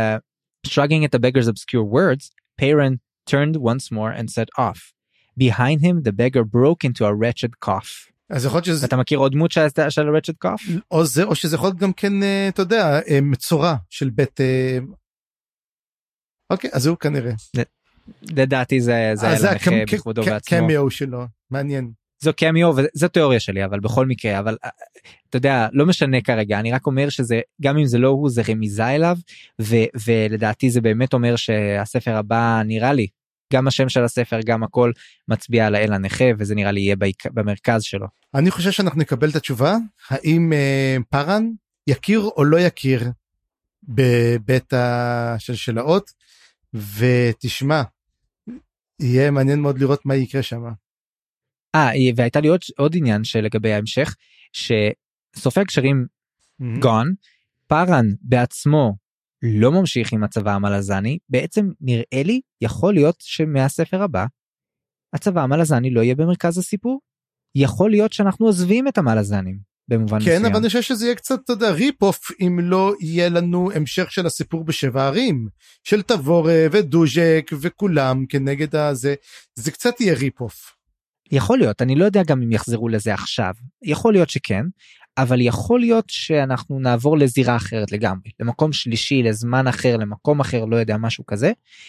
at the beggar's obscure words, Peyran turned once more and set off. Behind him, the beggar broke into a wretched cough. אז יכול להיות שזה... אתה מכיר עוד דמות של wretched cough? או שזה יכול להיות גם כן, אתה יודע, מצורה של בית... אוקיי, אז הוא כנראה. לדעתי זה היה לנכה בכבודו בעצמו. קמיו שלו, מעניין. זו קמיו, וזו תיאוריה שלי, אבל בכל מקרה, אבל אתה יודע, לא משנה כרגע, אני רק אומר שזה, גם אם זה לא הוא, זה רמיזה אליו, ולדעתי זה באמת אומר שהספר הבא נראה לי, גם השם של הספר, גם הכל מצביע על האל הנכה, וזה נראה לי יהיה במרכז שלו. אני חושב שאנחנו נקבל את התשובה, האם פארן יכיר או לא יכיר בבית השלשלאות, ותשמע, יהיה מעניין מאוד לראות מה יקרה שם. והייתה לי עוד עניין שלגבי ההמשך, שסופר קשרים גון, פארן בעצמו לא ממשיך עם הצבא המלזני, בעצם נראה לי יכול להיות שמהספר הבא, הצבא המלזני לא יהיה במרכז הסיפור, יכול להיות שאנחנו עוזבים את המלזנים, במובן מסוים. כן, אבל אני חושב שזה יהיה קצת, אתה יודע, ריפ-אוף, אם לא יהיה לנו המשך של הסיפור בשבע ערים, של תבורה ודוז'ק וכולם כנגד הזה, זה קצת יהיה ריפ-אוף. יכול להיות, אני לא יודע גם אם יחזרו לזה עכשיו, יכול להיות שכן, אבל יכול להיות שאנחנו נעבור לזירה אחרת לגמרי, למקום שלישי, לזמן אחר, למקום אחר, לא יודע, משהו כזה,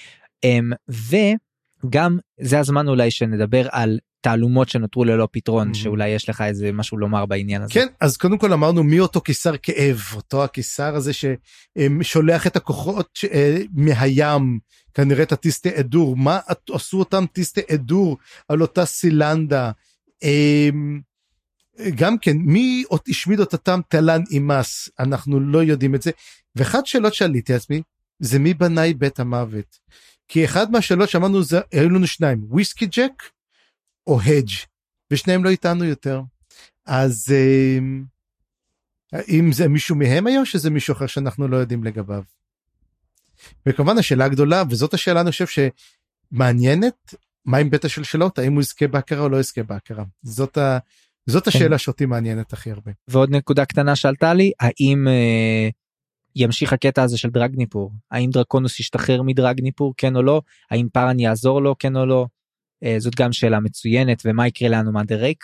וגם זה הזמן אולי שנדבר על תעלומות שנותרו ללא פתרון, שאולי יש לך איזה משהו לומר בעניין הזה. כן, אז קודם כל אמרנו מי אותו קיסר כאב, אותו הקיסר הזה ששולח את הכוחות מהים, כנראה את הטיסטי אדור, מה עשו אותם טיסטי אדור על אותה סילנדה, גם כן, מי השמיד אותם תלן אימס, אנחנו לא יודעים את זה, ואחת שאלות שעליתי עצמי, זה מי בנאי בית המוות, כי אחד מהשאלות שאמרנו, היו לנו שניים, וויסקי ג'ק, או הדג', ושניהם לא איתנו יותר, אז אם זה מישהו מהם היום, שזה מישהו אחר שאנחנו לא יודעים לגביו. וכמובן השאלה הגדולה, וזאת השאלה אני חושב שמעניינת, מה עם בית השלשלות, האם הוא יזכה בהכרה או לא יזכה בהכרה, זאת השאלה שאותי מעניינת הכי הרבה. ועוד נקודה קטנה שעלתה לי, האם ימשיך הקטע הזה של דרגניפור, האם דרקונוס ישתחרר מדרגניפור, כן או לא, האם פארן יעזור לו, כן או לא, זאת גם שאלה מצוינת, ומה יקרה לנו מהדרייק,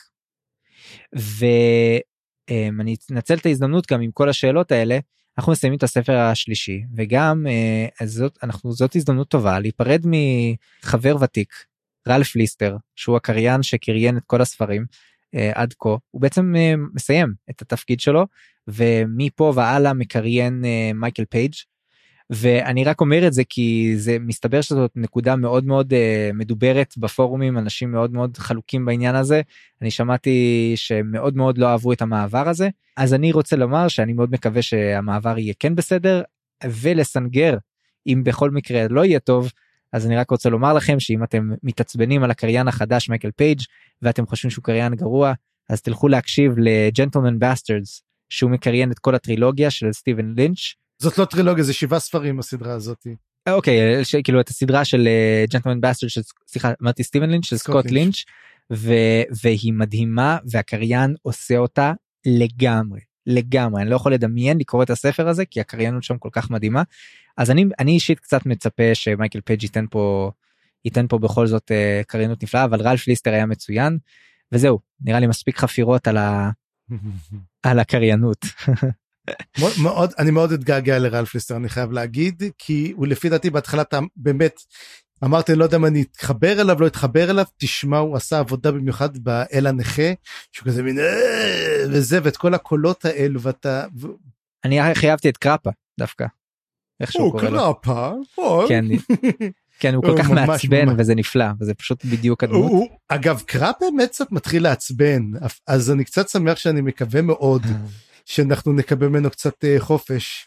ואני אנצל את ההזדמנות גם עם כל השאלות האלה, אנחנו מסיימים את הספר השלישי, וגם זאת הזדמנות טובה, להיפרד מחבר ותיק, רלף ליסטר, שהוא הקריין שקריין את כל הספרים, עד כה, הוא בעצם מסיים את התפקיד שלו, ומפה והלאה מקריין מייקל פייג', ואני רק אומר את זה כי זה מסתבר שזאת נקודה מאוד מאוד מדוברת בפורומים, אנשים מאוד מאוד חלוקים בעניין הזה, אני שמעתי שמאוד מאוד לא אהבו את המעבר הזה, אז אני רוצה לומר שאני מאוד מקווה שהמעבר יהיה כן בסדר, ולסנגר, אם בכל מקרה לא יהיה טוב, אז אני רק רוצה לומר לכם שאם אתם מתעצבנים על הקריין החדש מייקל פייג' ואתם חושבים שהוא קריין גרוע, אז תלכו להקשיב לג'נטלמן בסטרדס, שהוא מקריין את כל הטרילוגיה של סטיבן לינץ'. זאת לא טרילוגיה, זה 7 ספרים הסדרה הזאת. אוקיי, כאילו את הסדרה של ג'נטלמן בסטרדס, סליחה, אמרתי סטיבן לינץ', של סקוט לינץ', והיא מדהימה, והקריין עושה אותה לגמרי, אני לא יכול לדמיין לקרוא את הספר הזה, כי הקריינות שם כל כך מדהימה, אז אני אישית קצת מצפה שמייקל פייג' ייתן פה בכל זאת קריינות נפלאה, אבל רלף ליסטר היה מצוין, וזהו, נראה לי מספיק חפירות על הקריינות. אני מאוד אתגעגע לרלף ליסטר, אני חייב להגיד, כי הוא לפי דעתי בהתחלה באמת, אמרתי, לא יודע מה אני אתחבר אליו, לא אתחבר אליו, תשמע, הוא עשה עבודה במיוחד באל הנכה, שהוא כזה מין, וזה, ואת כל הקולות האלו, ואתה... אני חייבתי את קראפה, דווקא. איך שהוא קורא לו. קראפה? כן, הוא כל כך מעצבן, וזה נפלא, וזה פשוט בדיוק הדמות. אגב, קראפה באמת קצת מתחיל לעצבן, אז אני קצת שמח שאני מקווה מאוד, שאנחנו נקבל ממנו קצת חופש.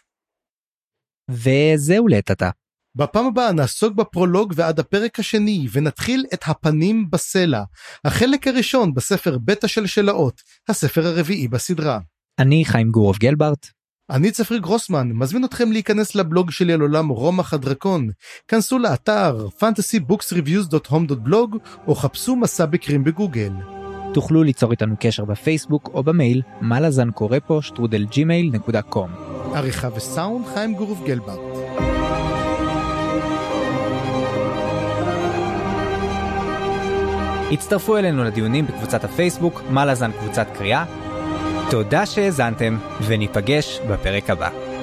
וזהו לטאטה. בפעם הבאה נעסוק בפרולוג ועד הפרק השני, ונתחיל את הפנים בסלע, החלק הראשון בספר בית השלשלאות, הספר הרביעי בסדרה. אני חיים גורוב גלברט. אני צפרי גרוסמן, מזמין אתכם להיכנס לבלוג שלי על עולם רומח הדרקון. כנסו לאתר fantasybooksreviews.home.blog או חפשו מסע בקרים בגוגל. תוכלו ליצור איתנו קשר בפייסבוק או במייל malazankorepo@gmail.com. עריכה וסאונד חיים גורוב גלברט. הצטרפו אלינו לדיונים בקבוצת הפייסבוק מלאזן קבוצת קריאה. תודה שהאזנתם וניפגש בפרק הבא.